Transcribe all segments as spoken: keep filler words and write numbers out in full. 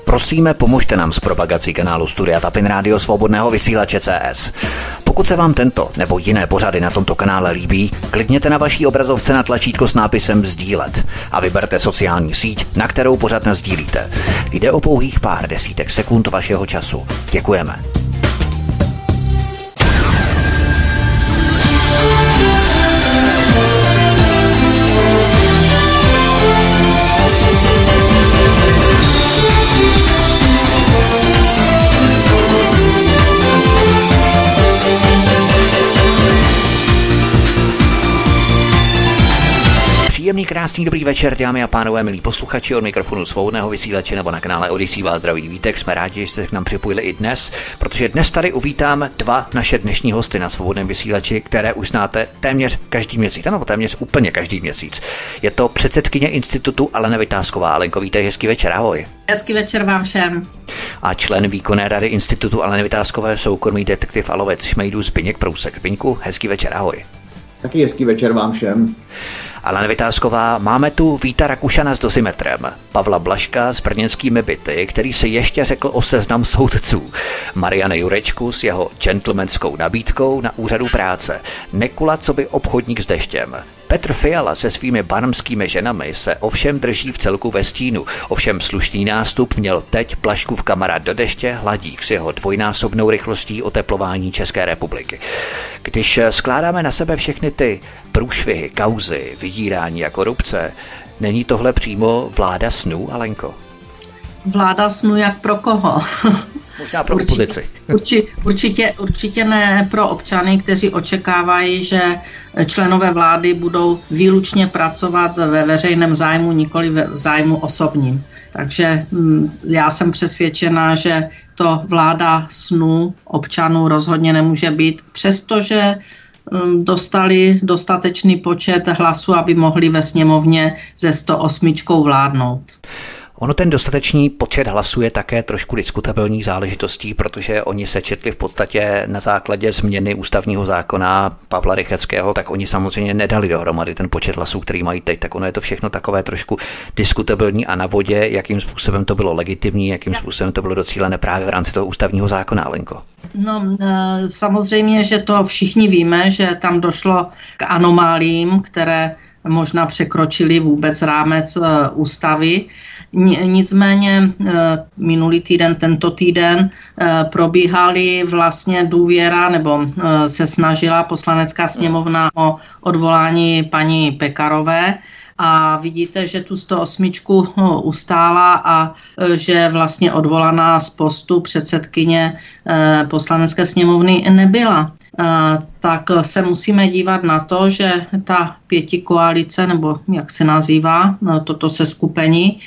Prosíme, pomožte nám s propagací kanálu Studia Tapin Rádio Svobodného vysílače C S. Pokud se vám tento nebo jiné pořady na tomto kanále líbí, klikněte na vaší obrazovce na tlačítko s nápisem sdílet a vyberte sociální síť, na kterou pořad nasdílíte. Jde o pouhých pár desítek sekund vašeho času. Děkujeme. Příjemný, krásný, dobrý večer, dámy a pánové, milí posluchači, od mikrofonu Svobodného vysílače nebo na kanále Odyssey vás zdraví Vítek. Jsme rádi, že jste se k nám připojili i dnes, protože dnes tady uvítám dva naše dnešní hosty na Svobodném vysílači, které už znáte téměř každý měsíc, nebo téměř úplně každý měsíc. Je to předsedkyně institutu Alena Vitásková. Alenko, vítej, hezký večer, ahoj. Hezký večer vám všem. A člen výkonné rady institutu Aleny Vitáskové, soukromý detektiv a lovec šmejdů Zbyněk Prousek. Zbyňku, hezký večer, ahoj. Taky hezký večer vám všem. Alena Vitásková, máme tu Víta Rakušana s dosimetrem, Pavla Blažka s brněnskými byty, který si ještě řekl o seznam soudců, Mariana Jurečku s jeho gentlemanskou nabídkou na úřadu práce, Nekula coby obchodník s deštěm. Petr Fiala se svými barmskými ženami se ovšem drží v celku ve stínu. Ovšem slušný nástup měl teď Blažkův kamarád do deště, Hladík s jeho dvojnásobnou rychlostí oteplování České republiky. Když skládáme na sebe všechny ty průšvihy, kauzy, vydírání a korupce, není tohle přímo vláda snů, Alenko? Vláda snů jak pro koho? Možná pro opozici. Určitě, určitě, určitě ne pro občany, kteří očekávají, že členové vlády budou výlučně pracovat ve veřejném zájmu, nikoli ve zájmu osobním. Takže já jsem přesvědčena, že to vláda snů občanů rozhodně nemůže být, přestože dostali dostatečný počet hlasů, aby mohli ve sněmovně ze sto osm vládnout. Ono ten dostatečný počet hlasů je také trošku diskutabilní záležitostí, protože oni se četli v podstatě na základě změny ústavního zákona Pavla Rychetského, tak oni samozřejmě nedali dohromady ten počet hlasů, který mají teď, tak ono je to všechno takové trošku diskutabilní a na vodě, jakým způsobem to bylo legitimní, jakým způsobem to bylo docílené právě v rámci toho ústavního zákona, Alenko. No, samozřejmě, že to všichni víme, že tam došlo k anomálím, které možná překročili vůbec rámec ústavy. Nicméně minulý týden, tento týden probíhaly vlastně důvěra, nebo se snažila Poslanecká sněmovna o odvolání paní Pekarové. A vidíte, že tu sto osm ustála a že vlastně odvolaná z postu předsedkyně Poslanecké sněmovny nebyla. Tak se musíme dívat na to, že ta pětikoalice, nebo jak se nazývá toto seskupení,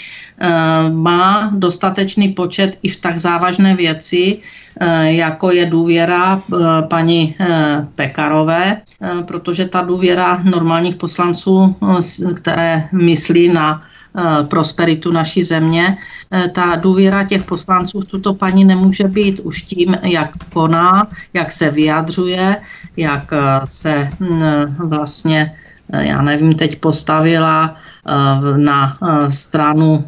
má dostatečný počet i v tak závažné věci, jako je důvěra paní Pekarové, protože ta důvěra normálních poslanců, které myslí na prosperitu naší země, ta důvěra těch poslanců v tuto paní nemůže být už tím, jak koná, jak se vyjadřuje, jak se vlastně, já nevím, teď postavila na stranu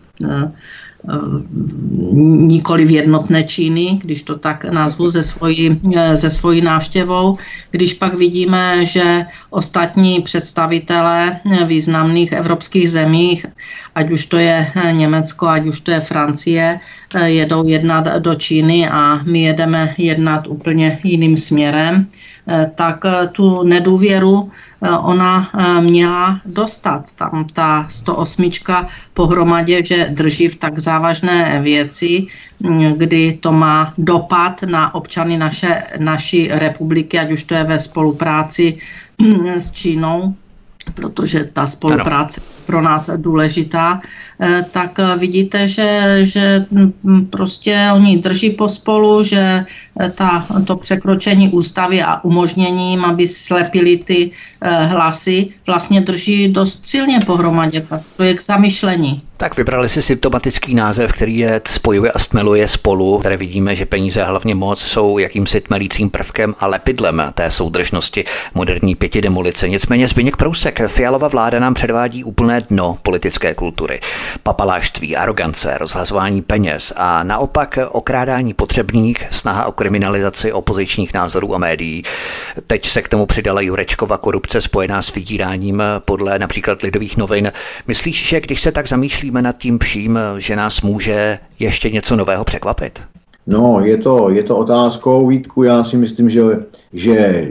nikoli v jednotné Číny, když to tak nazvu, ze svojí, ze svojí návštěvou. Když pak vidíme, že ostatní představitelé významných evropských zemí, ať už to je Německo, ať už to je Francie, jedou jednat do Číny a my jedeme jednat úplně jiným směrem, tak tu nedůvěru ona měla dostat. Tam ta sto osm pohromadě, že drží v tak závažné věci, kdy to má dopad na občany naše, naší republiky, ať už to je ve spolupráci s Čínou, protože ta spolupráce je pro nás důležitá, tak vidíte, že, že prostě oni drží pospolu, že ta, to překročení ústavy a umožněním, aby slepili ty hlasy, vlastně drží dost silně pohromadě. Tak to je k zamyšlení. Tak vybrali si symptomatický název, který je spojuje a stmeluje spolu. Tady vidíme, že peníze a hlavně moc jsou jakýmsi tmelícím prvkem a lepidlem té soudržnosti moderní pětidemolice. Nicméně Zbyněk Prousek, Fialova vláda nám předvádí úplné dno politické kultury. Papalášství, arogance, rozhazování peněz a naopak okrádání potřebných, snaha o kriminalizaci opozičních názorů a médií. Teď se k tomu přidala Jurečkova korupce spojená s vydíráním podle například Lidových novin. Myslíš, že když se tak zamýšlíme nad tím vším, že nás může ještě něco nového překvapit? No, je to, je to otázkou, Vítku. Já si myslím, že, že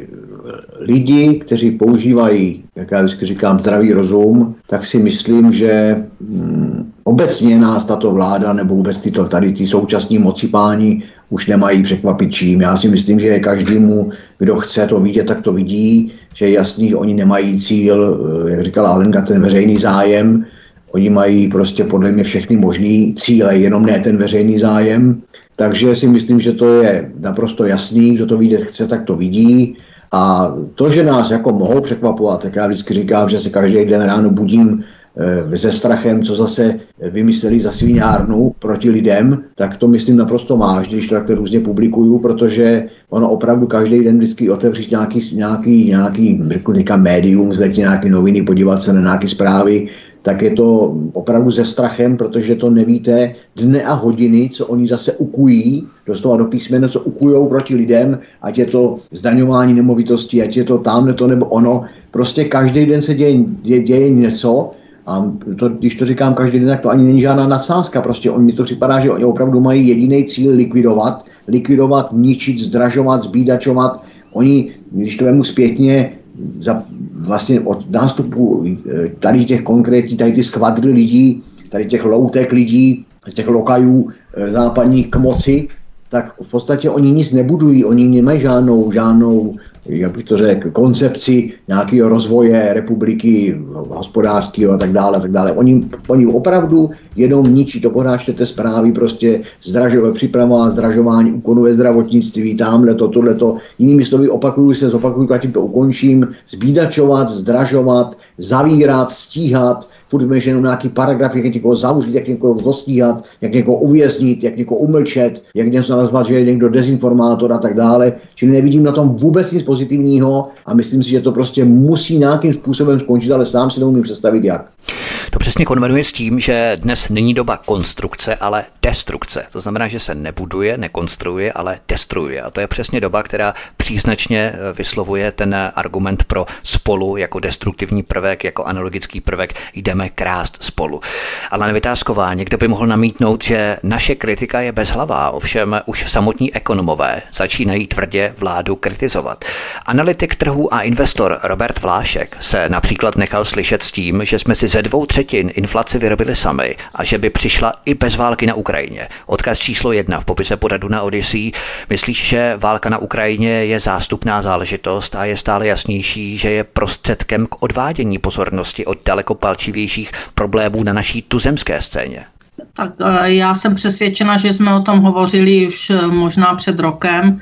lidi, kteří používají, jak já vždycky říkám, zdravý rozum, tak si myslím, že hm, obecně nás tato vláda nebo vůbec tyto, tady ty současní mocipáni už nemají překvapit čím. Já si myslím, že každému, kdo chce to vidět, tak to vidí, že je jasný, že oni nemají cíl, jak říkala Alenka, ten veřejný zájem. Oni mají prostě podle mě všechny možný cíle, jenom ne ten veřejný zájem. Takže si myslím, že to je naprosto jasný, kdo to vidět chce, tak to vidí. A to, že nás jako mohou překvapovat, tak já vždycky říkám, že se každý den ráno budím e, se strachem, co zase vymysleli za sviňárnu proti lidem, tak to myslím naprosto vážně, když to takhle různě publikuju, protože ono opravdu každý den vždycky otevřít nějaký, nějaký, nějaký řeknu, médium, zletí nějaké noviny, podívat se na nějaké zprávy, tak je to opravdu se strachem, protože to nevíte dne a hodiny, co oni zase ukují, doslova do písmene, co ukujou proti lidem, ať je to zdaňování nemovitostí, ať je to tamhle to nebo ono. Prostě každý den se děje, děje, děje něco a to, když to říkám každý den, tak to ani není žádná nadsázka. Prostě oni to připadá, že oni opravdu mají jediný cíl likvidovat, likvidovat, ničit, zdražovat, zbídačovat. Oni, když to vemu zpětně, za, vlastně od nástupu tady těch konkrétních, tady ty skvadry lidí, tady těch loutek lidí, těch lokajů západních k moci, tak v podstatě oni nic nebudují, oni nemají žádnou, žádnou, jak bych to řekl, koncepci nějakého rozvoje republiky, hospodářského a tak dále, a tak dále. Oni, oni opravdu jenom ničí, to pořád čtete zprávy, prostě zdražové příprava, zdražování úkonů ve zdravotnictví, tamhle to, tohle to. Jinými slovy opakuju se, zopakuju, a tím to ukončím, zbídačovat, zdražovat, zavírat, stíhat, furt víme, že jenom nějaký paragraf, jak někoho zavřít, jak někoho zostíhat, jak někoho uvěznit, jak někoho umlčet, jak něco nazvat, že je někdo dezinformátor a tak dále. Čili nevidím na tom vůbec nic pozitivního a myslím si, že to prostě musí nějakým způsobem skončit, ale sám si neumím představit jak. To přesně konvenuje s tím, že dnes není doba konstrukce, ale destrukce. To znamená, že se nebuduje, nekonstruuje, ale destruuje. A to je přesně doba, která příznačně vyslovuje ten argument pro spolu jako destruktivní prvek, jako analogický prvek, jdeme krást spolu. Ale Nevytázková, někdo by mohl namítnout, že naše kritika je bezhlavá, ovšem už samotní ekonomové začínají tvrdě vládu kritizovat. Analytik trhu a investor Robert Vlášek se například nechal slyšet s tím, že jsme si ze dvou třetin inflaci vyrobili sami a že by přišla i bez války na Ukrajině. Odkaz číslo jedna v popise pořadu na Odyssey. Myslíš, že válka na Ukrajině je zástupná záležitost a je stále jasnější, že je prostředkem k odvádění pozornosti od daleko palčivějších problémů na naší tuzemské scéně? Tak já jsem přesvědčena, že jsme o tom hovořili už možná před rokem,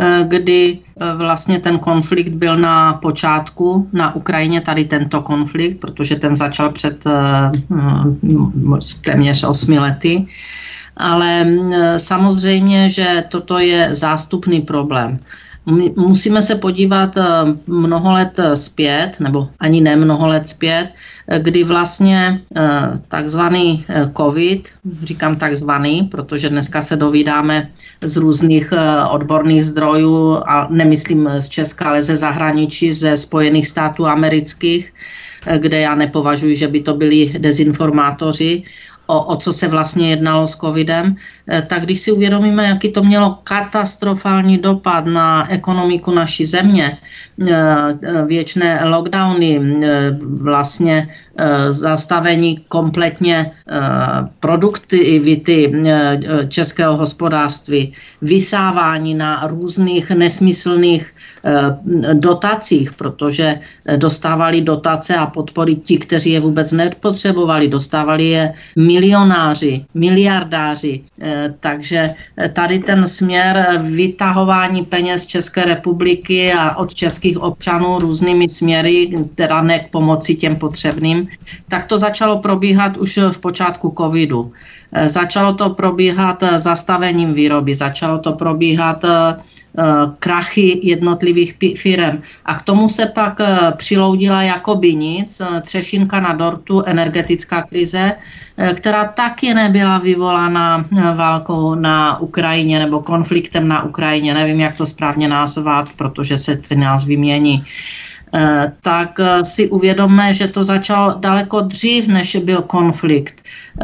kdy vlastně ten konflikt byl na počátku na Ukrajině, tady tento konflikt, protože ten začal před téměř osmi lety. Ale samozřejmě, že toto je zástupný problém. Musíme se podívat mnoho let zpět, nebo ani ne mnoho let zpět, kdy vlastně takzvaný covid, říkám takzvaný, protože dneska se dovídáme z různých odborných zdrojů, a nemyslím z Česka, ale ze zahraničí, ze Spojených států amerických, kde já nepovažuji, že by to byli dezinformátoři, O, o co se vlastně jednalo s covidem, tak když si uvědomíme, jaký to mělo katastrofální dopad na ekonomiku naší země, věčné lockdowny, vlastně zastavení kompletně produktivity českého hospodářství, vysávání na různých nesmyslných dotacích, protože dostávali dotace a podpory ti, kteří je vůbec nepotřebovali. Dostávali je milionáři, miliardáři. Takže tady ten směr vytahování peněz České republiky a od českých občanů různými směry, teda ne k pomoci těm potřebným, tak to začalo probíhat už v počátku covidu. Začalo to probíhat zastavením výroby, začalo to probíhat krachy jednotlivých firem. A k tomu se pak přiloudila jakoby nic, třešinka na dortu, energetická krize, která taky nebyla vyvolána válkou na Ukrajině nebo konfliktem na Ukrajině, nevím, jak to správně nazvat, protože se ty názvy mění. Tak si uvědomme, že to začalo daleko dřív, než byl konflikt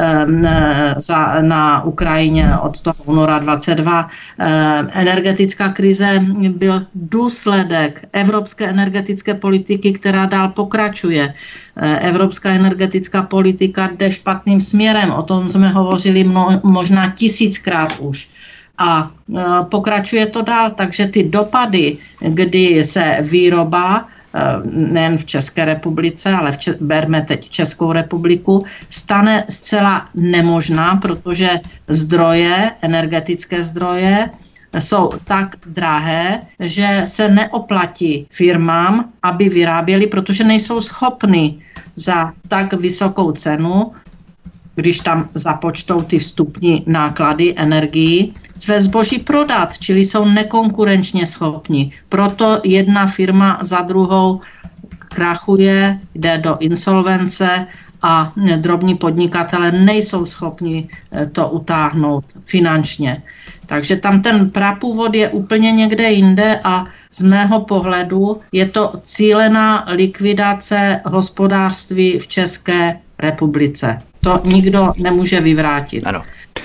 na Ukrajině od toho února dvacet dva. Energetická krize byl důsledek evropské energetické politiky, která dál pokračuje. Evropská energetická politika jde špatným směrem, o tom jsme hovořili mno, možná tisíckrát už. A pokračuje to dál, takže ty dopady, kdy se výroba nejen v České republice, ale v Če- berme teď Českou republiku, stane zcela nemožná, protože zdroje, energetické zdroje jsou tak drahé, že se neoplatí firmám, aby vyráběli, protože nejsou schopni za tak vysokou cenu, když tam započtou ty vstupní náklady energií, své zboží prodat, čili jsou nekonkurenčně schopni. Proto jedna firma za druhou krachuje, jde do insolvence a drobní podnikatelé nejsou schopni to utáhnout finančně. Takže tam ten prapůvod je úplně někde jinde a z mého pohledu je to cílená likvidace hospodářství v České republice. To nikdo nemůže vyvrátit. Ano.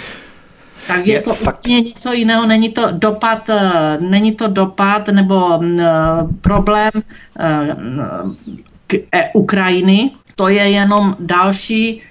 Tak je, je to fakt úplně něco jiného, není to dopad, není to dopad nebo uh, problém uh, k, e, Ukrajiny, to je jenom další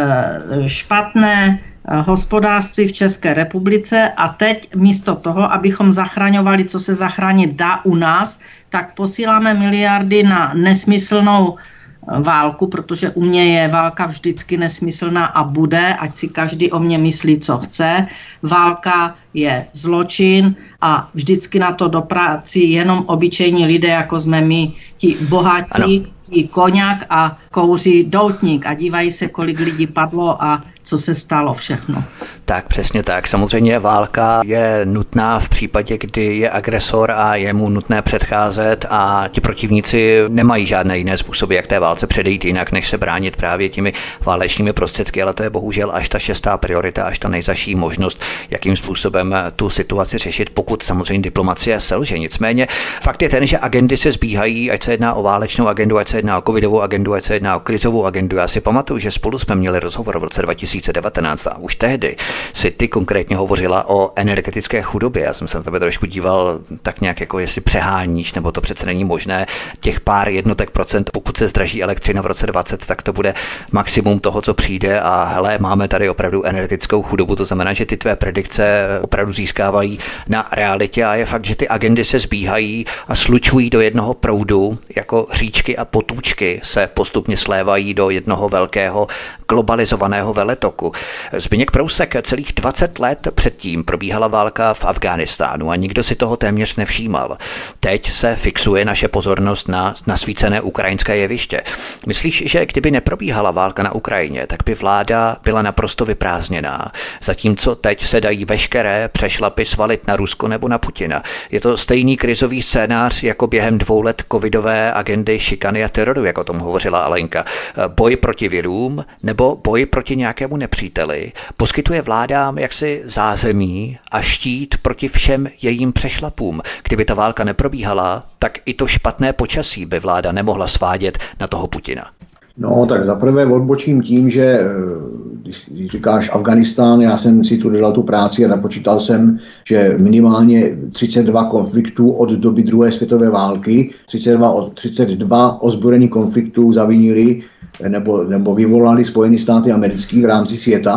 uh, špatné uh, hospodářství v České republice a teď místo toho, abychom zachraňovali, co se zachránit dá u nás, tak posíláme miliardy na nesmyslnou válku, protože u mě je válka vždycky nesmyslná a bude, ať si každý o mě myslí, co chce. Válka je zločin a vždycky na to doprácí jenom obyčejní lidé, jako jsme my, ti bohatí, ti koňák a kouří doutník a dívají se, kolik lidí padlo a co se stalo všechno. Tak, přesně tak. Samozřejmě válka je nutná v případě, kdy je agresor a je mu nutné předcházet a ti protivníci nemají žádné jiné způsoby, jak té válce předejít jinak, než se bránit právě těmi válečnými prostředky, ale to je bohužel až ta šestá priorita, až ta nejzaší možnost, jakým způsobem tu situaci řešit, pokud samozřejmě diplomacie selže. Nicméně fakt je ten, že agendy se zbíhají, ať se jedná o válečnou agendu, ať se jedná o covidovou agendu, ať se jedná o krizovou agendu. Já si pamatuju, že spolu jsme měli rozhovor v roce dva tisíce devatenáct a už tehdy si ty konkrétně hovořila o energetické chudobě. Já jsem se na tebe trošku díval tak nějak, jako jestli přeháníš, nebo to přece není možné. Těch pár jednotek procent, pokud se zdraží elektřina v roce dvacet, tak to bude maximum toho, co přijde a hele, máme tady opravdu energetickou chudobu. To znamená, že ty tvé predikce opravdu získávají na realitě a je fakt, že ty agendy se zbíhají a slučují do jednoho proudu, jako říčky a potůčky se postupně slévají do jednoho velkého globalizovaného veletoku. Zbyněk Prousek, celých dvacet let předtím probíhala válka v Afghánistánu a nikdo si toho téměř nevšímal. Teď se fixuje naše pozornost na nasvícené ukrajinské jeviště. Myslíš, že kdyby neprobíhala válka na Ukrajině, tak by vláda byla naprosto vyprázdněná, zatímco teď se dají veškeré přešlapy svalit na Rusko nebo na Putina. Je to stejný krizový scénář jako během dvou let covidové agendy šikany a teroru, jak o tom hovořila Alenka. Boj proti virům nebo boj proti nějakému nepříteli poskytuje vládám jaksi zázemí a štít proti všem jejím přešlapům. Kdyby ta válka neprobíhala, tak i to špatné počasí by vláda nemohla svádět na toho Putina. No, tak zaprvé odbočím tím, že když říkáš Afghánistán, já jsem si tu dělal tu práci a napočítal jsem, že minimálně třicet dva konfliktů od doby druhé světové války, třicet dva, třicet dva ozbrojených konfliktů zavinili nebo, nebo vyvolali Spojené státy americké v rámci světa.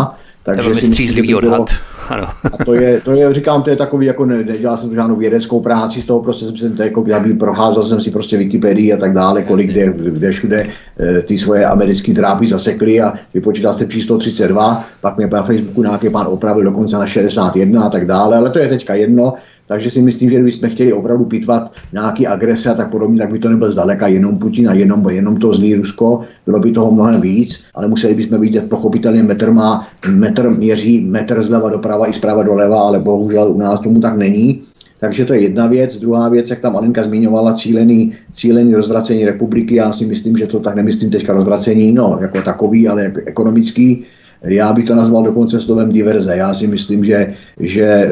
Takže to je střízlivý odhad. Ano. A to je, to je, říkám, to je takový, jako ne, nedělal jsem žádnou vědeckou práci, z toho prostě jsem si, jako, procházel jsem si prostě Wikipedii a tak dále, kolik kde, kde všude e, ty svoje americké drápy zasekly a vypočítal se číslo třicet dva, pak mě na Facebooku nějaký pán opravil dokonce na šedesát jedna a tak dále, ale to je teďka jedno. Takže si myslím, že kdybychom chtěli opravdu pitvat nějaký agrese a tak podobně, tak by to nebyl zdaleka jenom Putin a jenom, jenom to zlý Rusko, bylo by toho mnohem víc, ale museli bychom vidět pochopitelně metr má, metr měří metr zleva doprava i zprava doleva, ale bohužel u nás tomu tak není. Takže to je jedna věc. Druhá věc, jak tam Alenka zmiňovala, cílený, cílený rozvracení republiky, já si myslím, že to tak nemyslím teďka rozvracení, no jako takový, ale jako ekonomický. Já bych to nazval dokonce slovem diverze. Já si myslím, že, že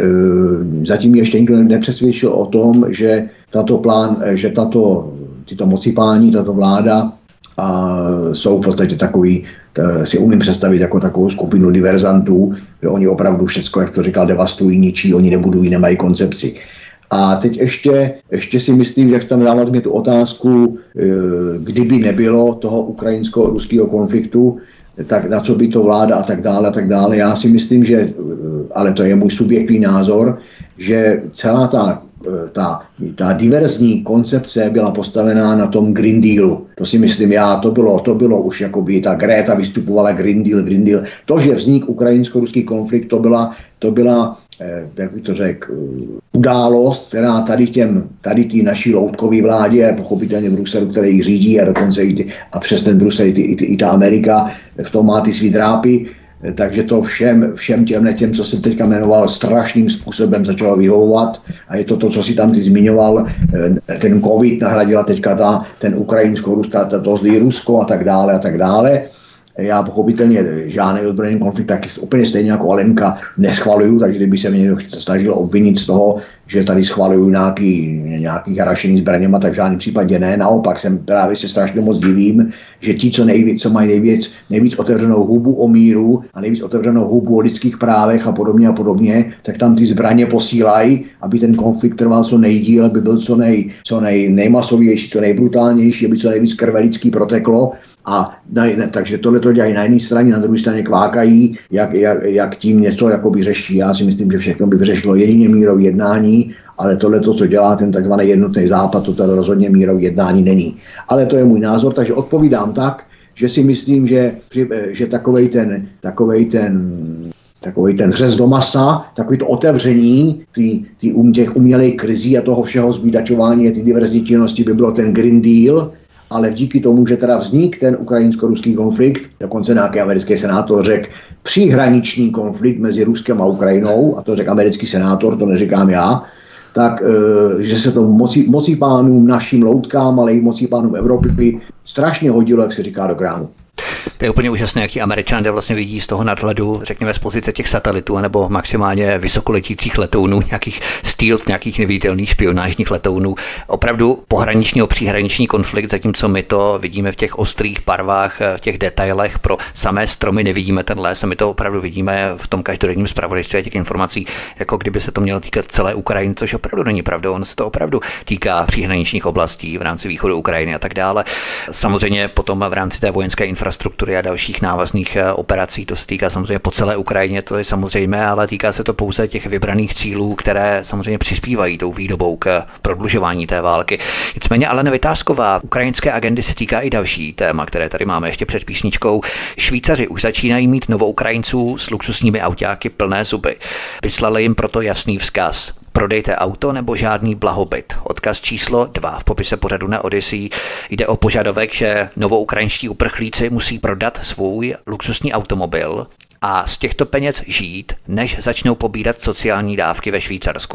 zatím ještě nikdo nepřesvědčil o tom, že tato plán, že tato, tyto mocipání, tato vláda a jsou v podstatě takový, t, si umím představit jako takovou skupinu diverzantů, že oni opravdu všecko, jak to říkal, devastují, ničí, oni nebudují, nemají koncepci. A teď ještě, ještě si myslím, že jak tam dávat mě tu otázku, kdyby nebylo toho ukrajinsko-ruského konfliktu, tak na co by to vláda a tak dále a tak dále. Já si myslím, že, ale to je můj subjektivní názor, že celá ta, ta, ta diverzní koncepce byla postavená na tom Green Dealu. To si myslím já, to bylo, to bylo už jakoby ta Greta vystupovala Green Deal, Green Deal. To, že vznik ukrajinsko-ruský konflikt, to byla, to byla jak bych to řekl, událost, která tady těm, tady tý naší loutkový vládě, pochopitelně v Bruselu, který ji řídí a dokonce i, ty, a přes ten Brusel i, ty, i, ty, i ta Amerika v tom má ty svý drápy, takže to všem, všem těm, těm, co jsem teďka jmenoval, strašným způsobem začalo vyhovovat a je to to, co si tam ty zmiňoval, ten covid nahradila teďka ta, ten ukrajinsko-rus, to zlý Rusko a tak dále a tak dále. Já pochopitelně žádný ozbrojený konflikt taky úplně stejně jako Alenka neschvaluju, takže kdyby se mě někdo snažil obvinit z toho, že tady schvaluju nějaký, nějaký harašení zbraněma, tak v žádném případě ne. Naopak jsem právě se strašně moc divím, že ti, co, nejvíc, co mají nejvíc, nejvíc otevřenou hubu o míru a nejvíc otevřenou hubu o lidských právech a podobně a podobně, tak tam ty zbraně posílají, aby ten konflikt trval co nejdíl, aby byl co, nej, co nej, nejmasovější, co nejbrutálnější, aby co nejvíc krve lidský proteklo. A ne, takže tohle to dělají na jedné straně, na druhé straně kvákají, jak, jak, jak tím něco jakoby řeší. Já si myslím, že všechno by vyřešilo jedině mírové jednání, ale tohle to, co dělá ten takzvaný jednotný západ, to tady rozhodně mírové jednání není. Ale to je můj názor, takže odpovídám tak, že si myslím, že, že takovej ten, takovej ten takový ten řez do masa, takový to otevření tý, tý um, těch umělých krizí a toho všeho zbídačování a ty diverzní činnosti by bylo ten Green Deal, ale díky tomu, že teda vznik ten ukrajinsko-ruský konflikt, dokonce nějaký americký senátor řekl příhraniční konflikt mezi Ruskem a Ukrajinou, a to řekl americký senátor, to neříkám já, tak e, že se to mocí, mocí pánům, našim loutkám, ale i mocí pánům Evropy strašně hodilo, jak se říká, do krámu. To je úplně úžasné, jak ti Američané vlastně vidí z toho nadhledu, řekněme z pozice těch satelitů, nebo maximálně vysokoletících letounů, nějakých stealth, nějakých neviditelných špionážních letounů. Opravdu pohraniční, příhraniční konflikt, zatímco my to vidíme v těch ostrých barvách, v těch detailech, pro samé stromy nevidíme ten les a my to opravdu vidíme v tom každodenním zpravodajství těch informací, jako kdyby se to mělo týkat celé Ukrajiny, což opravdu není pravdou. Ono se to opravdu týká příhraničních oblastí v rámci východu Ukrajiny a tak dále. Samozřejmě potom v rámci té vojenské infrastruktury a dalších návazných operací, to se týká samozřejmě po celé Ukrajině, to je samozřejmé, ale týká se to pouze těch vybraných cílů, které samozřejmě přispívají tou výdobou k prodlužování té války. Nicméně Alena Vitásková, ukrajinské agendy se týká i další téma, které tady máme ještě před písničkou. Švýcaři už začínají mít Novoukrajinců s luxusními autáky plné zuby. Vyslali jim proto jasný vzkaz. Prodejte auto nebo žádný blahobyt. Odkaz číslo dva v popise pořadu na Odyssey. Jde o požadavek, že novoukrajinští uprchlíci musí prodat svůj luxusní automobil a z těchto peněz žít, než začnou pobírat sociální dávky ve Švýcarsku.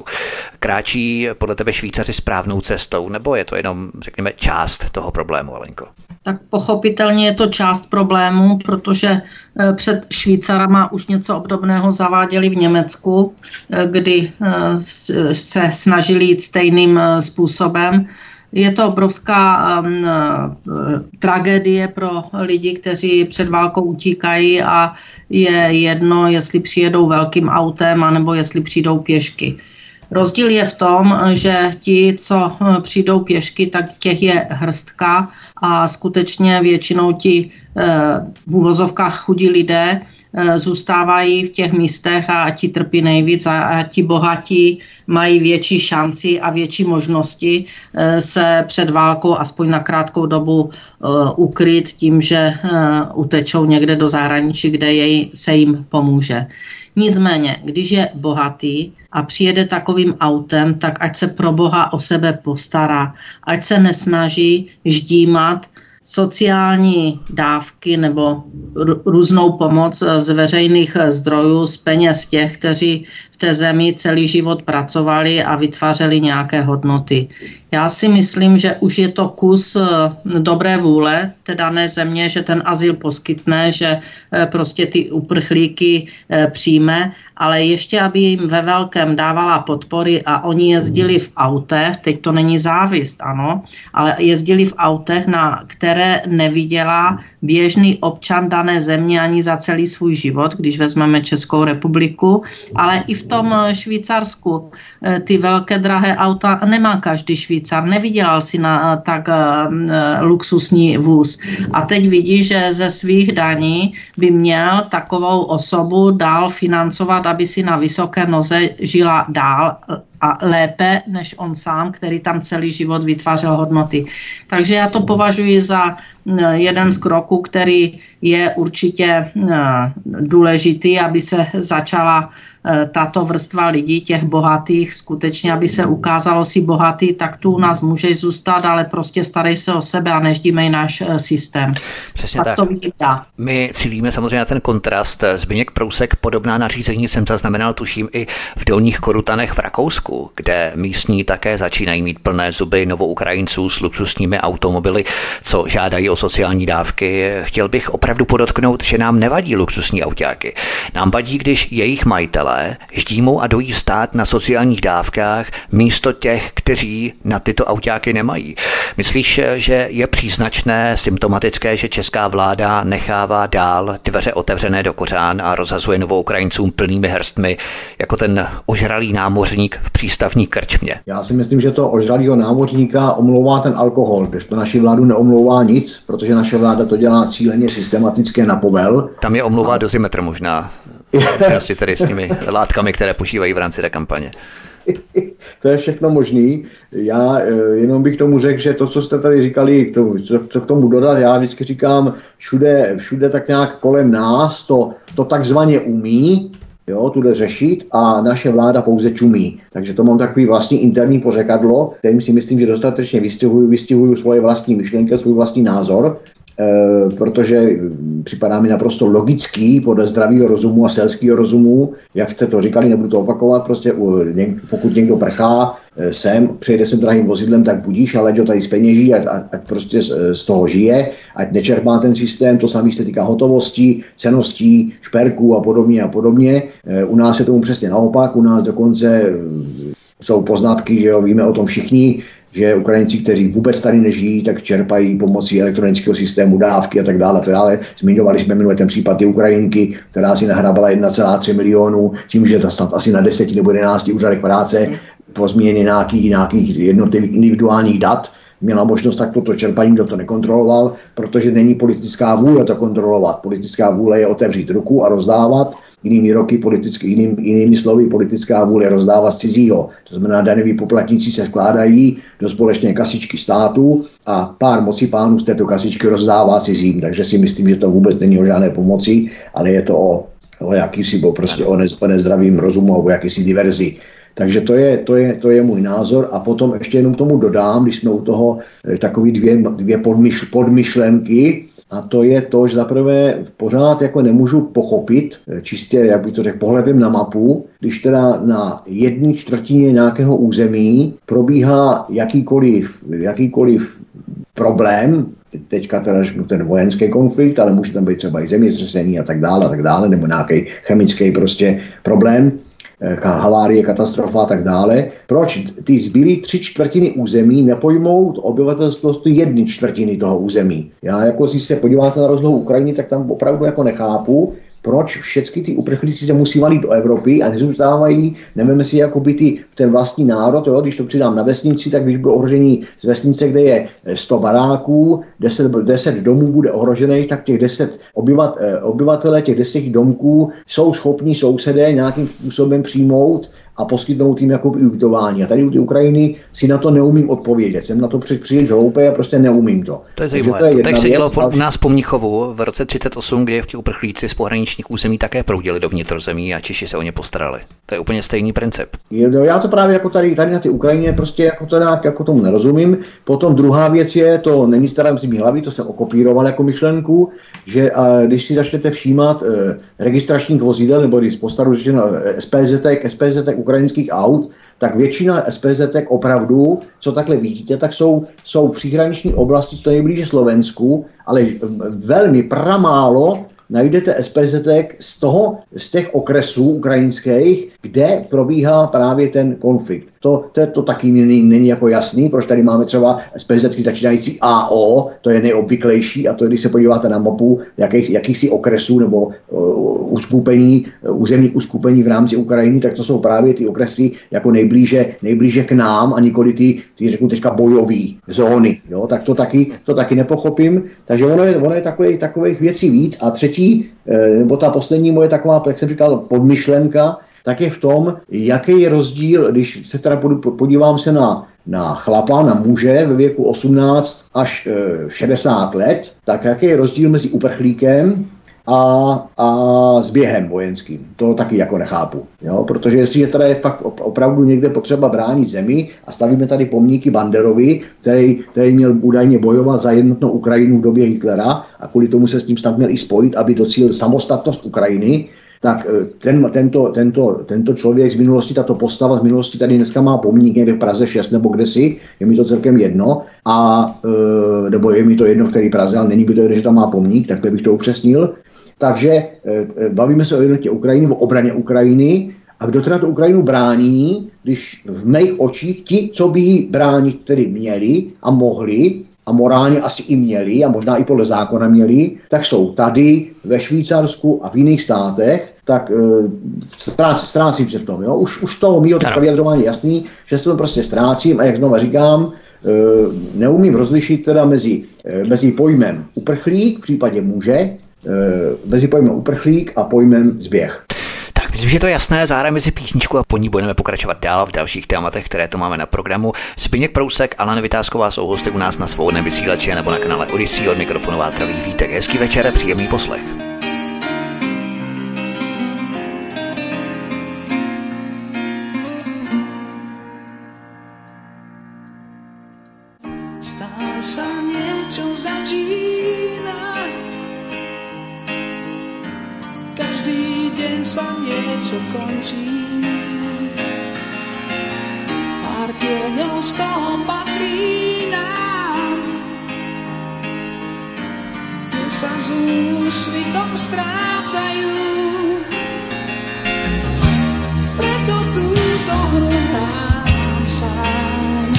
Kráčí podle tebe Švýcaři správnou cestou, nebo je to jenom, řekněme, část toho problému, Alenko? Tak pochopitelně je to část problému, protože před Švýcarama už něco obdobného zaváděli v Německu, kdy se snažili jít stejným způsobem. Je to obrovská um, tragédie pro lidi, kteří před válkou utíkají a je jedno, jestli přijedou velkým autem, anebo jestli přijdou pěšky. Rozdíl je v tom, že ti, co přijdou pěšky, tak těch je hrstka a skutečně většinou ti v uvozovkách chudí lidé zůstávají v těch místech a ti trpí nejvíc a, a ti bohatí mají větší šanci a větší možnosti se před válkou aspoň na krátkou dobu ukryt tím, že utečou někde do zahraničí, kde jej, se jim pomůže. Nicméně, když je bohatý a přijede takovým autem, tak ať se pro Boha o sebe postará, ať se nesnaží ždímat sociální dávky nebo různou pomoc z veřejných zdrojů, z peněz těch, kteří v té zemi celý život pracovali a vytvářeli nějaké hodnoty. Já si myslím, že už je to kus dobré vůle té dané země, že ten azyl poskytne, že prostě ty uprchlíky přijme, ale ještě, aby jim ve velkém dávala podpory a oni jezdili v autech, teď to není závist, ano, ale jezdili v autech, na které neviděla běžný občan dané země ani za celý svůj život, když vezmeme Českou republiku, ale i v tom Švýcarsku ty velké drahé auta nemá každý Švýcar, nevydělal si na tak luxusní vůz. A teď vidí, že ze svých daní by měl takovou osobu dál financovat, aby si na vysoké noze žila dál a lépe než on sám, který tam celý život vytvářel hodnoty. Takže já to považuji za jeden z kroků, který je určitě důležitý, aby se začala tato vrstva lidí, těch bohatých, skutečně, aby se ukázalo si bohatý, tak tu u nás můžeš zůstat, ale prostě starej se o sebe a neždímej náš systém. Přesně tak. tak. To vidím já. My cílíme samozřejmě na ten kontrast. Zbyněk Prousek podobná nařízení jsem zaznamenal, tuším, i v Dolních Korutanech v Rakousku, kde místní také začínají mít plné zuby Novoukrajinců s luxusními automobily, co žádají o sociální dávky. Chtěl bych opravdu podotknout, že nám nevadí luxusní autáky. Nám vadí, když jejich majitelé ždímou a dojí stát na sociálních dávkách místo těch, kteří na tyto autáky nemají. Myslíš, že je příznačné, symptomatické, že česká vláda nechává dál dveře otevřené do kořán a rozhazuje Novoukrajincům plnými hrstmi jako ten ožralý námořník v přístavní krčmě? Já si myslím, že to ožralýho námořníka omlouvá ten alkohol, když to naši vládu neomlouvá nic, protože naše vláda to dělá cíleně systematické na povel. Tam je omlouvá a... dozimetr možná. Vlastně tedy s těmi látkami, které používají v rámci té kampaně. To je všechno možný. Já jenom bych tomu řekl, že to, co jste tady říkali, to, co, co k tomu dodat, já vždycky říkám, všude, všude tak nějak kolem nás to, to takzvaně umí, jo, tu jde řešit a naše vláda pouze čumí. Takže to mám takový vlastní interní pořekadlo, kterým si myslím, že dostatečně vystihuju, vystihuju svoje vlastní myšlenky, svůj vlastní názor. E, protože připadá mi naprosto logický podle zdravého rozumu a selského rozumu, jak jste to říkali, nebudu to opakovat, prostě pokud někdo prchá sem, přijede sem drahým vozidlem, tak budíš, ale ať ho tady zpeněží, ať, ať prostě z toho žije, ať nečerpá ten systém, to samé se týká hotovostí, ceností, šperků a podobně a podobně. E, u nás je tomu přesně naopak, u nás dokonce jsou poznatky, že jo, víme o tom všichni, že Ukrajinci, kteří vůbec tady nežijí, tak čerpají pomocí elektronického systému dávky a tak dále. A tak dále. Zmiňovali jsme minulý ten případ ty Ukrajinky, která si nahrabala jedna celá tři milionu, tím, že to snad asi na deseti nebo jedenácti úřadech práce po změně nějakých, nějakých jednotlivých individuálních dat měla možnost takto to čerpání, kdo to nekontroloval, protože není politická vůle to kontrolovat. Politická vůle je otevřít ruku a rozdávat. Jinými roky, politicky, jiným, jinými slovy, politická vůle rozdávat z cizího. To znamená, daňoví poplatníci se skládají do společné kasičky státu a pár moci pánů z této kasičky rozdává cizím. Takže si myslím, že to vůbec není o žádné pomoci, ale je to o, o jakýsi, bo prostě o, nez, o nezdravým rozumu, o jakýsi diverzi. Takže to je, to, je, to je můj názor a potom ještě jenom tomu dodám, když jsme u toho takový dvě, dvě podmyšl, podmyšlenky, a to je to, že zaprvé pořád jako nemůžu pochopit, čistě, jak bych to řekl, pohledem na mapu, když teda na jedné čtvrtině nějakého území probíhá jakýkoliv, jakýkoliv problém, teďka teda řeknu ten vojenský konflikt, ale může tam být třeba i zemětřesení a tak dále, a tak dále, nebo nějaký chemický prostě problém, havárie, katastrofa a tak dále. Proč ty zbylý tři čtvrtiny území nepojmou obyvatelstvo z jedné čtvrtiny toho území? Já jako si se podíváte na rozlohu Ukrajiny, tak tam opravdu jako nechápu, proč všechny ty uprchlíci se musí valit do Evropy a nezůstávají, nevíme si, jako by ty, ten vlastní národ, jo, když to přidám na vesnici, tak když bylo ohrožení z vesnice, kde je sto baráků, deset, deset domů bude ohrožených, tak těch deset obyvat, obyvatele těch deset domků jsou schopni sousedé nějakým způsobem přijmout a poskytnout jim jako ubytování. A tady u té Ukrajiny si na to neumím odpovědět. Jsem na to příliš hloupý a prostě neumím to. To je zajímavé. To, to tak se dělo u nás po Mnichovu v roce třicet osm, kdy ti uprchlíci z pohraničních území také proudili do vnitrozemí a Češi se o ně postarali. To je úplně stejný princip. Jo, já to právě jako tady, tady na té Ukrajině prostě jako, to nějak, jako tomu nerozumím. Potom druhá věc je, to není stará z mý hlavy, to jsem okopíroval jako myšlenku, že a, když si začnete všímat e, registračních vozidel, nebo když postaru řečeno SPZtek, SPZtek ukrajinských aut, tak většina SPZtek opravdu, co takhle vidíte, tak jsou, jsou v příhraniční oblasti, to nejblíže Slovensku, ale velmi pramálo najdete SPZtek z toho, z těch okresů ukrajinských, kde probíhá právě ten konflikt. To, to, to taky není, není jako jasný, proč tady máme třeba SPZky začínající A O, to je nejobvyklejší, a to když se podíváte na mapu jakých, jakýchsi okresů nebo uh, uskupení, uh, územních uskupení v rámci Ukrajiny, tak to jsou právě ty okresy jako nejblíže, nejblíže k nám a nikoli ty, ty řeknu teďka bojový zóny. Jo? Tak to taky, to taky nepochopím. Takže ono je, ono je takových, takových věcí víc. A třetí, nebo ta poslední moje taková, jak jsem říkal, podmyšlenka, tak je v tom, jaký je rozdíl, když se teda podívám se na, na chlapa, na muže ve věku osmnáct až šedesát let, tak jaký je rozdíl mezi uprchlíkem a, a zběhem vojenským. To taky jako nechápu. Jo? Protože jestliže teda je fakt opravdu někde potřeba bránit zemi a stavíme tady pomníky Banderovi, který, který měl údajně bojovat za jednotnou Ukrajinu v době Hitlera a kvůli tomu se s tím snad měl i spojit, aby docílil samostatnost Ukrajiny, tak ten, tento, tento, tento člověk z minulosti, tato postava z minulosti tady dneska má pomník někde v Praze šest nebo kdesi, je mi to celkem jedno, a, e, nebo je mi to jedno, který Praze, ale není by to jedno, že tam má pomník, takhle bych to upřesnil. Takže e, bavíme se o jednotě Ukrajiny, o obraně Ukrajiny, a kdo teda tu Ukrajinu brání, když v mých očích ti, co by ji bránit tedy měli a mohli, a morálně asi i měli, a možná i podle zákona měli, tak jsou tady, ve Švýcarsku a v jiných státech, tak e, ztrácím se v tom. Jo? Už, už toho mýho teďka vyjadřování jasný, že se to prostě ztrácím a jak znova říkám, e, neumím rozlišit teda mezi, e, mezi pojmem uprchlík, v případě muže, e, mezi pojmem uprchlík a pojmem zběh. Myslím, že to je jasné, zahrajeme si písničku a po ní budeme pokračovat dál v dalších tématech, které tu máme na programu. Zbyněk Prousek, Alena Vytázková jsou hosty u nás na Svobodném vysílači nebo na kanále Odyssey. Od mikrofonu vás zdraví Vítek. Hezký večer a příjemný poslech. Stále sa niečo začína, každý deň sa niečo končí. Pár tieňov z toho patrí nám, tie sa s úsvitom strácajú. Preto túto hru hrám sám.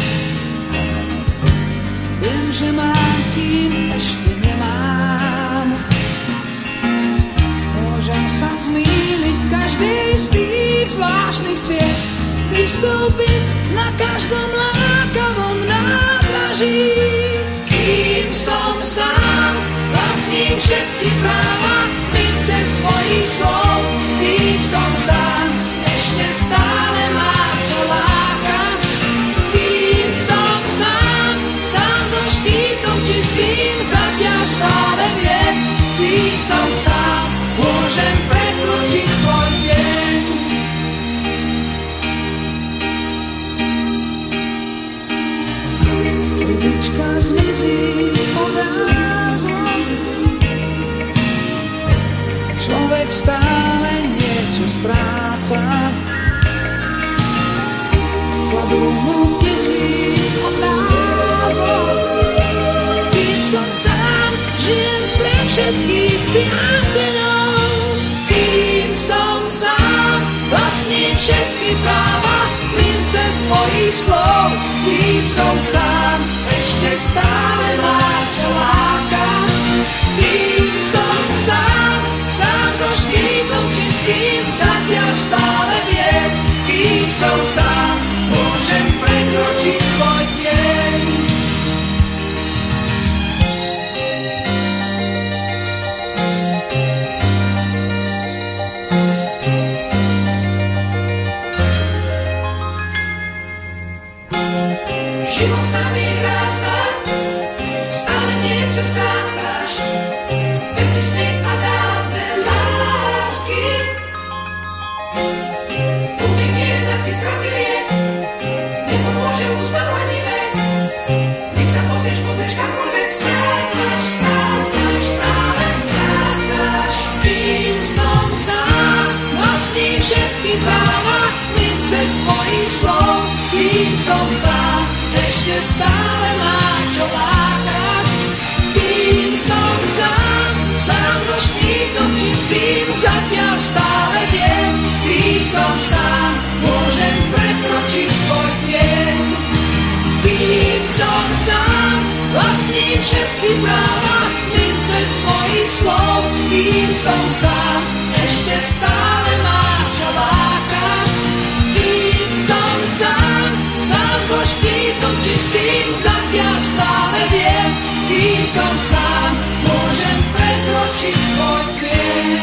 Viem, že mám, kým ešte nemám. Môžem sa zmýliť v každej z tých zvláštnych ciest, vystúpiť na každom lákavom nádraží. Kým som sám, vlastním všetky práva, mince svojich slov. Kým som sám, ešte stále mám čo lákať. Kým som sám, sám so štítom čistým, zatiaľ stále viem. Kým som sám, môžem prekročiť svoj deň. Libička zmizí obrázok, človek stále niečo stráca. Kladú mu tisíc otázok. Kým som sám, žijem pre všetkých priateľov. Kým som sám, vlastním všetky práva, mince svojich slov. Kým som sám, ešte stále mám čo lákať. Kým som sám, sám so štýlom ty straty liek, nepomôže uspávaný vek. Nech sa pozrieš, pozrieš kamkoľvek, strácaš, strácaš, stále strácaš. Kým som sám, vlastním všetky práva, mince svojich slov. Kým som sám, ešte stále máš čo lákať. Kým som sám, sám so štítom čistým, zatiaľ stále viem. Kým som sám, môžem prekročiť svoj tieň. Kým som sám, vlastním všetky práva, mince svojich slov. Kým som sám, ešte stále máš čo lákať. Kým som sám, sám so štítom čistým, zatiaľ stále viem. Kým som sám, môžem prekročiť svoj tieň.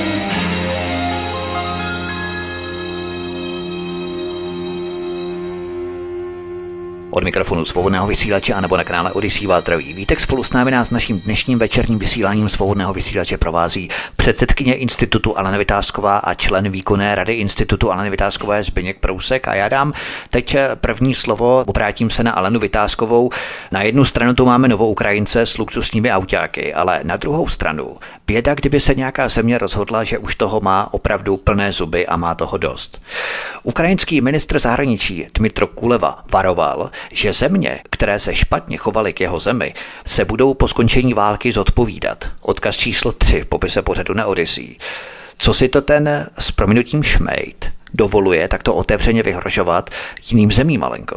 Od mikrofonu Svobodného vysílače anebo na kanále Odyssey vás zdraví Vítek. Spolu s námi nás naším dnešním večerním vysíláním Svobodného vysílače provází předsedkyně Institutu Alena Vitásková a člen výkonné rady Institutu Aleny Vitáskové Zbyněk Prousek. A já dám teď první slovo, obrátím se na Alenu Vitáskovou. Na jednu stranu tu máme novou Ukrajince s luxusními autáky, ale na druhou stranu běda, kdyby se nějaká země rozhodla, že už toho má opravdu plné zuby a má toho dost. Ukrajinský ministr zahraničí Dmytro Kuleba varoval, že země, které se špatně chovaly k jeho zemi, se budou po skončení války zodpovídat. Odkaz číslo tři v popise pořadu na Odyssey. Co si to ten s prominutím šmejd dovoluje takto otevřeně vyhrožovat jiným zemím, Malenko?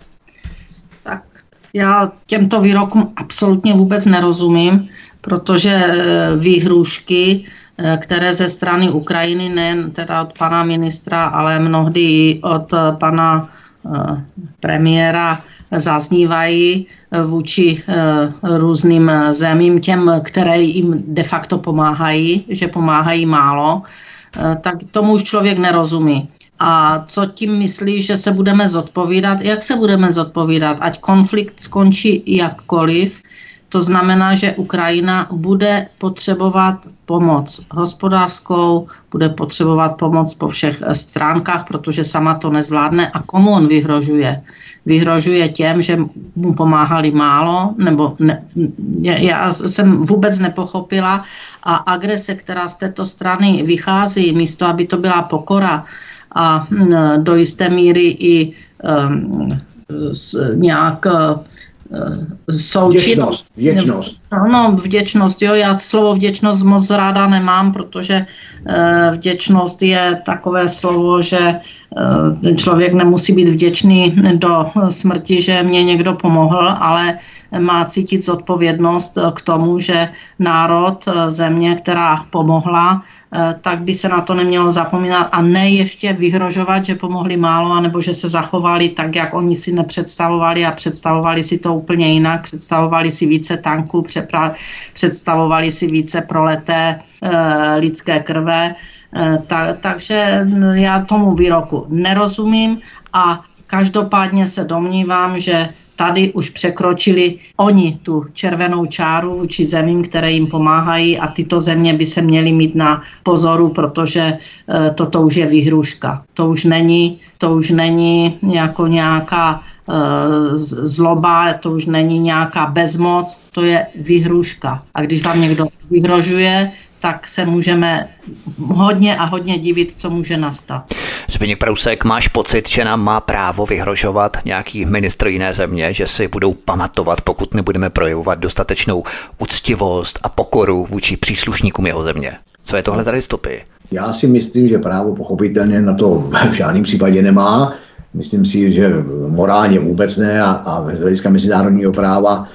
Tak já těmto výrokům absolutně vůbec nerozumím, protože výhrůžky, které ze strany Ukrajiny, nejen teda od pana ministra, ale mnohdy i od pana premiéra zaznívají vůči různým zemím, těm, které jim de facto pomáhají, že pomáhají málo, tak tomu už člověk nerozumí. A co tím myslí, že se budeme zodpovídat? Jak se budeme zodpovídat? Ať konflikt skončí jakkoliv, to znamená, že Ukrajina bude potřebovat pomoc hospodářskou, bude potřebovat pomoc po všech stránkách, protože sama to nezvládne. A komu on vyhrožuje? Vyhrožuje těm, že mu pomáhali málo, nebo ne, já jsem vůbec nepochopila. A agrese, která z této strany vychází, místo aby to byla pokora a do jisté míry i um, nějak Vděčnost, vděčnost. Ano, vděčnost, jo, já slovo vděčnost moc ráda nemám, protože vděčnost je takové slovo, že člověk nemusí být vděčný do smrti, že mě někdo pomohl, ale má cítit zodpovědnost k tomu, že národ, země, která pomohla, tak by se na to nemělo zapomínat a ne ještě vyhrožovat, že pomohli málo, anebo že se zachovali tak, jak oni si nepředstavovali a představovali si to úplně jinak, představovali si více tanků, představovali si více proleté e, lidské krve. E, ta, takže já tomu výroku nerozumím a každopádně se domnívám, že tady už překročili oni tu červenou čáru vůči zemím, které jim pomáhají a tyto země by se měly mít na pozoru, protože e, toto už je výhrůžka. To už není, to už není jako nějaká e, zloba, to už není nějaká bezmoc, to je výhrůžka. A když vám někdo vyhrožuje, tak se můžeme hodně a hodně divit, co může nastat. Zbyněk Prousek, máš pocit, že nám má právo vyhrožovat nějaký ministr jiné země, že si budou pamatovat, pokud nebudeme projevovat dostatečnou uctivost a pokoru vůči příslušníkům jeho země? Co je tohle tady stopy? Já si myslím, že právo pochopitelně na to v žádném případě nemá. Myslím si, že morálně vůbec ne a, a z hlediska mezinárodního práva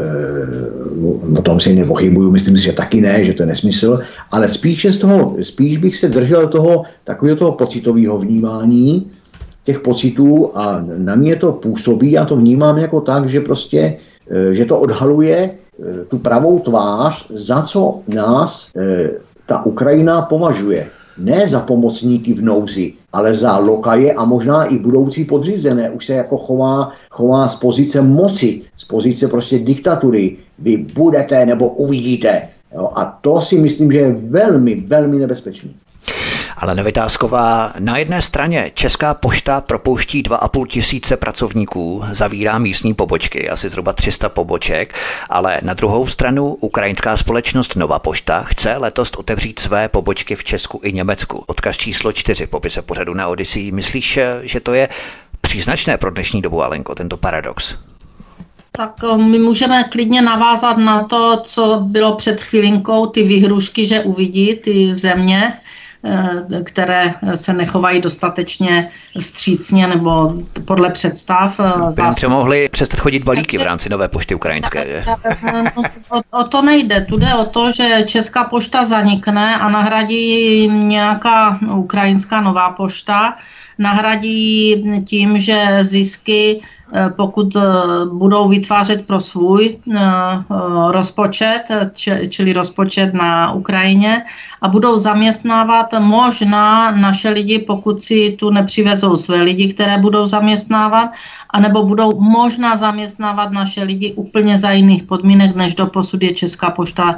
o tom si nepochybuju, myslím si, že taky ne, že to je nesmysl, ale spíše z toho, spíš bych se držel toho takového toho pocitového vnímání těch pocitů a na mě to působí, já to vnímám jako tak, že prostě, že to odhaluje tu pravou tvář, za co nás ta Ukrajina považuje. Ne za pomocníky v nouzi, ale za lokaje a možná i budoucí podřízené. Už se jako chová, chová z pozice moci, z pozice prostě diktatury. Vy budete nebo uvidíte. Jo? A to si myslím, že je velmi, velmi nebezpečný. Alena Vytázková, na jedné straně Česká pošta propouští dva a půl tisíce pracovníků, zavírá místní pobočky, asi zhruba tři sta poboček, ale na druhou stranu ukrajinská společnost Nova pošta chce letos otevřít své pobočky v Česku i Německu. Odkaz číslo čtyři, popise pořadu na Odyssey. Myslíš, že to je příznačné pro dnešní dobu, Alenko, tento paradox? Tak my můžeme klidně navázat na to, co bylo před chvilinkou, ty výhrušky, že uvidí ty země, které se nechovají dostatečně vstřícně nebo podle představ. By třeba mohli přestat chodit balíky v rámci Nové pošty ukrajinské. Že? O, o to nejde. Tu jde o to, že Česká pošta zanikne a nahradí nějaká ukrajinská Nová pošta. Nahradí tím, že zisky, pokud budou vytvářet pro svůj rozpočet, čili rozpočet na Ukrajině, a budou zaměstnávat možná naše lidi, pokud si tu nepřivezou své lidi, které budou zaměstnávat, anebo budou možná zaměstnávat naše lidi úplně za jiných podmínek, než doposud je Česká pošta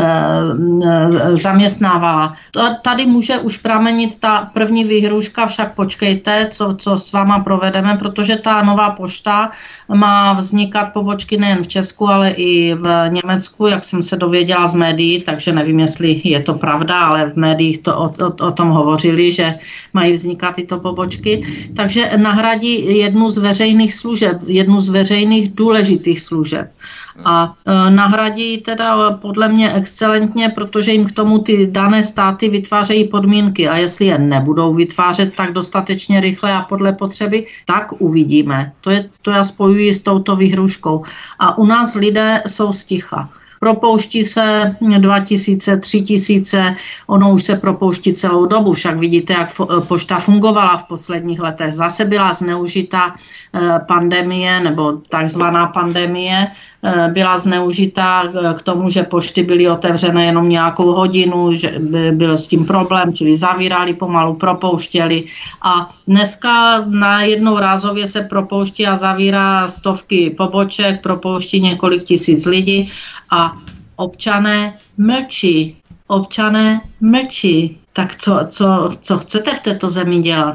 zaměstnávala. Tady může už pramenit ta první výhruška, však počkejte, co, co s váma provedeme, protože ta Nová pošta má vznikat pobočky nejen v Česku, ale i v Německu, jak jsem se dověděla z médií, takže nevím, jestli je to pravda, ale v médiích to o, o, o tom hovořili, že mají vznikat tyto pobočky. Takže nahradí jednu z veřejných služeb, jednu z veřejných důležitých služeb. A e, nahradí teda podle mě excelentně, protože jim k tomu ty dané státy vytvářejí podmínky a jestli je nebudou vytvářet tak dostatečně rychle a podle potřeby, tak uvidíme. To, je, to já spojuji s touto výhruškou. A u nás lidé jsou sticha. Propouští se dva tisíce, tři tisíce, ono už se propouští celou dobu, však vidíte, jak pošta fungovala v posledních letech. Zase byla zneužita pandemie nebo takzvaná pandemie, byla zneužita k tomu, že pošty byly otevřené jenom nějakou hodinu, že byl s tím problém, čili zavírali, pomalu propouštěli. A dneska na jednou rázově se propouští a zavírá stovky poboček, propouští několik tisíc lidí a občané mlčí. Občané mlčí. Tak co, co, co chcete v této zemi dělat?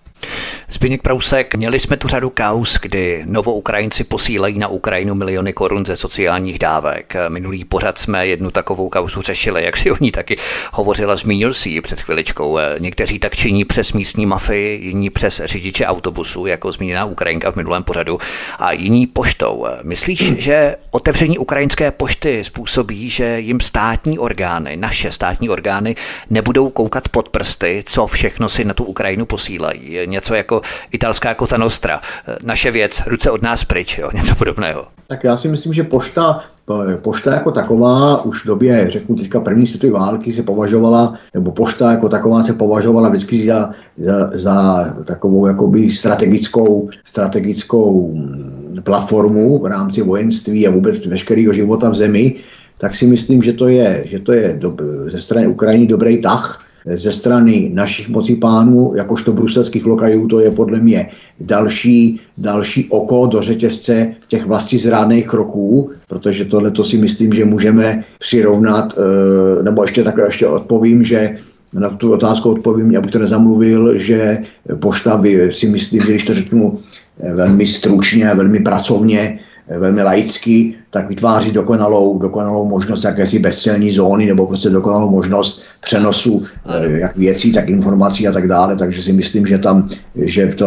Zbyněk Prousek, měli jsme tu řadu kauz, kdy Novoukrajinci posílají na Ukrajinu miliony korun ze sociálních dávek. Minulý pořad jsme jednu takovou kauzu řešili, jak si o ní taky hovořila, zmínil si ji před chviličkou. Někteří tak činí přes místní mafii, jiní přes řidiče autobusu, jako zmíněná Ukrajinka v minulém pořadu, a jiní poštou. Myslíš, že otevření ukrajinské pošty způsobí, že jim státní orgány, naše státní orgány, nebudou koukat pod prsty, co všechno si na tu Ukrajinu posílají? Něco jako italská Cosa Nostra, naše věc, ruce od nás pryč, jo, něco podobného. Tak já si myslím, že pošta, pošta jako taková už v době, řeknu teďka první světové války se považovala, nebo pošta jako taková se považovala vždycky za, za, za takovou jakoby strategickou, strategickou platformu v rámci vojenství a vůbec veškerého života v zemi, tak si myslím, že to je, že to je do, ze strany Ukrajiny dobrý tah. Ze strany našich mocipánů, jakožto bruselských lokajů, to je podle mě další, další oko do řetězce těch vlastizrádných kroků, protože tohleto si myslím, že můžeme přirovnat, nebo ještě takhle ještě odpovím, že na tu otázku odpovím, abych to nezamluvil, že pošta by si myslím, že když to řeknu velmi stručně, velmi pracovně, velmi laicky, tak vytváří dokonalou, dokonalou možnost jakési bezcelní zóny nebo prostě dokonalou možnost přenosu jak věcí, tak informací a tak dále. Takže si myslím, že tam, že, to,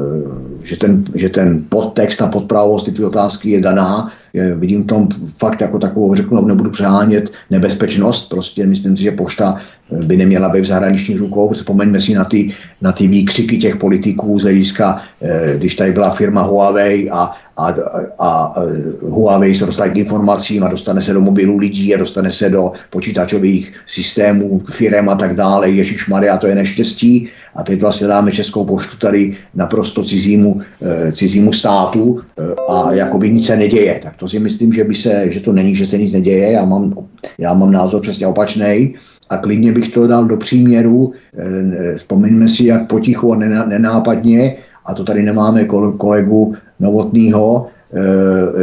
že, ten, že ten podtext a podpravost ty otázky je daná. Vidím tom fakt jako takovou, řeknu, nebudu přehánět, nebezpečnost. Prostě myslím si, že pošta by neměla být v zahraničních rukou. Vzpomeňme si na ty, na ty výkřiky těch politiků z hlediska, když tady byla firma Huawei a A, a, a Huawei se dostane k informacím a dostane se do mobilů lidí a dostane se do počítačových systémů, firem a tak dále. Ježišmarja, to je neštěstí. A teď vlastně dáme Českou poštu tady naprosto cizímu, cizímu státu a jakoby nic se neděje. Tak to si myslím, že, by se, že to není, že se nic neděje. Já mám, já mám názor přesně opačnej. A klidně bych to dal do příměru. Vzpomeňme si, jak potichu a nenápadně, a to tady nemáme kolegu Novotnýho, e,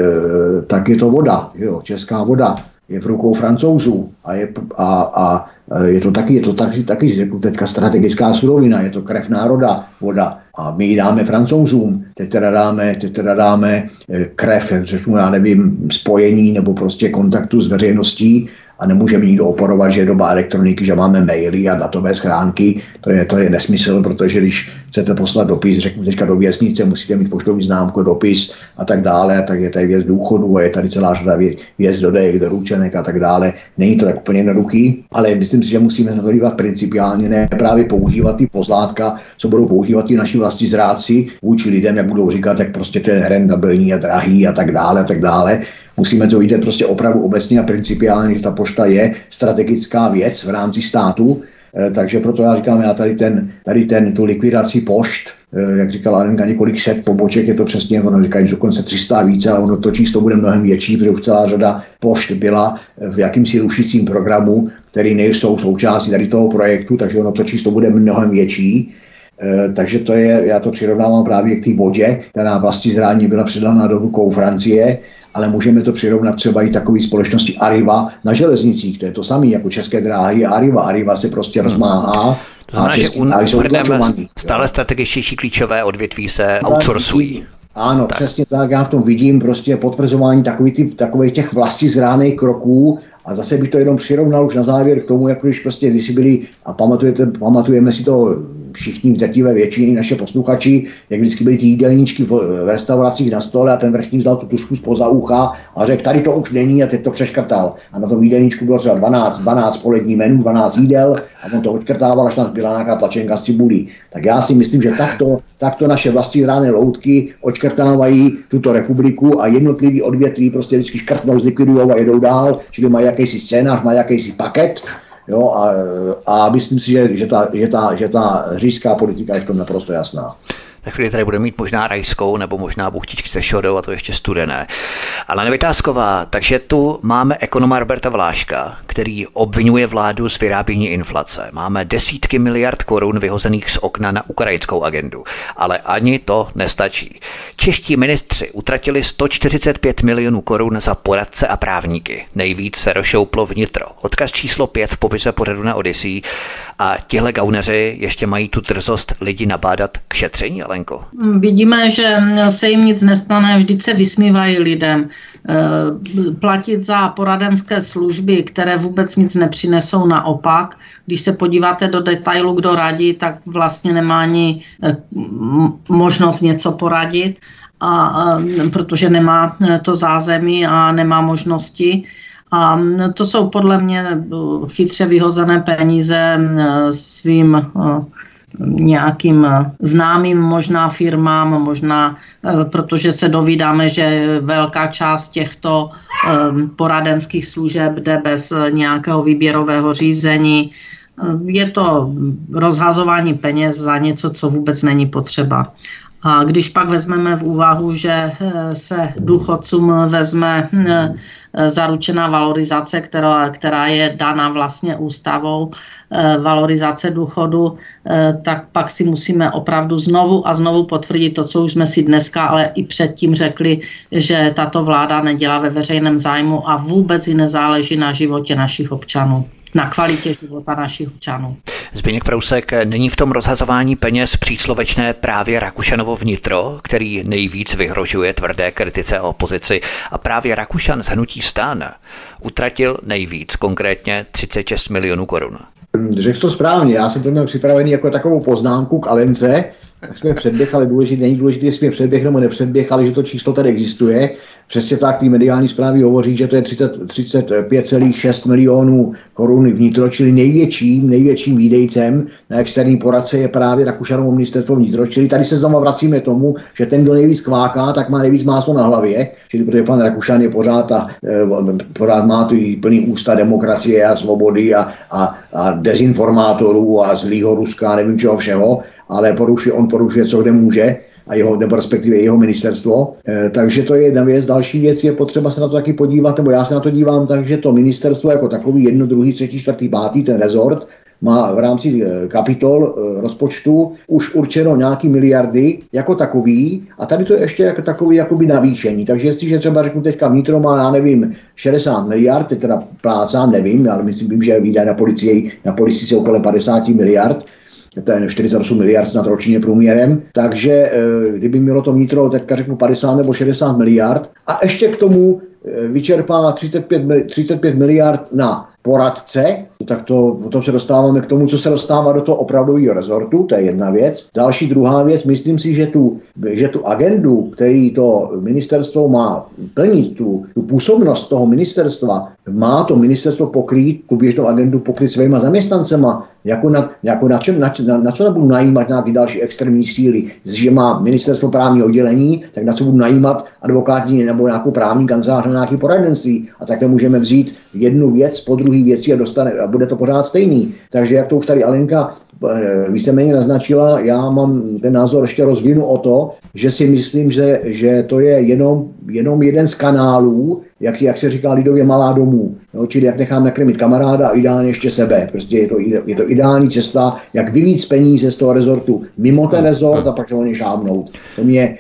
e, tak je to voda, jo, česká voda je v rukou Francouzů a, je, a, a je to taky, je to taky, taky řeknu teďka strategická surovina, je to krev národa, voda. A my ji dáme Francouzům, teď teda dáme, teď teda dáme krev, řeknu, já nevím, spojení nebo prostě kontaktu s veřejností a nemůže mi nikdo oporovat, že je doba elektroniky, že máme maily a datové schránky. To je, to je nesmysl, protože když chcete poslat dopis, řeknu teďka do věznice, musíte mít poštovní známku, dopis a tak dále, a tak je tady věc důchodu a je tady celá řada věc dodejek, doručenek a tak dále. Není to tak úplně jednoduchý, ale myslím si, že musíme na to dívat principiálně, ne právě používat ty pozlátka, co budou používat ty naši vlastní zrádci vůči lidem, jak budou říkat, jak prostě to je rentabilní a drahý a tak dále a tak dále. Musíme to vidět prostě opravdu obecně a principiálně, že ta pošta je strategická věc v rámci státu, takže proto já říkám, já tady ten, tady ten tu likvidaci pošt, jak říkala Alenka, několik set poboček, je to přesně, ono říkají dokonce tři sta více, ale ono to číslo bude mnohem větší, protože už celá řada pošt byla v jakýmsi rušicím programu, který nejsou součástí tady toho projektu, takže ono to číslo bude mnohem větší. Takže to je, já to přirovnávám právě k té vodě, která vlastní zrádní byla předána do rukou Francie, ale můžeme to přirovnat třeba i takové společnosti Arriva na železnicích. To je to samé jako České dráhy a Arriva. Arriva se prostě rozmáhá. To znamená, že u stále strategičtější klíčové odvětví se outsourcují. Ano, tak. Přesně tak. Já v tom vidím prostě potvrzování takových, ty, takových těch vlastizrádných kroků. A zase bych to jenom přirovnal už na závěr k tomu, jako když prostě když si byli, a pamatujete, pamatujeme si to všichni v drtivé většině naše posluchači, jak vždycky byly ty jídelníčky v restauracích na stole a ten vrchní vzal tu tušku zpoza ucha a řekl, tady to už není a teď to přeškrtal. A na tom jídelníčku bylo třeba dvanáct, dvanáct polední menů, dvanáct jídel a on to odškrtával, až tam byla nějaká tlačenka z cibulí. Tak já si myslím, že takto, takto naše vlastní rány loutky odškrtávají tuto republiku a jednotlivý odvětví prostě vždycky škrtnou, zlikvidujou a jedou dál, čili mají jakýsi scénář, mají jakýsi paket. Jo, a, a myslím si, že, že, ta, že, ta, že ta říšská politika je v tom naprosto jasná. Na chvíli tady bude mít možná rajskou nebo možná buchtičky se šodou a to ještě studené. Ale Vytázková, takže tu máme ekonoma Roberta Vláška, který obvinuje vládu z vyrábění inflace. Máme desítky miliard korun vyhozených z okna na ukrajinskou agendu. Ale ani to nestačí. Čeští ministři utratili sto čtyřicet pět milionů korun za poradce a právníky. Nejvíc se rozšouplo vnitro. Odkaz číslo pět v popise pořadu na Odyssey. A tihle gauneři ještě mají tu drzost lidi nabádat k šetření, Alenko? Vidíme, že se jim nic nestane, vždyť se vysmívají lidem. Platit za poradenské služby, které vůbec nic nepřinesou, naopak. Když se podíváte do detailu, kdo radí, tak vlastně nemá ani možnost něco poradit, a, protože nemá to zázemí a nemá možnosti. A to jsou podle mě chytře vyhozené peníze svým nějakým známým možná firmám, možná, protože se dovídáme, že velká část těchto poradenských služeb jde bez nějakého výběrového řízení. Je to rozhazování peněz za něco, co vůbec není potřeba. A když pak vezmeme v úvahu, že se důchodcům vezme zaručená valorizace, která, která je dána vlastně ústavou, valorizace důchodu, tak pak si musíme opravdu znovu a znovu potvrdit to, co už jsme si dneska, ale i předtím řekli, že tato vláda nedělá ve veřejném zájmu a vůbec i nezáleží na životě našich občanů, na kvalitě života našich občanů. Zbyněk Prousek, není v tom rozhazování peněz příslovečné právě Rakušanovo vnitro, který nejvíc vyhrožuje tvrdé kritice a opozici, a právě Rakušan z hnutí STAN utratil nejvíc, konkrétně třicet šest milionů korun. Řekl to správně, já jsem to měl připravený jako takovou poznámku k Alence, tak jsme předběhali, důležitý, není důležité, jestli jsme předběh nebo nepředběhali, že to číslo tady existuje. Přesně tak, ty mediální zprávy hovoří, že to je třicet pět celá šest milionů korun vnitro, čili největším, největším výdejcem na externí poradce je právě Rakušanovo ministerstvo vnitro. Čili tady se znovu vracíme tomu, že ten, kdo nejvíc kváká, tak má nejvíc máslo na hlavě, čili protože pan Rakušan je pořád, a, pořád má tu plný ústa demokracie a svobody a, a, a dezinformátorů a zlýho Ruska, nevím čeho všeho, ale porušuje, on porušuje, co kde může, a jeho, nebo respektive jeho ministerstvo. E, takže to je jedna věc. Další věc je potřeba se na to taky podívat, nebo já se na to dívám tak, že to ministerstvo jako takový jedno, druhý, třetí, čtvrtý, pátý, ten rezort, má v rámci kapitol rozpočtu už určeno nějaký miliardy jako takový a tady to je ještě jako takový jakoby navýšení. Takže jestliže třeba řeknu teďka vnitro má, já nevím, šedesát miliard, teď teda plácám, nevím, ale myslím, že výdaje na policii, na policii se okolo padesát miliard, to je čtyřicet osm miliard snad ročně průměrem, takže kdyby mělo to vnitro, teďka řeknu padesát nebo šedesát miliard a ještě k tomu vyčerpá třicet pět miliard na poradce, tak to, potom se dostáváme k tomu, co se dostává do toho opravdového rezortu, to je jedna věc. Další druhá věc, myslím si, že tu, že tu agendu, který to ministerstvo má plnit, tu, tu působnost toho ministerstva, má to ministerstvo pokrýt, tu běžnou agendu pokrýt svýma zaměstnancema, jako na, jako na, čem, na, na, na co nebudu najímat nějaké další extrémní síly, že má ministerstvo právního oddělení, tak na co budu najímat advokátní nebo nějakou právní kancelář na nějaké poradenství. A takhle můžeme vzít jednu věc po druhé věci a, dostane, a bude to pořád stejný. Takže jak to už tady Alenka víceméně naznačila, já mám ten názor ještě rozvinu o to, že si myslím, že, že to je jenom, jenom jeden z kanálů, jak, jak se říká lidově malá domů. No, čili jak necháme krmit kamaráda a ideálně ještě sebe. Prostě je to, je to ideální cesta, jak vyvíct peníze z toho rezortu mimo ten rezort a pak se o ně šáhnout. To mě,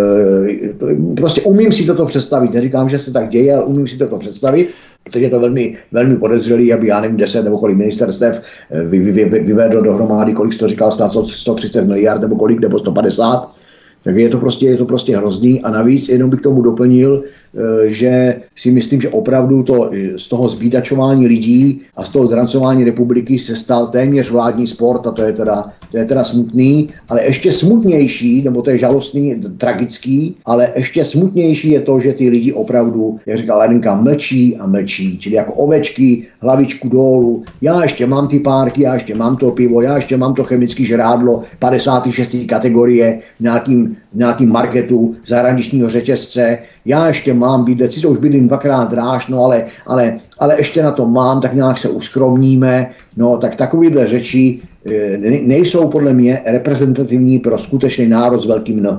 e, to, prostě umím si toto představit. Neříkám, že se tak děje, ale umím si toto představit. Protože je to velmi, velmi podezřelý, aby já nevím, deset nebo kolik ministerstev vy, vy, vy, vyvedlo dohromady, kolik to říkal, snad sto třicet miliard nebo kolik, nebo sto padesát. Tak je to prostě, je to prostě hrozný a navíc jenom bych k tomu doplnil, že si myslím, že opravdu to, z toho zbídačování lidí a z toho zdrancování republiky se stal téměř vládní sport a to je teda, to je teda smutný, ale ještě smutnější, nebo to je žalostný, tragický, ale ještě smutnější je to, že ty lidi opravdu, jak říkala Lenka, mlčí a mlčí, čili jako ovečky, hlavičku dolů, já ještě mám ty párky, já ještě mám to pivo, já ještě mám to chemické žrádlo padesát šest kategorie v nějakým, v nějakým marketu zahraničního řetězce, já ještě mám bydlet, si to už bydlím dvakrát dráž, no ale, ale, ale ještě na to mám, tak nějak se uskromníme, no tak takovýhle řeči e, nejsou podle mě reprezentativní pro skutečný národ s velkým N.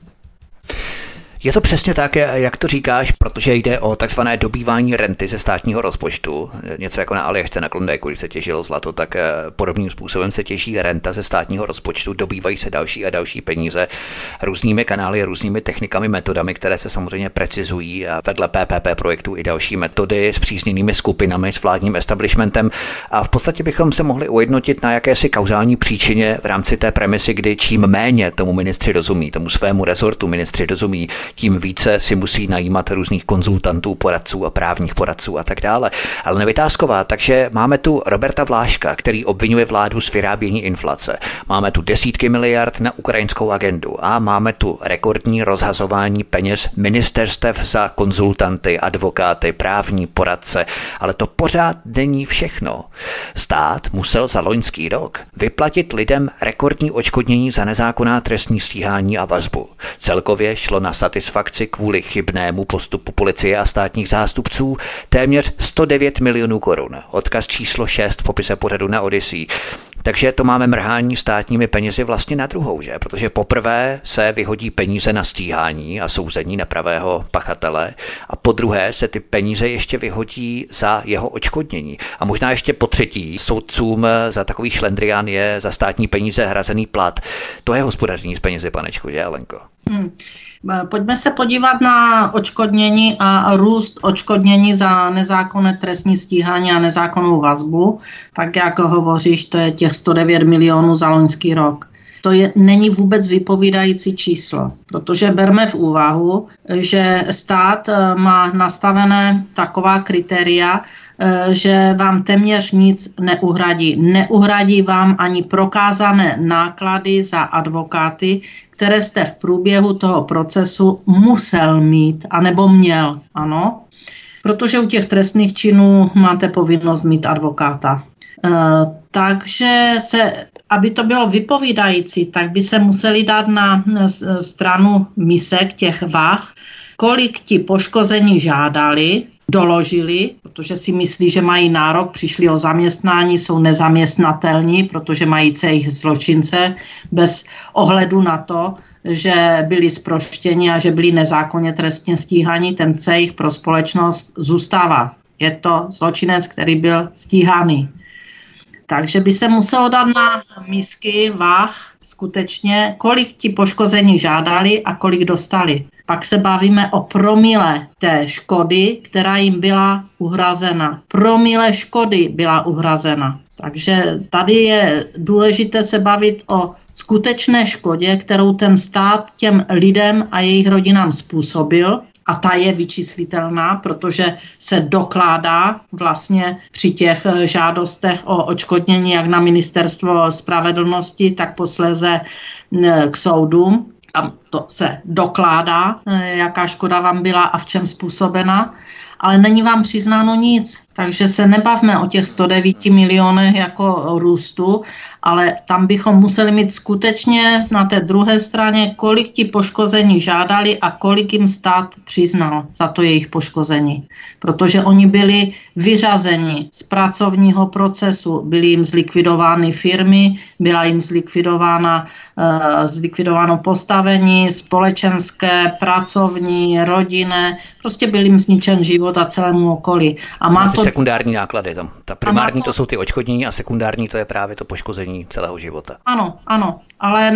Je to přesně tak, jak to říkáš, protože jde o takzvané dobývání renty ze státního rozpočtu. Něco jako na Aljašce na Klondajku, když se těžilo zlato, tak podobným způsobem se těží renta ze státního rozpočtu, dobývají se další a další peníze různými kanály, různými technikami, metodami, které se samozřejmě precizují a vedle P P P projektů i další metody s přísněnými skupinami, s vládním establishmentem a v podstatě bychom se mohli ujednotit na jakési kauzální příčině v rámci té premisy, kdy čím méně tomu ministři rozumí, tomu svému rezortu ministři rozumí, tím více si musí najímat různých konzultantů, poradců a právních poradců a tak dále. Ale Nevytázková, takže máme tu Roberta Vláška, který obvinuje vládu z vyrábění inflace. Máme tu desítky miliard na ukrajinskou agendu a máme tu rekordní rozhazování peněz ministerstev za konzultanty, advokáty, právní poradce. Ale to pořád není všechno. Stát musel za loňský rok vyplatit lidem rekordní odškodnění za nezákonná trestní stíhání a vazbu. Celkově šlo na satisfakci kvůli chybnému postupu policie a státních zástupců téměř sto devět milionů korun. Odkaz číslo šest v popise pořadu na Odyssey. Takže to máme mrhání státními penězi vlastně na druhou, že? Protože poprvé se vyhodí peníze na stíhání a souzení na pravého pachatele a po druhé se ty peníze ještě vyhodí za jeho odškodnění. A možná ještě po třetí soudcům za takový šlendrián je za státní peníze hrazený plat. To je hospodaření s penězi, panečku, že, Alenko? Hmm. Pojďme se podívat na odškodnění a růst odškodnění za nezákonné trestní stíhání a nezákonnou vazbu. Tak jak hovoříš, to je těch sto devět milionů za loňský rok. To je, není vůbec vypovídající číslo, protože berme v úvahu, že stát má nastavené taková kritéria, že vám téměř nic neuhradí. Neuhradí vám ani prokázané náklady za advokáty, které jste v průběhu toho procesu musel mít, anebo měl, ano. Protože u těch trestných činů máte povinnost mít advokáta. E, takže se, aby to bylo vypovídající, tak by se museli dát na stranu misek těch váh, kolik ti poškození žádali, doložili, protože si myslí, že mají nárok, přišli o zaměstnání, jsou nezaměstnatelní, protože mají jejich zločince bez ohledu na to, že byli zproštěni a že byli nezákonně trestně stíhaní, ten cejch pro společnost zůstává. Je to zločinec, který byl stíhaný. Takže by se muselo dát na misky váh skutečně, kolik ti poškození žádali a kolik dostali. Pak se bavíme o promile té škody, která jim byla uhrazena. Promile škody byla uhrazena. Takže tady je důležité se bavit o skutečné škodě, kterou ten stát těm lidem a jejich rodinám způsobil. A ta je vyčíslitelná, protože se dokládá vlastně při těch žádostech o odškodnění jak na ministerstvo spravedlnosti, tak posléze k soudům. A to se dokládá, jaká škoda vám byla a v čem způsobena, ale není vám přiznáno nic. Takže se nebavme o těch sto devět milionech jako růstu, ale tam bychom museli mít skutečně na té druhé straně, kolik ti poškození žádali a kolik jim stát přiznal za to jejich poškození. Protože oni byli vyřazeni z pracovního procesu, byly jim zlikvidovány firmy, byla jim zlikvidována, uh, zlikvidováno postavení společenské, pracovní, rodinné, prostě byl jim zničen život a celému okolí. A má to sekundární náklady tam. Ta primární to... to jsou ty odškodnění a sekundární to je právě to poškození celého života. Ano, ano, ale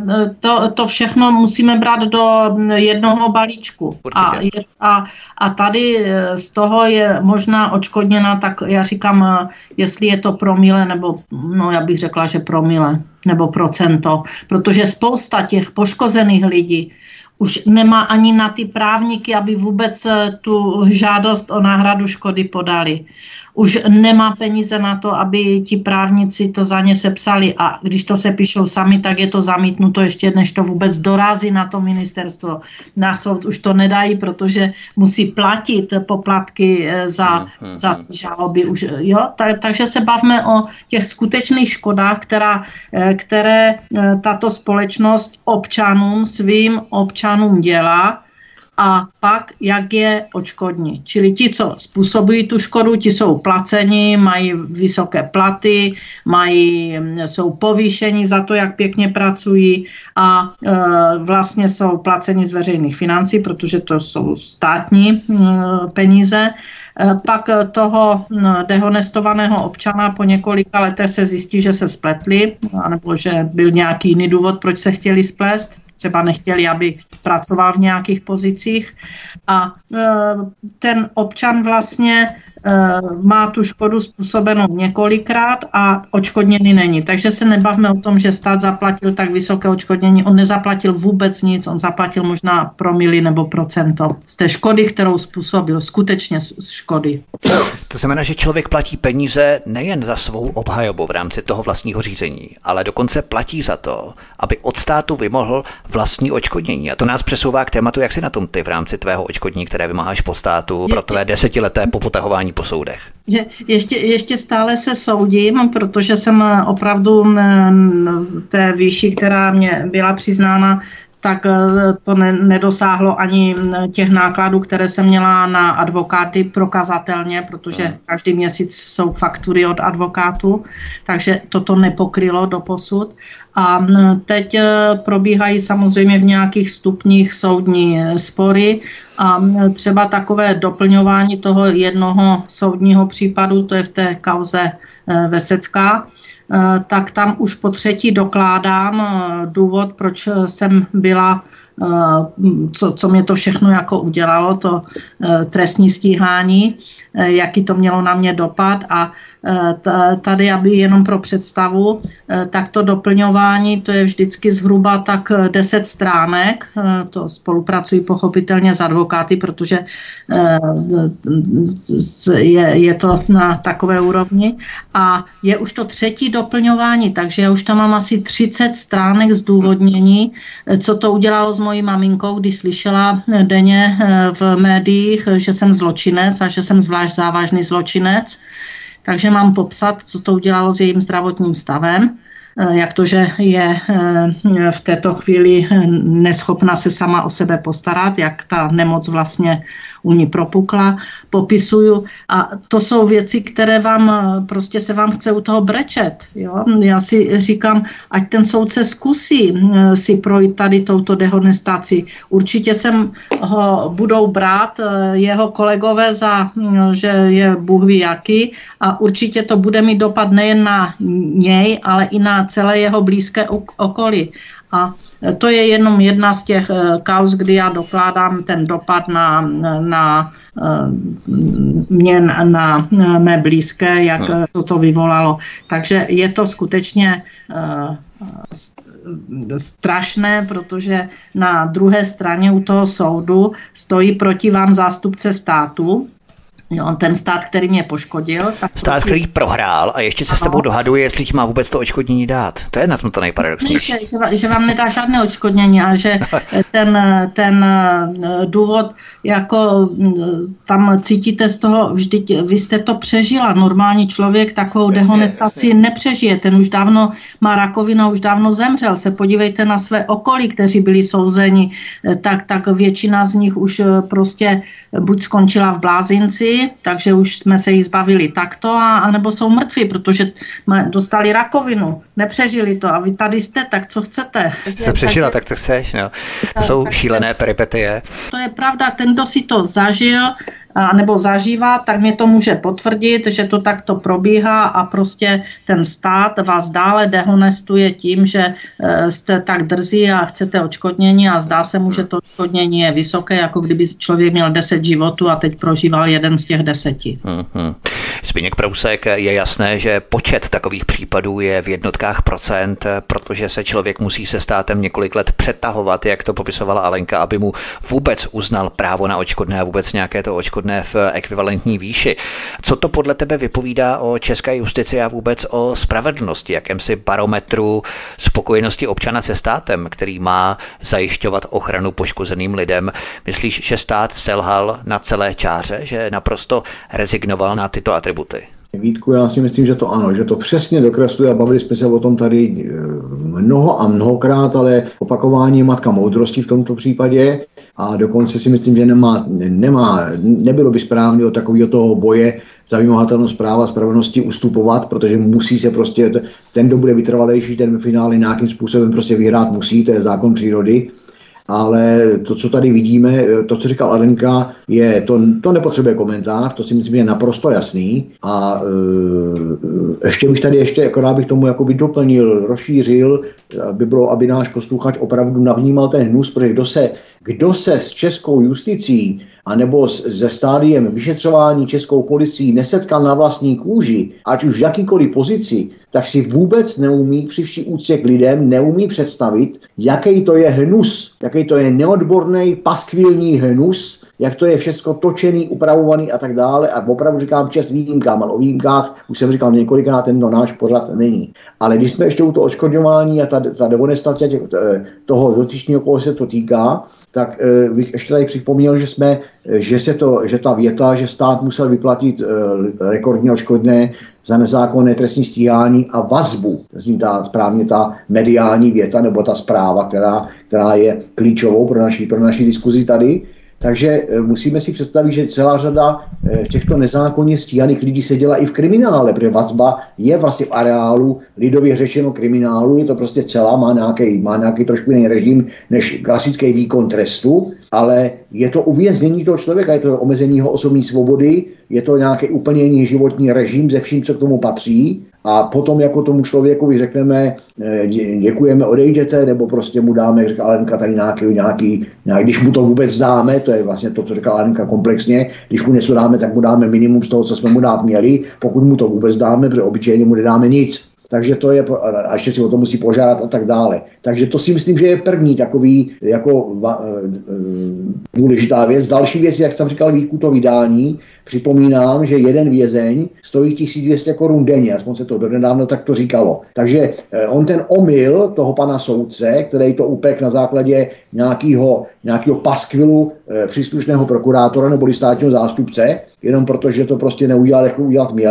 to, to všechno musíme brát do jednoho balíčku. A, a, a tady z toho je možná odškodněna, tak já říkám, jestli je to promile, nebo no já bych řekla, že promile, nebo procento, protože spousta těch poškozených lidí už nemá ani na ty právníky, aby vůbec tu žádost o náhradu škody podali. Už nemá peníze na to, aby ti právníci to za ně sepsali a když to sepíšou sami, tak je to zamítnuto ještě, než to vůbec dorazí na to ministerstvo. Na soud už to nedají, protože musí platit poplatky za, za žaloby. Už, jo? Tak, takže se bavme o těch skutečných škodách, která, které tato společnost občanům, svým občanům dělá, a pak, jak je odškodní. Čili ti, co způsobují tu škodu, ti jsou placeni, mají vysoké platy, mají, jsou povýšeni za to, jak pěkně pracují a e, vlastně jsou placeni z veřejných financí, protože to jsou státní e, peníze. E, pak toho dehonestovaného občana po několika letech se zjistí, že se spletli, anebo že byl nějaký jiný důvod, proč se chtěli splést. Třeba nechtěli, aby pracoval v nějakých pozicích a e, ten občan vlastně e, má tu škodu způsobenou několikrát a odškodněný není. Takže se nebavme o tom, že stát zaplatil tak vysoké odškodnění. On nezaplatil vůbec nic, on zaplatil možná promily nebo procento z té škody, kterou způsobil, skutečně škody. To znamená, že člověk platí peníze nejen za svou obhajobu v rámci toho vlastního řízení, ale dokonce platí za to, aby od státu vymohl vlastní odškodnění. A to nás přesouvá k tématu, jak si na tom ty v rámci tvého odškodnění, které vymáháš po státu pro tvé desetileté popotahování po soudech. Je, ještě, ještě stále se soudím, protože jsem opravdu v té výši, která mě byla přiznána, tak to ne, nedosáhlo ani těch nákladů, které jsem měla na advokáty prokazatelně, protože každý měsíc jsou faktury od advokátů, takže toto nepokrylo doposud. A teď probíhají samozřejmě v nějakých stupních soudní spory a třeba takové doplňování toho jednoho soudního případu, to je v té kauze Vesecká, tak tam už po třetí dokládám důvod, proč jsem byla, co, co mě to všechno jako udělalo, to trestní stíhání, jaký to mělo na mě dopad a tady, aby jenom pro představu, tak to doplňování, to je vždycky zhruba tak deset stránek, to spolupracují pochopitelně s advokáty, protože je, je to na takové úrovni a je už to třetí doplňování, takže já už tam mám asi třicet stránek zdůvodnění, co to udělalo s mojí maminkou, když slyšela denně v médiích, že jsem zločinec a že jsem zvlášť závažný zločinec. Takže mám popsat, co to udělalo s jejím zdravotním stavem. jak to, že je v této chvíli neschopna se sama o sebe postarat, jak ta nemoc vlastně u ní propukla, popisuju. A to jsou věci, které vám, prostě se vám chce u toho brečet. Jo? Já si říkám, ať ten soudce zkusí si projít tady touto dehonestací. Určitě sem ho budou brát jeho kolegové za, že je Bůh ví jaký, a určitě to bude mít dopad nejen na něj, ale i na celé jeho blízké okolí. A to je jenom jedna z těch kauz, kdy já dokládám ten dopad na, na mě, na mé blízké, jak to, to vyvolalo. Takže je to skutečně strašné, protože na druhé straně u toho soudu stojí proti vám zástupce státu, jo, ten stát, který mě poškodil. Tak stát, proti... který prohrál a ještě se ano. s tebou dohaduje, jestli ti má vůbec to odškodnění dát. To je na tom to nejparadoxnější. Že, že, že vám nedá žádné odškodnění a že ten, ten důvod, jako tam cítíte z toho, vždyť vy jste to přežila. Normální člověk takovou dehonestaci nepřežije. Ten už dávno má rakovinu, už dávno zemřel. Se podívejte na své okolí, kteří byli souzeni, tak, tak většina z nich už prostě buď skončila v blázinci, takže už jsme se jich zbavili takto, a, anebo jsou mrtví, protože dostali rakovinu, nepřežili to a vy tady jste, tak co chcete? Se přežila, tak co chceš, no. To jsou tak, šílené peripetie. To je pravda, ten, kdo si to zažil, a nebo zažívá, tak mě to může potvrdit, že to takto probíhá a prostě ten stát vás dále dehonestuje tím, že jste tak drzí a chcete odškodnění a zdá se mu, že to odškodnění je vysoké, jako kdyby člověk měl deset životů a teď prožíval jeden z těch deseti. Mm-hmm. Zbyněk Prousek, je jasné, že počet takových případů je v jednotkách procent, protože se člověk musí se státem několik let přetahovat, jak to popisovala Alenka, aby mu vůbec uznal právo na odškodné a vůbec nějaké to odškodné v ekvivalentní výši. Co to podle tebe vypovídá o české justici a vůbec o spravedlnosti, jakémsi barometru spokojenosti občana se státem, který má zajišťovat ochranu poškozeným lidem? Myslíš, že stát selhal na celé čáře, že naprosto rezignoval na tyto atributy? Vítku, já si myslím, že to ano, že to přesně dokresluje a bavili jsme se o tom tady mnoho a mnohokrát, ale opakování je matka moudrosti v tomto případě a dokonce si myslím, že nemá, nemá nebylo by správně od takového toho boje za vymahatelnost práva a spravedlnosti ustupovat, protože musí se prostě, ten, kdo bude vytrvalejší, ten ve finále nějakým způsobem prostě vyhrát musí, to je zákon přírody. Ale to, co tady vidíme, to, co říkal Alenka, je, to, to nepotřebuje komentář, to si myslím, že je naprosto jasný. A e, ještě bych tady, ještě akorát bych tomu jakoby doplnil, rozšířil, aby bylo, aby náš posluchač opravdu navnímal ten hnus, protože kdo se, kdo se s českou justicí anebo se stádiem vyšetřování českou policií nesetkal na vlastní kůži, ať už v jakýkoliv pozici, tak si vůbec neumí při vší úctě k lidem, neumí představit, jaký to je hnus, jaký to je neodborný, paskvilní hnus, jak to je všecko točený, upravovaný a tak dále. A opravdu říkám čest výjimkám, ale o výjimkách už jsem říkal několikrát, tento náš pořad není. Ale když jsme ještě u toho odškodňování a ta, ta dehonestace toho dotyčního, koho se to týká, tak eh, bych ještě tady připomněl, že jsme, že se to, že ta věta, že stát musel vyplatit eh, rekordní odškodné za nezákonné trestní stíhání a vazbu, zní ta správně ta mediální věta nebo ta zpráva, která, která je klíčovou pro naši, pro naši diskuzi tady. Takže musíme si představit, že celá řada těchto nezákonně stíhaných lidí se dělá i v kriminále, protože vazba je vlastně v areálu, lidově řečeno kriminálu, je to prostě celá, má nějaký, má nějaký trošku jiný režim než klasický výkon trestu, ale je to uvěznění toho člověka, je to omezení jeho osobní svobody, je to nějaký úplně jiný životní režim se vším, co k tomu patří. A potom jako tomu člověku řekneme, děkujeme, odejděte, nebo prostě mu dáme, říká Alenka, tady nějaký, nějaký, nějaký, když mu to vůbec dáme, to je vlastně to, co říká Alenka komplexně, když mu něco dáme, tak mu dáme minimum z toho, co jsme mu dát měli, pokud mu to vůbec dáme, protože obyčejně mu nedáme nic. Takže to je, a ještě si o to musí požádat a tak dále. Takže to si myslím, že je první takový jako důležitá věc. Další věc, jak jsem říkal, Vítku, to vydání. Připomínám, že jeden vězeň stojí tisíc dvě stě korun denně, aspoň se to donedávno tak to říkalo. Takže on ten omyl toho pana soudce, který to upek na základě nějakého, nějakého paskvilu příslušného prokurátora nebo státního zástupce, jenom protože to prostě neudělal, jak to udělat měl,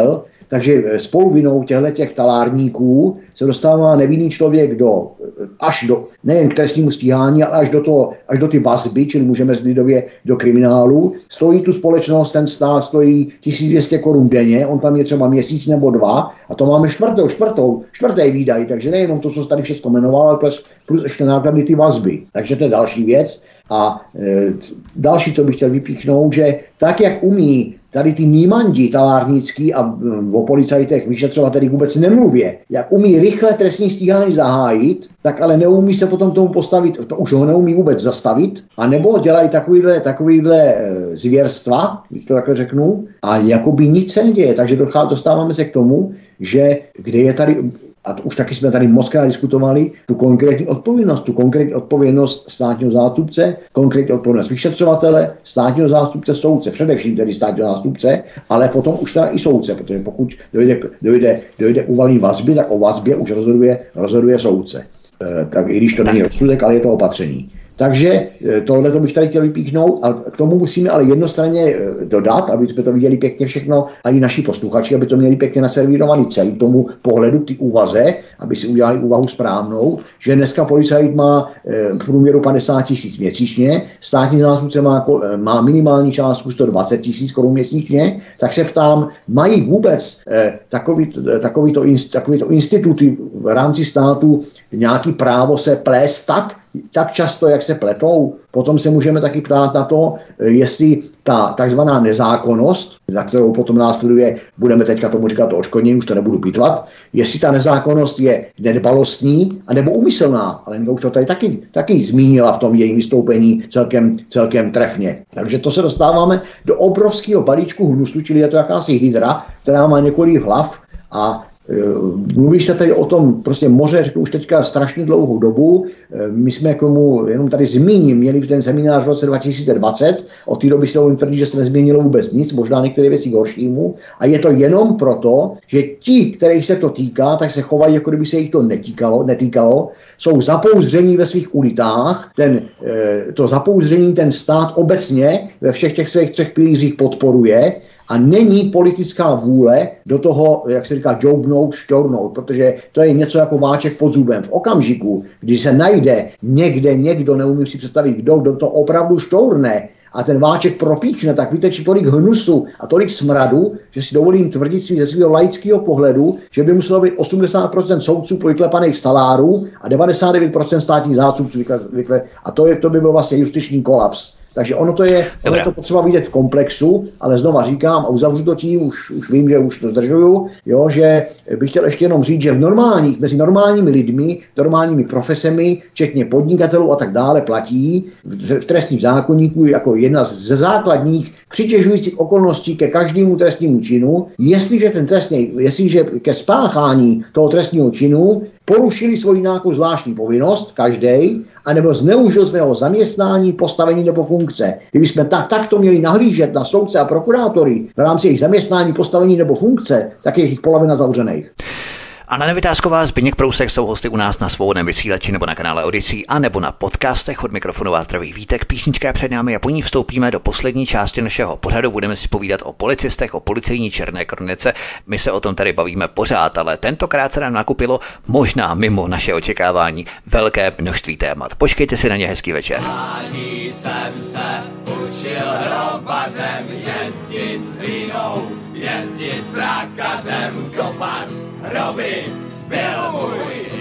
Takže spoluvinou těchto těch talárníků se dostává nevinný člověk do, až do, nejen k trestnímu stíhání, ale až do, toho, až do ty vazby, čili můžeme z lidově do kriminálu. Stojí tu společnost, ten stát stojí tisíc dvě stě korun denně, on tam je třeba měsíc nebo dva a to máme čtvrtou, čtvrtou, čtvrtý výdaj, takže nejenom to, co jsi tady všechno jmenoval, ale plus, plus ještě náklady ty vazby. Takže to je další věc. A e, další, co bych chtěl vypíchnout, že tak, jak umí tady ty nímandi talárnický a o policajtech, vyšetřovatelích vůbec nemluvě, jak umí rychle trestní stíhání zahájit, tak ale neumí se potom tomu postavit, to už ho neumí vůbec zastavit, a nebo dělají takovýhle, takovýhle zvěrstva, když to takhle řeknu, a jakoby nic se neděje. Takže dostáváme se k tomu, že kde je tady, a to už taky jsme tady mockrát diskutovali, tu konkrétní odpovědnost, tu konkrétní odpovědnost státního zástupce, konkrétní odpovědnost vyšetřovatele, státního zástupce, soudce, především tedy státního zástupce, ale potom už teda i soudce, protože pokud dojde, dojde, dojde k uvalení vazby, tak o vazbě už rozhoduje, rozhoduje soudce. E, tak i když to není rozsudek, ale je to opatření. Takže tohle to bych tady chtěl vypíchnout a k tomu musíme ale jednostranně dodat, aby jsme to viděli pěkně všechno, a i naši posluchači, aby to měli pěkně naservírovaný celý tomu pohledu, ty úvaze, aby si udělali úvahu správnou, že dneska policajt má v průměru padesát tisíc měsíčně, státní zástupce má, má minimální částku sto dvacet tisíc korun měsíčně, tak se ptám, mají vůbec takový, takovýto, takovýto instituty v rámci státu nějaký právo se plést tak, tak často, jak se pletou? Potom se můžeme taky ptát na to, jestli ta takzvaná nezákonnost, za kterou potom následuje, budeme teďka tomu říkat to odškodnění, už to nebudu pitvat, jestli ta nezákonnost je nedbalostní anebo úmyslná, ale už to tady taky, taky zmínila v tom jejím vystoupení celkem, celkem trefně. Takže to se dostáváme do obrovského balíčku hnusu, čili je to jakási hydra, která má několik hlav a mluví se tady o tom prostě moře, řeknu už teďka strašně dlouhou dobu. My jsme komu, jenom tady zmíním, měli ten seminář v roce dva tisíce dvacet, od té doby se to tvrdí, že se nezměnilo vůbec nic, možná některé věci k horšímu, a je to jenom proto, že ti, kterých se to týká, tak se chovají, jako kdyby se jich to netýkalo, netýkalo, jsou zapouzření ve svých ulitách, ten, to zapouzření ten stát obecně ve všech těch svých třech pilířích podporuje, a není politická vůle do toho, jak se říká, džoubnout, šťournout, protože to je něco jako váček pod zubem. V okamžiku, kdy se najde někde někdo, neumím si představit kdo, kdo to opravdu šťourne a ten váček propíchne, tak vytečí tolik hnusu a tolik smradu, že si dovolím tvrdit svý, ze svého laického pohledu, že by muselo být osmdesát procent soudců vyklepaných z talárů a devadesát devět procent státních zástupců vykle, vykle, a to, je, to by byl vlastně justiční kolaps. Takže ono to je, ono je to potřeba vidět v komplexu, ale znova říkám a uzavřu to tím, už, už vím, že už to zdržuju, jo, že bych chtěl ještě jenom říct, že v normálních, mezi normálními lidmi, normálními profesemi, včetně podnikatelů a tak dále, platí v, v trestním zákoníku jako jedna ze základních přitěžujících okolností ke každému trestnímu činu, jestliže ten trestný, jestliže ke spáchání toho trestního činu porušili svoji nějakou zvláštní povinnost, každý, anebo zneužil svého zaměstnání, postavení nebo funkce. Kdybychom tak, takto měli nahlížet na soudce a prokurátory v rámci jejich zaměstnání, postavení nebo funkce, tak je jich polovina zavřených. Anna Nevitásková, Zbyněk Prousek jsou hosty u nás na Svobodném vysílači nebo na kanále Odyssey a nebo na podcastech. Od mikrofonu vás zdraví Vítek, písnička před námi a po ní vstoupíme do poslední části našeho pořadu. Budeme si povídat o policistech, o policejní černé kronice. My se o tom tady bavíme pořád, ale tentokrát se nám nakupilo možná mimo naše očekávání velké množství témat. Počkejte si na ně, hezký večer. Mládí jsem se učil hrobařem, jezdit s hlínou, jezdit s trákařem, kopat hroby, byl můj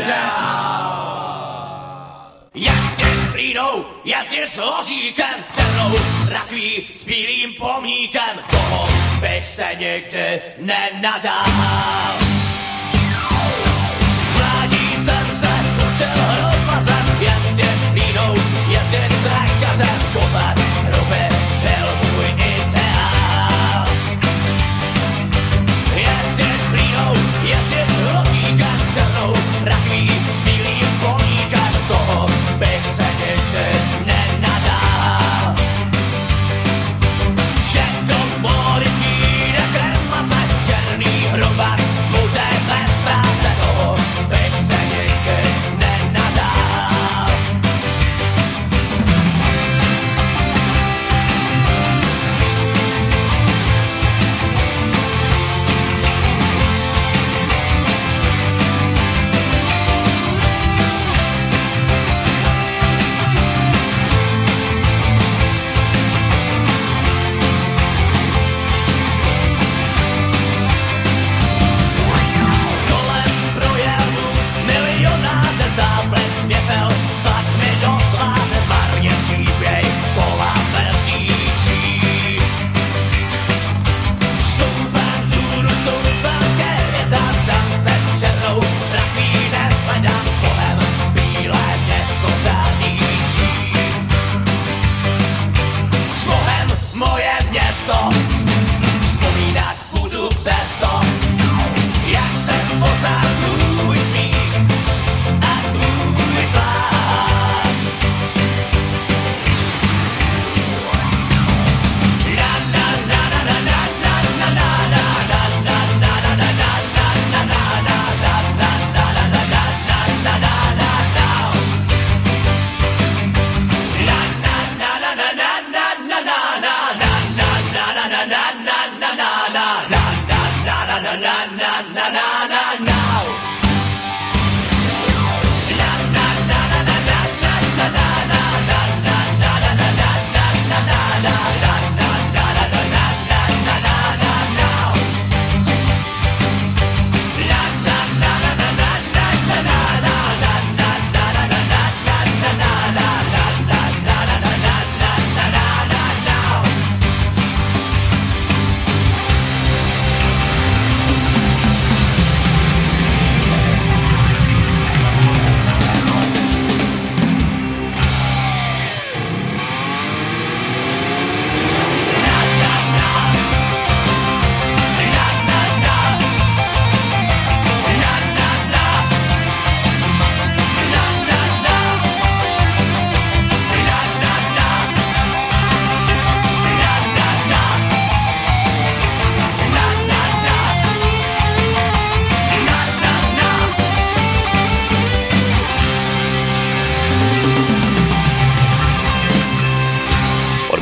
ideál. Jezdit s hlínou, jezdit s hoříkem, s černou rakví, s bílým pomníkem, toho bych se nikdy nenadál. Mládí jsem se učil hrobařem, jezdit s hlínou, jezdit s trákařem, kopat hroby, byl můj ideál. Jezdit s hlínou, jezdit s hoříkem, s černou rakví, s bílým pomníkem, toho bych se nikdy nenadál. Že do mori přijde kremace, černý hrobař,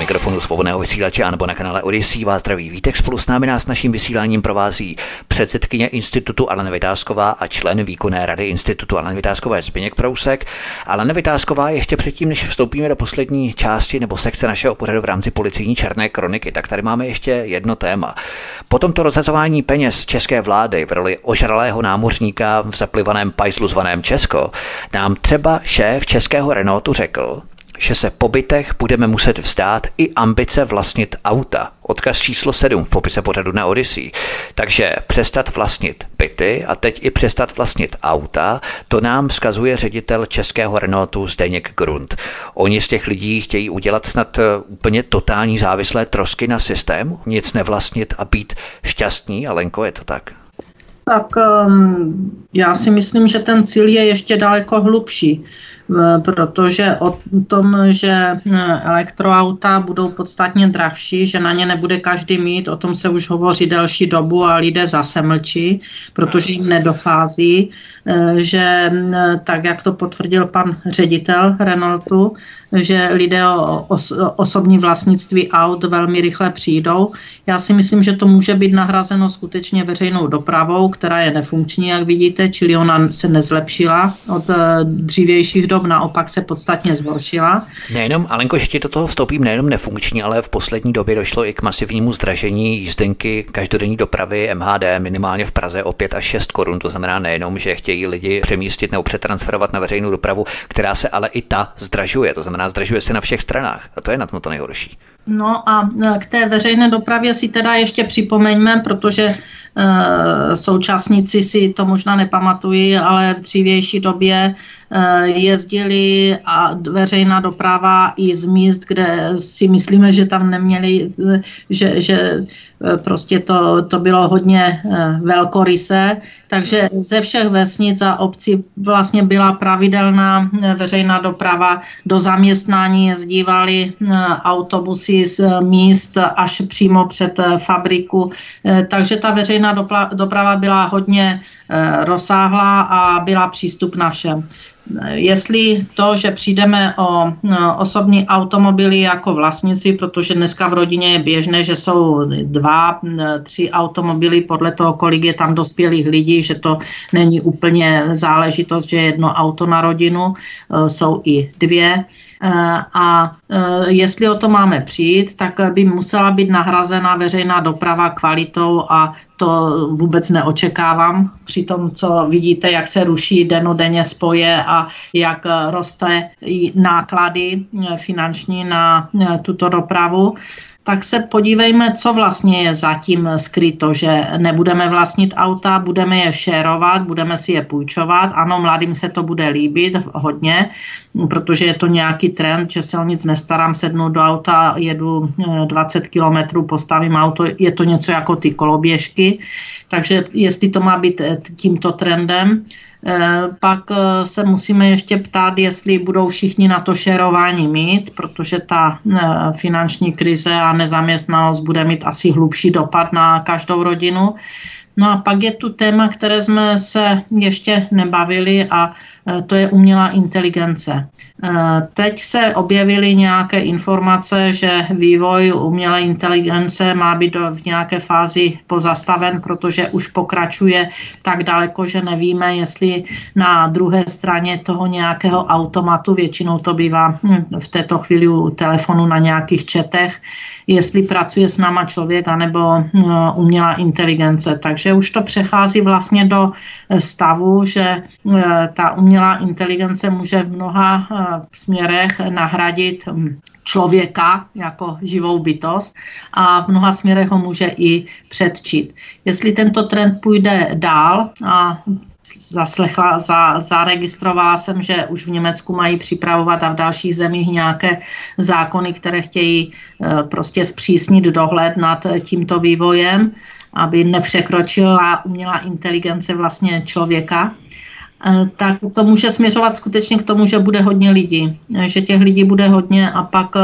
mikrofonu Svobodného vysílače anebo na kanále Odyssey vás zdraví Vítek. Spolu s námi nás naším vysíláním provází předsedkyně Institutu Alena Vytázková a člen výkonné rady Institutu Aleny Vytázkové Zbyněk Prousek. Alena Vytázková ještě předtím, než vstoupíme do poslední části nebo sekce našeho pořadu v rámci policejní černé kroniky, tak tady máme ještě jedno téma. Po tomto rozhazování peněz české vlády v roli ožralého námořníka v zaplivaném pajzlu zvaném Česko nám třeba šéf českého Renaultu řekl, že se po bytech budeme muset vzdát i ambice vlastnit auta. Odkaz číslo sedm v popise pořadu na Odyssey. Takže přestat vlastnit byty a teď i přestat vlastnit auta, to nám vzkazuje ředitel českého Renaultu Zdeněk Grund. Oni z těch lidí chtějí udělat snad úplně totální závislé trosky na systému, nic nevlastnit a být šťastní. Alenko, je to tak? Tak um, já si myslím, že ten cíl je ještě daleko hlubší, protože o tom, že elektroauta budou podstatně drahší, že na ně nebude každý mít, o tom se už hovoří delší dobu a lidé zase mlčí, protože jim nedochází, že tak, jak to potvrdil pan ředitel Renaultu, že lidé o os- osobní vlastnictví aut velmi rychle přijdou. Já si myslím, že to může být nahrazeno skutečně veřejnou dopravou, která je nefunkční, jak vidíte, čili ona se nezlepšila od dřívějších dob, naopak se podstatně zhoršila. Nejenom, Alenko, že ti do toho vstoupím, nejenom nefunkční, ale v poslední době došlo i k masivnímu zdražení jízdenky každodenní dopravy M H D minimálně v Praze o pět až šest korun. To znamená nejenom, že chtějí lidi přemístit nebo přetransferovat na veřejnou dopravu, která se ale i ta zdražuje. To znamená, zdražuje se na všech stranách. A to je na tom to nejhorší. No a k té veřejné dopravě si teda ještě připomeňme, protože e, současníci si to možná nepamatují, ale v dřívější době e, jezdili a veřejná doprava i z míst, kde si myslíme, že tam neměli, že, že prostě to, to bylo hodně e, velkorysé, takže ze všech vesnic a obcí vlastně byla pravidelná veřejná doprava, do zaměstnání jezdívali e, autobusy z míst až přímo před fabriku, takže ta veřejná doprava byla hodně rozsáhlá a byla přístupná všem. Jestli to, že přijdeme o osobní automobily jako vlastnictví, protože dneska v rodině je běžné, že jsou dva, tři automobily podle toho, kolik je tam dospělých lidí, že to není úplně záležitost, že jedno auto na rodinu, jsou i dvě. A jestli o to máme přijít, tak by musela být nahrazena veřejná doprava kvalitou a to vůbec neočekávám. Při tom, co vidíte, jak se ruší dennodenně spoje a jak roste náklady finanční na tuto dopravu, tak se podívejme, co vlastně je zatím skryto, že nebudeme vlastnit auta, budeme je šérovat, budeme si je půjčovat. Ano, mladým se to bude líbit hodně, protože je to nějaký trend, že se o nic nestarám, sednu do auta, jedu dvacet kilometrů, postavím auto, je to něco jako ty koloběžky. Takže jestli to má být tímto trendem, pak se musíme ještě ptát, jestli budou všichni na to šerování mít, protože ta finanční krize a nezaměstnanost bude mít asi hlubší dopad na každou rodinu. No a pak je tu téma, které jsme se ještě nebavili, a to je umělá inteligence. Teď se objevily nějaké informace, že vývoj umělé inteligence má být v nějaké fázi pozastaven, protože už pokračuje tak daleko, že nevíme, jestli na druhé straně toho nějakého automatu, většinou to bývá v této chvíli u telefonu na nějakých četech, jestli pracuje s náma člověk anebo umělá inteligence. Takže už to přechází vlastně do stavu, že ta umělá inteligence může v mnoha směrech nahradit člověka jako živou bytost a v mnoha směrech ho může i předčít. Jestli tento trend půjde dál, a zaslechla, za, zaregistrovala jsem, že už v Německu mají připravovat a v dalších zemích nějaké zákony, které chtějí e, prostě zpřísnit dohled nad tímto vývojem, aby nepřekročila umělá inteligence vlastně člověka, e, tak to může směřovat skutečně k tomu, že bude hodně lidí, že těch lidí bude hodně a pak e,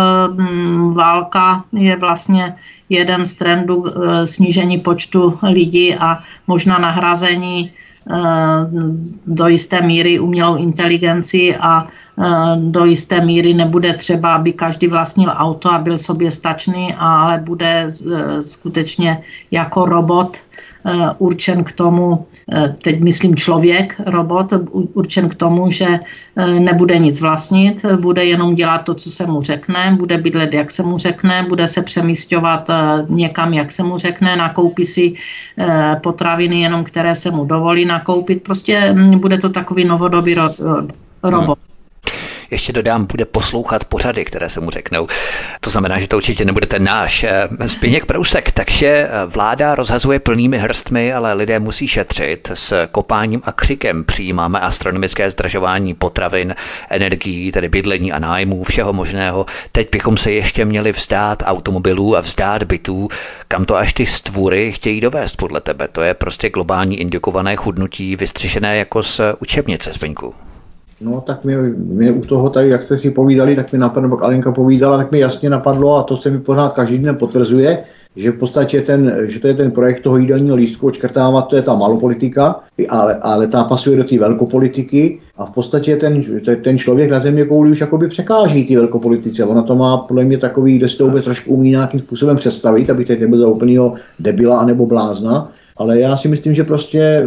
m, válka je vlastně jeden z trendů e, snížení počtu lidí a možná nahrazení do jisté míry umělou inteligenci a do jisté míry nebude třeba, aby každý vlastnil auto a byl soběstačný, ale bude skutečně jako robot určen k tomu, teď myslím člověk, robot, určen k tomu, že nebude nic vlastnit, bude jenom dělat to, co se mu řekne, bude bydlet, jak se mu řekne, bude se přemísťovat někam, jak se mu řekne, nakoupí si potraviny jenom, které se mu dovolí nakoupit. Prostě bude to takový novodobý ro- robot. Hmm. Ještě dodám, bude poslouchat pořady, které se mu řeknou. To znamená, že to určitě nebude ten náš Zbyněk Prousek. Takže vláda rozhazuje plnými hrstmi, ale lidé musí šetřit. S kopáním a křikem přijímáme astronomické zdražování potravin, energií, tedy bydlení a nájmů, všeho možného. Teď bychom se ještě měli vzdát automobilů a vzdát bytů. Kam to až ty stvůry chtějí dovést podle tebe? To je prostě globální indikované chudnutí, vystřižené jako z učebnice, Zbyňku. No tak mě, mě u toho tady, jak jste si povídali, tak mi napadlo, jak Alenka povídala, tak mi jasně napadlo a to se mi pořád každý den potvrzuje, že v podstatě ten, že to je ten projekt toho jídelního lístku odškrtávat, to je ta malopolitika, ale, ale ta pasuje do té velkopolitiky a v podstatě ten, ten člověk na země kouli už jakoby překáží té velkopolitice. Ona to má podle mě takový, kde se to vůbec trošku umí nějakým způsobem představit, aby teď nebyl za úplnýho debila anebo blázna. Ale já si myslím, že prostě,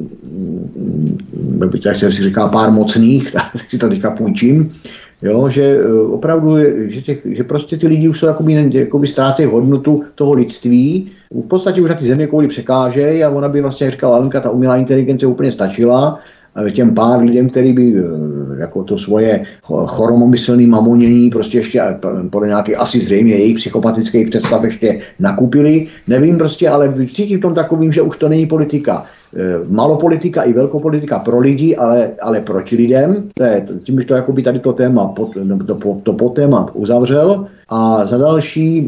jak se si říká, pár mocných, tak si to teďka půjčím, jo, že opravdu, že, těch, že prostě ty lidi už jsou jakoby, jakoby ztrácejí hodnotu toho lidství, v podstatě už na ty země kouli překážejí a ona by vlastně, jak říkala Alenka, ta umělá inteligence úplně stačila těm pár lidem, který by jako to svoje choromomyslný mamonění prostě ještě podle nějakých asi zřejmě jejich psychopatických představ ještě nakupili. Nevím prostě, ale cítím v tom takovým, že už to není politika. Malopolitika i velkopolitika pro lidi, ale, ale proti lidem. To je, tím bych to jakoby tady to téma, pod, to, to, to pod téma uzavřel. A za další,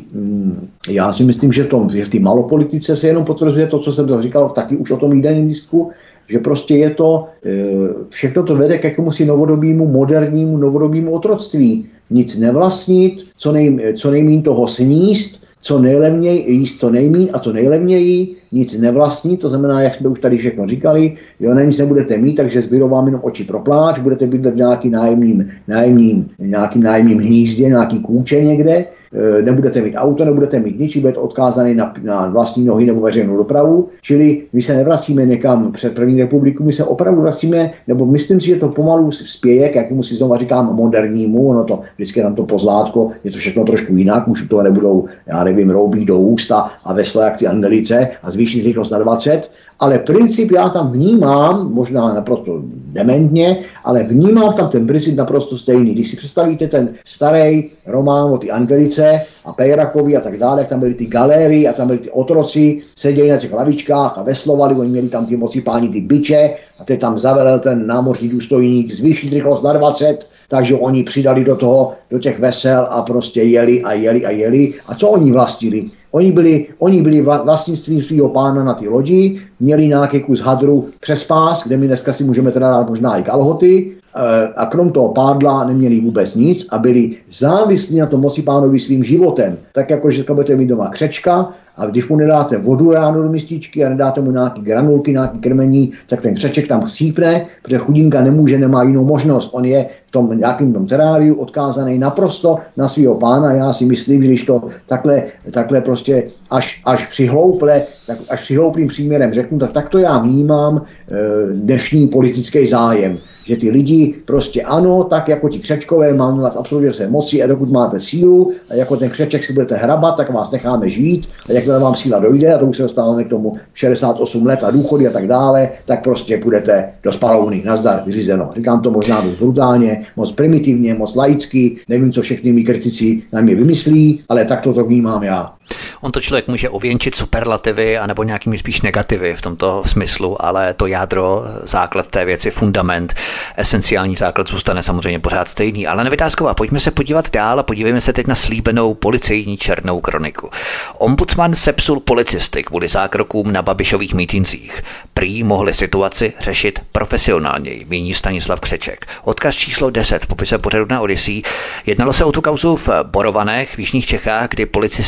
já si myslím, že v tom, že v té malopolitice se jenom potvrzuje to, co jsem říkal taky už o tom jídelním lístku, že prostě je to, všechno to vede k jakémusi novodobímu, modernímu, novodobímu otroctví. Nic nevlastnit, co, nej, co nejmín toho sníst, co nejlevněji, jíst to nejmín a co nejlevněji, nic nevlastnit, to znamená, jak jsme už tady všechno říkali, jo, na nic nebudete mít, takže zbydou vám jenom oči pro pláč, budete bydlet v nějaký nájemním, nájemním, nějakým nájemním hnízdě, nějaký kůče někde, nebudete mít auto, nebudete mít nic, budete odkázaný na, na vlastní nohy nebo veřejnou dopravu, čili my se nevracíme někam před první republiku, my se opravdu vracíme, nebo myslím si, že to pomalu spěje, jak mu si znovu říkám, modernímu, ono to vždycky nám to pozlátko, je to všechno trošku jinak, už to nebudou, já nevím, roubí do ústa a vesla jak ty Angelice a zvýšit rychlost na dvacet, ale princip já tam vnímám, možná naprosto dementně, ale vnímám tam ten princip naprosto stejný. Když si představíte ten starý román o ty Angelice a Pejrakovi a tak dále, jak tam byly ty galéry a tam byly ty otroci, seděli na těch lavičkách a veslovali, oni měli tam ty moci páni ty biče a teď tam zavelel ten námořní důstojník zvýšit rychlost na dvacet, takže oni přidali do toho, do těch vesel a prostě jeli a jeli a jeli. A co oni vlastnili? Oni byli, oni byli vlastnictvím svého pána na ty lodi, měli nějaký kus hadru přes pás, kde my dneska si můžeme teda dát možná i kalhoty, a krom toho pádla neměli vůbec nic a byli závislí na tom moci pánovi svým životem. Tak jako, že budete mít doma křečka a když mu nedáte vodu ráno do mističky a nedáte mu nějaký granulky, nějaký krmení, tak ten křeček tam chcípne, protože chudinka nemůže, nemá jinou možnost. On je v tom nějakým tom teráriu odkázaný naprosto na svého pána. Já si myslím, že když to takhle, takhle prostě až, až přihlouple, tak až přihlouplým příměrem řeknu, tak takto já vnímám e, dnešní politický zájem. Že ty lidi prostě ano, tak jako ti křečkové máme vás absolutně se moci a dokud máte sílu a jako ten křeček si budete hrabat, tak vás necháme žít a jakmile vám síla dojde a to už se dostáváme k tomu šedesát osm let a důchody a tak dále, tak prostě půjdete do spalovny, nazdar, vyřízeno. Říkám to možná dost brutálně, moc primitivně, moc laicky, nevím, co všechny mý kritici na mě vymyslí, ale tak to vnímám já. On to člověk může ověnčit superlativy anebo nějakými spíš negativy v tomto smyslu, ale to jádro, základ té věci, fundament, esenciální základ zůstane samozřejmě pořád stejný. Ale Vytázková, pojďme se podívat dál a podívejme se teď na slíbenou policejní černou kroniku. Ombudsman sepsul policisty kvůli zákrokům na Babišových mítincích. Prý mohli situaci řešit profesionálněji, míní Stanislav Křeček. Odkaz číslo deset v popise pořadu na Odyssey. Jednalo se o tu kauzu v Borovanech v jižních Čechách, kdy policisté zaklekli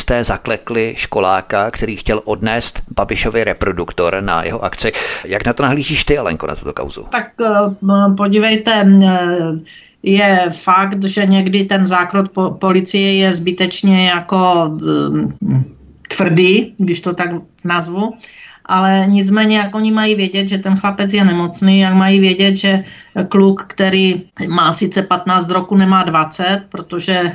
zaklekli školáka, který chtěl odnést Babišovi reproduktor na jeho akci. Jak na to nahlížíš ty, Alenko, na tuto kauzu? Tak podívejte, je fakt, že někdy ten zákrok po- policie je zbytečně jako tvrdý, když to tak nazvu, ale nicméně, jak oni mají vědět, že ten chlapec je nemocný, jak mají vědět, že kluk, který má sice patnáct roku, nemá dvacet, protože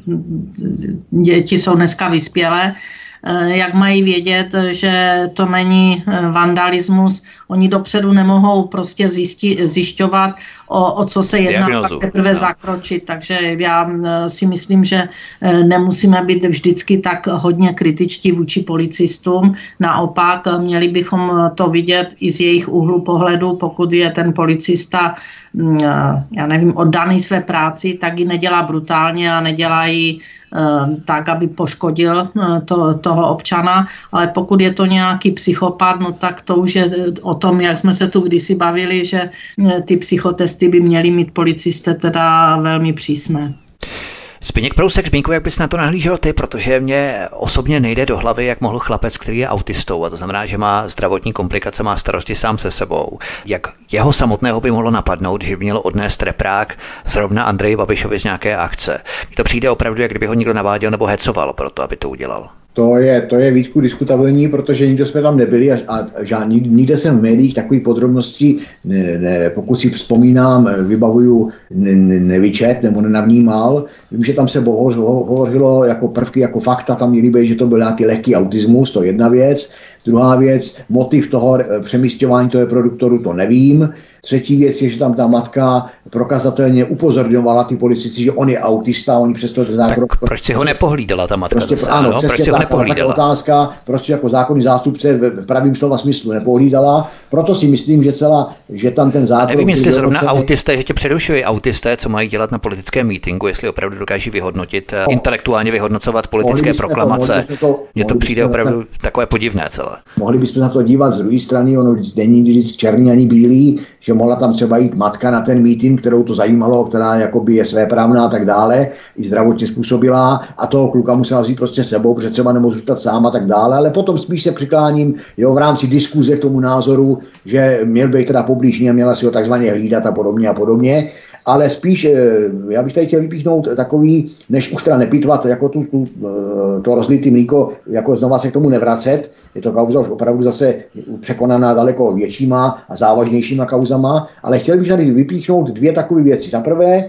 děti jsou dneska vyspělé, jak mají vědět, že to není vandalismus. Oni dopředu nemohou prostě zjisti, zjišťovat, o, o co se jedná, pak teprve no. zakročit. Takže já si myslím, že nemusíme být vždycky tak hodně kritičtí vůči policistům. Naopak, měli bychom to vidět i z jejich úhlu pohledu, pokud je ten policista, já nevím, oddaný své práci, tak ji nedělá brutálně a nedělá ji tak, aby poškodil to, toho občana, ale pokud je to nějaký psychopat, no tak to už je o tom, jak jsme se tu kdysi bavili, že ty psychotesty by měly mít policisté teda velmi přísné. Zbyněk Prousek, Zbyňku, jak bys na to nahlížel ty, protože mě osobně nejde do hlavy, jak mohl chlapec, který je autistou, a to znamená, že má zdravotní komplikace, má starosti sám se sebou. Jak jeho samotného by mohlo napadnout, že by mělo odnést reprák zrovna Andreji Babišovi z nějaké akce. Mně to přijde opravdu, jak kdyby ho někdo naváděl nebo hecoval pro to, aby to udělal. To je, to je Vítku diskutabilní, protože nikdo jsme tam nebyli a, a žádný, nikde jsem v médiích takových podrobností, ne, ne, pokud si vzpomínám, vybavuju, ne, ne, nevyčet nebo nenavnímal. Vím, že tam se hovořilo jako prvky, jako fakta, tam měli být, že to byl nějaký lehký autismus, to je jedna věc. Druhá věc, motiv toho přemísťování toho reproduktoru, to nevím. Třetí věc je, že tam ta matka prokazatelně upozorňovala ty policisty, že on je autista, oni přesto ten zákrok... Tak proč si ho nepohlídala ta matka? Prostě, zase, ano, no? Proč si ho nepohlídala? Otázka, proč jako zákonný zástupce v pravým slova smyslu nepohlídala. Proto si myslím, že celá, že tam ten zákrok... Nevím, jestli zrovna celé... autisté, že tě přerušují autisté, co mají dělat na politickém mítinku, jestli opravdu dokáží vyhodnotit, no. intelektuálně vyhodnocovat politické proklamace. Mně to přijde opravdu se... takové podivné celé. Mohli bychom na to dívat z druhé strany, ono není vždycky černý ani bílý, že mohla tam třeba jít matka na ten meeting, kterou to zajímalo, která jakoby je svéprávná a tak dále, i zdravotně způsobila, a toho kluka musela vzít prostě sebou, protože třeba nemohl zůstat sám a tak dále, ale potom spíš se přikláním, jo, v rámci diskuze k tomu názoru, že měl být teda poblížně a měla si ho takzvaně hlídat a podobně a podobně. Ale spíš, já bych tady chtěl vypíchnout takový, než už teda nepitvat jako tu, tu, to rozlitý mlíko, jako znova se k tomu nevracet. Je to kauza už opravdu zase překonaná daleko většíma a závažnějšíma kauzama, ale chtěl bych tady vypíchnout dvě takové věci. Za prvé,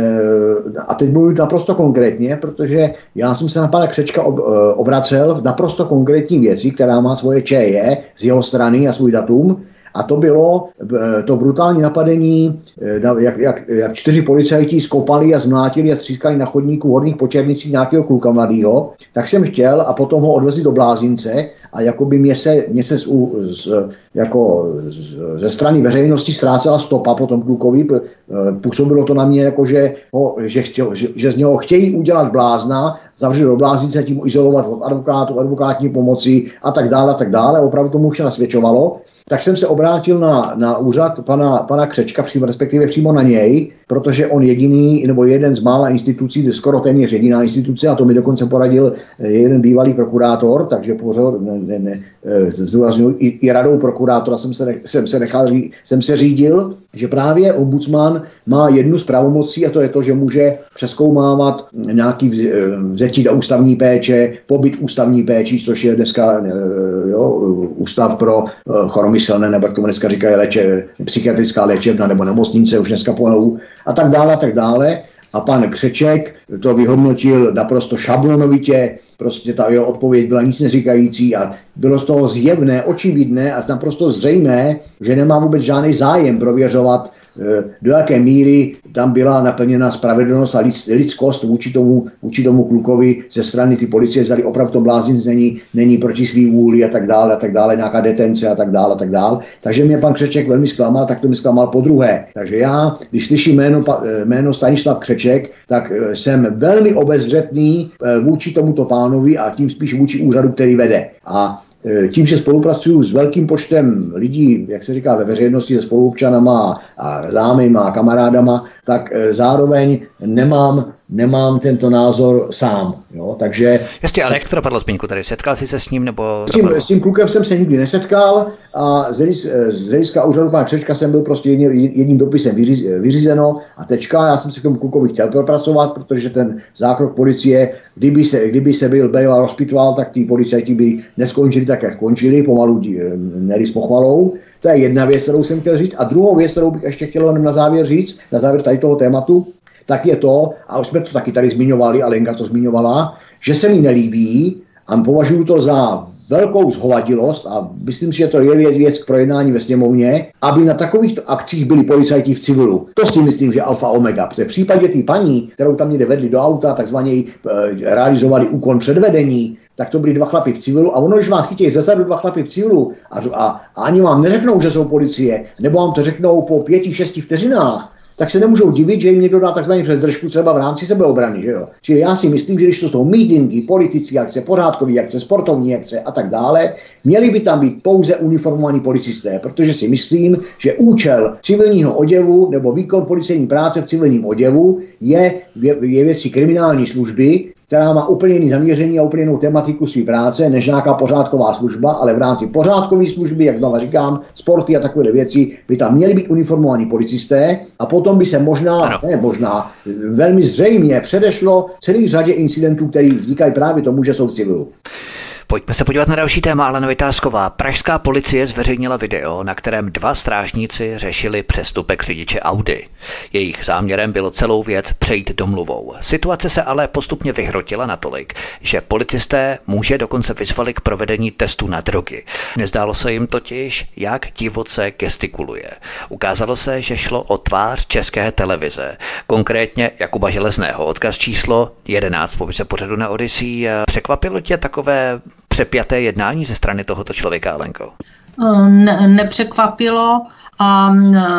a teď mluvím naprosto konkrétně, protože já jsem se na pana Křečka obracel v naprosto konkrétní věci, která má svoje ČE z jeho strany a svůj datum. A to bylo to brutální napadení, jak, jak, jak čtyři policajti skopali a zmlátili a střískali na chodníku v Horních Počernicích nějakého kluka mladýho, tak jsem chtěl a potom ho odvezli do Blázince a jakoby mě se, mě se z, z, jako z, ze strany veřejnosti ztrácela stopa po tom klukovi. Působilo to na mě jako, že, ho, že, chtěl, že, že z něho chtějí udělat blázna, zavřít do Blázince, tím izolovat od advokátu, advokátní pomoci a tak dále, a tak dále. Opravdu tomu už nasvědčovalo. Tak jsem se obrátil na, na úřad pana, pana Křečka, přímo, respektive přímo na něj, protože on jediný, nebo jeden z mála institucí, skoro téměř jediná instituce, a to mi dokonce poradil jeden bývalý prokurátor, takže pořád ne, ne, ne, zdůraznuju, i, i radou prokurátora jsem se, jsem, se nechal, jsem se řídil, že právě ombudsman má jednu z pravomocí, a to je to, že může přezkoumávat nějaký vzetí do ústavní péče, pobyt ústavní péči, což je dneska jo, ústav pro choromyslné, nebo jak tomu dneska říkají, léče, psychiatrická léčebna nebo nemocnice, už dneska pomalu, a tak dále, a tak dále. A pan Křeček to vyhodnotil naprosto šablonovitě, prostě ta jeho odpověď byla nic neříkající a bylo z toho zjevné, očividné a naprosto zřejmé, že nemá vůbec žádný zájem prověřovat, do jaké míry tam byla naplněna spravedlnost a lidskost vůči tomu, vůči tomu klukovi ze strany ty policie, zdali opravdu to Blázinec není, není proti svý vůli a tak dále, a tak dále, nějaká detence a tak dále, a tak dále. Takže mě pan Křeček velmi zklamal, tak to mi zklamal po druhé. Takže já, když slyším jméno, jméno Stanislav Křeček, tak jsem velmi obezřetný vůči tomuto pánovi a tím spíš vůči úřadu, který vede. A tím, že spolupracuju s velkým počtem lidí, jak se říká ve veřejnosti, se spoluobčanama a známýma a kamarádama, tak zároveň nemám nemám tento názor sám. Jo? Takže... Jasně, ale jak to dopadlo, Zbyňku, tady setkal jsi se s ním, nebo... S tím, s tím klukem jsem se nikdy nesetkal a z hlediska úřadu pana Křečka jsem byl prostě jedním, jedním dopisem vyříz, vyřízeno a tečka. Já jsem se k tomu klukovi chtěl propracovat, protože ten zákrok policie, kdyby se, kdyby se byl Bejla rozpitval, tak ty policajti by neskončili tak, jak končili, pomalu neri s pochvalou. To je jedna věc, kterou jsem chtěl říct. A druhou věc, kterou bych ještě chtěl na závěr říct, na závěr tady toho tématu, tak je to, a už jsme to taky tady zmiňovali, a Lenka to zmiňovala, že se mi nelíbí a považuji to za velkou zhovadilost a myslím si, že to je věc, věc k projednání ve sněmovně, aby na takovýchto akcích byli policajti v civilu. To si myslím, že alfa omega. Protože v případě té paní, kterou tam někde vedli do auta, takzvaně e, realizovali úkon předvedení, tak to byli dva chlapy v civilu a ono, když vám chytějí zezadu dva chlapy v civilu a, a, a ani vám neřeknou, že jsou policie, nebo vám to řeknou po pěti, šesti vteřinách, tak se nemůžou divit, že jim někdo dá takzvaně přes držku třeba v rámci sebeobrany, že jo. Čili já si myslím, že když to jsou mítingy, politické akce, pořádkové akce, sportovní akce a tak dále, měli by tam být pouze uniformovaní policisté, protože si myslím, že účel civilního oděvu nebo výkon policejní práce v civilním oděvu je, je věcí kriminální služby, která má úplně jiný zaměření a úplně jinou tematiku své práce než nějaká pořádková služba, ale v rámci pořádkové služby, jak znovu říkám, sporty a takové věci, by tam měli být uniformovaní policisté a potom by se možná, ano. ne možná, velmi zřejmě předešlo celý řadě incidentů, které vznikají právě tomu, že jsou v civilu. Pojďme se podívat na další téma, Alena Vytázková. Pražská policie zveřejnila video, na kterém dva strážníci řešili přestupek řidiče Audi. Jejich záměrem bylo celou věc přejít domluvou. Situace se ale postupně vyhrotila natolik, že policisté muže dokonce vyzvali k provedení testu na drogy. Nezdálo se jim totiž, jak divoce gestikuluje. Ukázalo se, že šlo o tvář České televize, konkrétně Jakuba Železného. Odkaz číslo jedenáct v popise pořadu na Odyssey. Překvapilo tě takové přepjaté jednání ze strany tohoto člověka, Alenko? Ne, nepřekvapilo a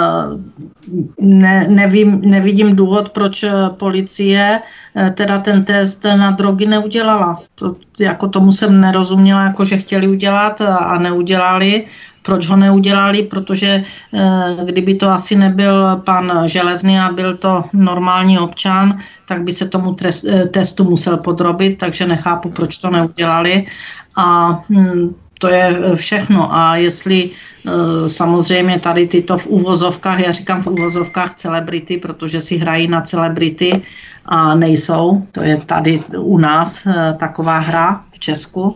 ne, nevím, nevidím důvod, proč policie teda ten test na drogy neudělala. To, jako tomu jsem nerozuměla, jako že chtěli udělat a neudělali. Proč ho neudělali? Protože kdyby to asi nebyl pan Železný a byl to normální občan, tak by se tomu trest, testu musel podrobit, takže nechápu, proč to neudělali. A hm, to je všechno. A jestli samozřejmě tady tyto v úvozovkách, já říkám v úvozovkách celebrity, protože si hrají na celebrity a nejsou, to je tady u nás taková hra v Česku,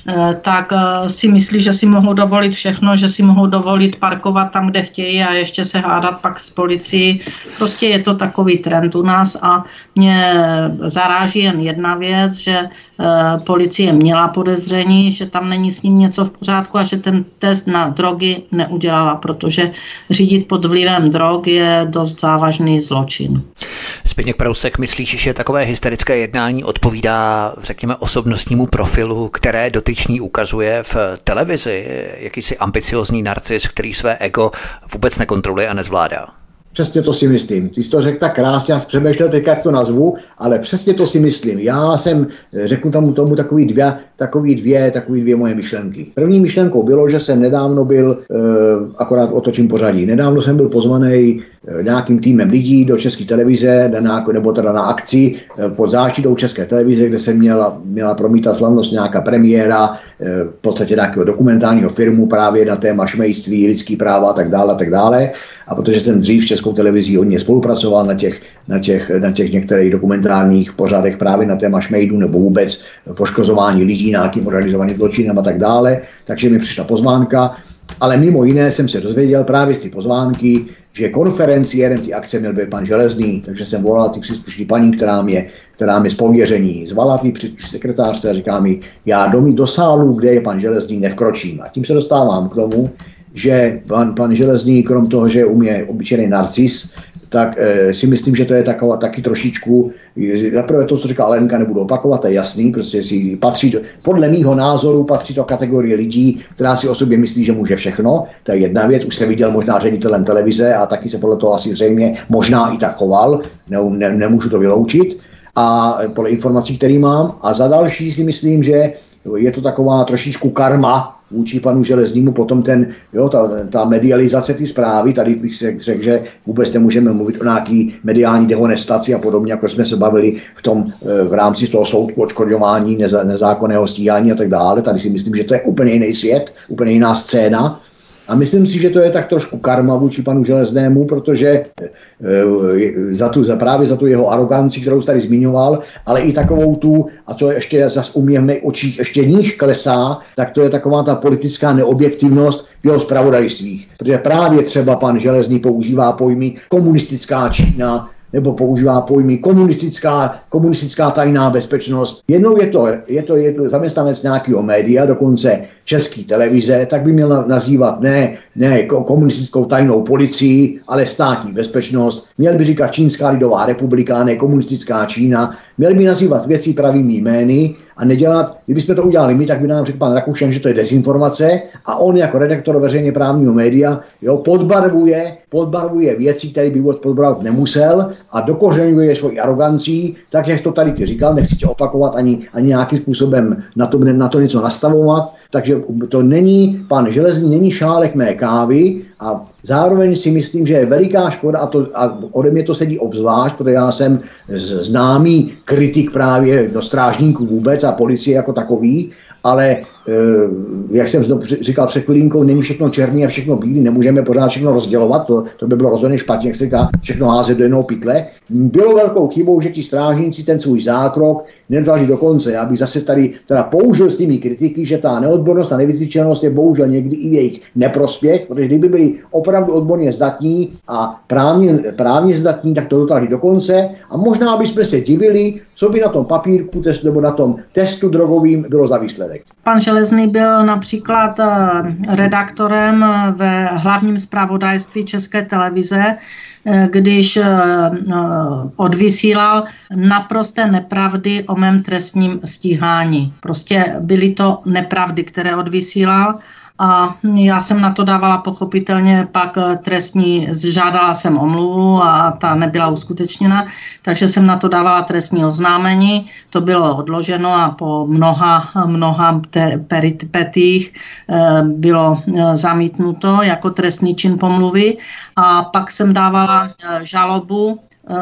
tak si myslí, že si mohou dovolit všechno, že si mohou dovolit parkovat tam, kde chtějí a ještě se hádat pak s policií. Prostě je to takový trend u nás a mě zaráží jen jedna věc, že policie měla podezření, že tam není s ním něco v pořádku a že ten test na drogy neudělala, protože řídit pod vlivem drog je dost závažný zločin. Zbyněk Prousek, myslíš, že takové hysterické jednání odpovídá, řekněme, osobnostnímu profilu, které dotyčný ukazuje v televizi, jakýsi ambiciozní narcis, který své ego vůbec nekontroluje a nezvládá? Přesně to si myslím. Ty jsi to řekl tak krásně, já jsem přemýšlel teď, jak to nazvu, ale přesně to si myslím. Já jsem, řeknu tomu, tomu takový dvě, takový dvě, takový dvě moje myšlenky. První myšlenkou bylo, že jsem nedávno byl, e, akorát otočím pořadí, nedávno jsem byl pozvaný e, nějakým týmem lidí do České televize, na, nebo teda na akci e, pod záštitou České televize, kde se měla, měla promítat slavnost nějaká premiéra, e, v podstatě nějakého dokumentárního filmu právě na téma šmejství, lidský práva a tak dále, a tak dále. A protože jsem dřív s Českou televizí hodně spolupracoval na těch, na těch, na těch některých dokumentárních pořadech právě na téma šmejdu nebo vůbec poškozování lidí nějakým organizovaným zločinem a tak dále, takže mi přišla pozvánka. Ale mimo jiné jsem se dozvěděl právě z té pozvánky, že konferenciérem té akce měl být pan Železný, takže jsem volal ty příslušný paní, která mě, která mě z pověření zvala, ty příslušný sekretářce a říká mi, já do, do sálu, kde je pan Železný, nevkročím. A tím se dostávám k tomu, že pan, pan Železný, krom toho, že umí obyčejný narcis, tak e, si myslím, že to je taková taky trošičku, zaprvé to, co říká Alenka, nebudu opakovat, to je jasný, prostě si patří, podle mýho názoru patří to kategorie lidí, která si o sobě myslí, že může všechno, to je jedna věc, už jsem viděl možná ředitelem televize a taky se podle toho asi zřejmě možná i tak choval, ne, ne, nemůžu to vyloučit, a podle informací, které mám, a za další si myslím, že je to taková trošičku karma, vůči panu Železnímu, potom ten, jo, ta, ta medializace ty zprávy, tady bych řekl, že vůbec nemůžeme mluvit o nějaký mediální dehonestaci a podobně, jako jsme se bavili v tom v rámci toho soudku odškodňování, neza, nezákonného stíhání a tak dále. Tady si myslím, že to je úplně jiný svět, úplně jiná scéna. A myslím si, že to je tak trošku karma vůči panu Železnému, protože e, za tu, za, právě za tu jeho aroganci, kterou tady zmiňoval, ale i takovou tu, a co ještě zase u mě v mých očích ještě níž klesá, tak to je taková ta politická neobjektivnost v jeho zpravodajstvích. Protože právě třeba pan Železný používá pojmy komunistická Čína, nebo používá pojmy komunistická, komunistická tajná bezpečnost. Jednou je to, je to, je to zaměstnanec nějakého média, dokonce České televize, tak by měl nazývat ne, ne komunistickou tajnou policii, ale státní bezpečnost. Měl by říkat Čínská lidová republika, ne komunistická Čína. Měl by nazývat věci pravými jmény a nedělat, kdybychom to udělali my, tak by nám řekl pan Rakušan, že to je dezinformace a on jako redaktor veřejně právního média jo, podbarvuje, podbarvuje věci, které by vůbec podbarvovat nemusel a dokořeňuje svoji arogancí, tak jak to tady ty říkal, nechci tě opakovat ani, ani nějakým způsobem na to, na to něco nastavovat, takže to není, pan Železný není šálek mé kávy a zároveň si myslím, že je veliká škoda a, to, a ode mě to sedí obzvlášť, protože já jsem známý kritik právě do strážníků vůbec a policie jako takový, ale jak jsem říkal před chvílinkou, není všechno černý a všechno bílý, nemůžeme pořád všechno rozdělovat, to, to by bylo rozhodně špatně, jak se říká, všechno házet do jednoho pytle. Bylo velkou chybou, že ti strážníci ten svůj zákrok nedali do konce. Já bych zase tady teda použil s těmi kritiky, že ta neodbornost a nevycvičenost je bohužel někdy i v jejich neprospěch, protože kdyby byli opravdu odborně zdatní a právně, právně zdatní, tak to dotáhli do konce a možná bychom se divili, co by na tom papírku testu, nebo na tom testu drogovým bylo za výsledek. Pan Železný byl například redaktorem ve hlavním zpravodajství České televize, když odvysílal naprosté nepravdy o mém trestním stíhání. Prostě byly to nepravdy, které odvysílal. A já jsem na to dávala pochopitelně pak trestní, žádala jsem omluvu a ta nebyla uskutečněna, takže jsem na to dávala trestní oznámení, to bylo odloženo a po mnoha, mnoha peripetích bylo zamítnuto jako trestný čin pomluvy a pak jsem dávala žalobu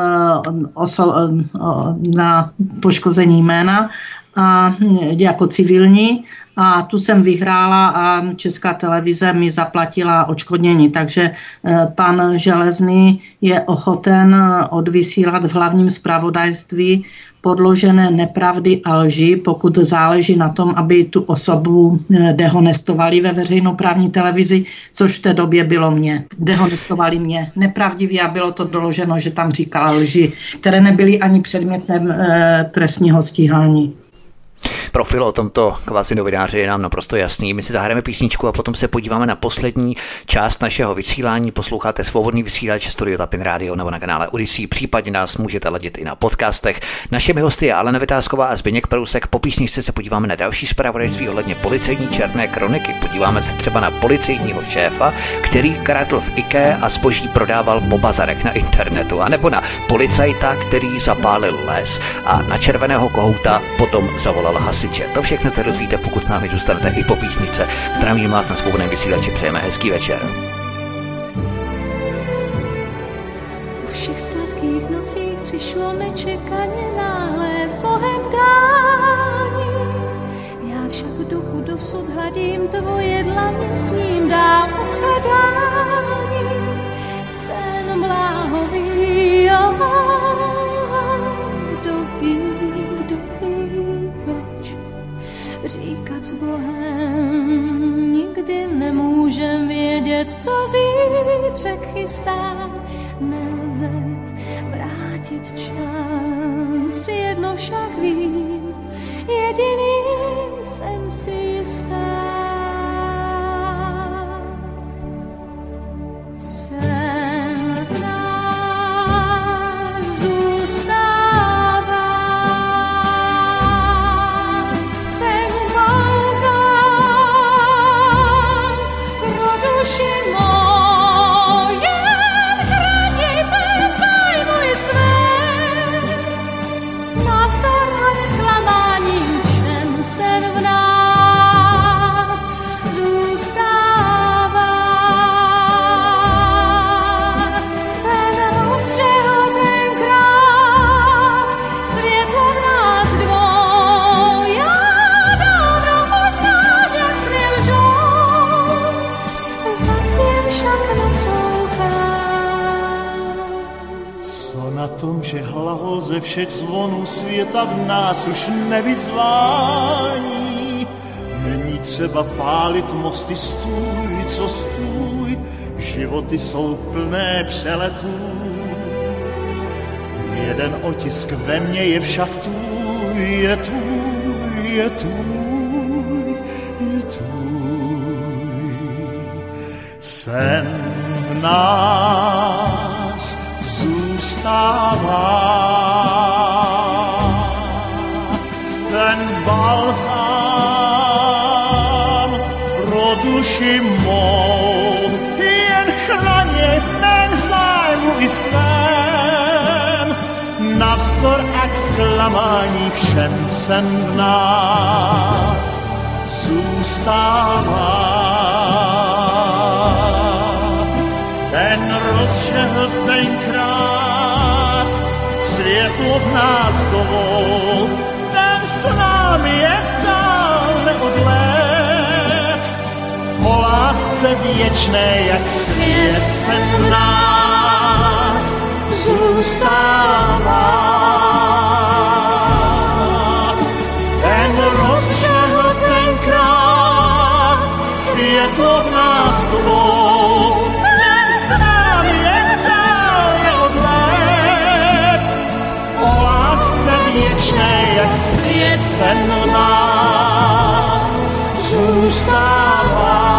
na poškození jména a jako civilní. A tu jsem vyhrála a Česká televize mi zaplatila odškodnění. Takže pan Železný je ochoten odvysílat v hlavním zpravodajství podložené nepravdy a lži, pokud záleží na tom, aby tu osobu dehonestovali ve veřejnoprávní televizi, což v té době bylo mě. Dehonestovali mě nepravdivě a bylo to doloženo, že tam říkala lži, které nebyly ani předmětem e, trestního stíhání. Profil o tomto kvazi novináři je nám naprosto jasný. My si zahrajeme písničku a potom se podíváme na poslední část našeho vysílání. Posloucháte Svobodný vysílač Studio Tapin Radio nebo na kanále Odyssey. Případně nás můžete ladit i na podcastech. Našimi hosty je Alena Vytázková a Zbyněk Prousek. Po písničce se podíváme na další zpravodajství ohledně policejní černé kroniky. Podíváme se třeba na policejního šéfa, který kradl v IKEA a zboží prodával po bazarech na internetu, a nebo na policajta, který zapálil les a na červeného kohouta potom zavolal hasiče. To všechno se dozvíte, pokud s námi zůstanete i po písničce. Zdravím vás na Svobodném vysílači, přejeme hezký večer. U všech sladkých nocích přišlo nečekaně náhle s Bohem dání. Já však dokud dosud hladím tvoje dlaně, s ním dál o shledání. Sen bláhový, kdo ví, kdo ví, proč říkat s Bohem. Nikdy nemůžem vědět, co zítřek chystá. Nelze vrátit čas, jedno však vím, jediný jsem si jistá. Sen v nás zůstává, ten balzám pro duši moje, chraněte zájmu své, navzdor a zklamáním všem sen v nás. ode všech zvonů světa v nás už nevyzvání. Není třeba pálit mosty, stůj, co stůj, životy jsou plné přeletů. Jeden otisk ve mně je však tvůj, je tvůj, je tvůj, je tvůj. Sen v nás zůstává, ten balzám pro duši mou, jen chraně ten zájmu i svém, navzdor ať zklamání všem sen v nás zůstává. Ten rozžehl tenkrát světlo v nás dovol, ten s námi je dál neodlet. O lásce věčné, jak svět se v nás zůstává. Ten rozžehl tenkrát světlo v nás dovol, ten s námi je dál neodlet. O lásce věčné, jak svět sen v nás zůstává.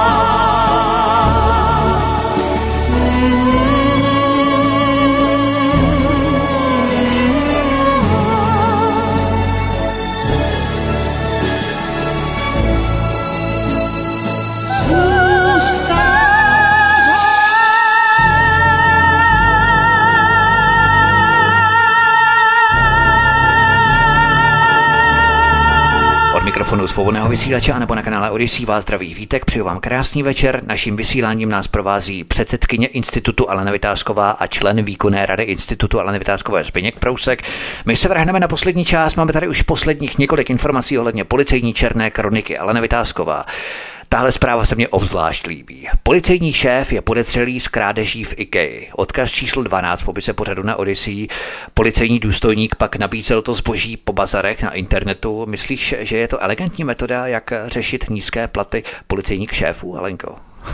Mikrofonu Svobodného vysílače a nebo na kanále Odyssey vás zdraví Vítek, přeju vám krásný večer. Naším vysíláním nás provází předsedkyně Institutu Alena Vytázková a člen výkonné rady Institutu Aleny Vytázkové Zbyněk Prousek. My se vrhneme na poslední část, máme tady už posledních několik informací ohledně policejní černé kroniky Alena Vytázková. Tahle zpráva se mě obzvlášť líbí. Policejní šéf je podezřelý z krádeží v IKEA. Odkaz číslo dvanáct v popise pořadu na Odyssey. Policejní důstojník pak nabízel to zboží po bazarech na internetu. Myslíš, že je to elegantní metoda, jak řešit nízké platy policejních šéfů, Alenko?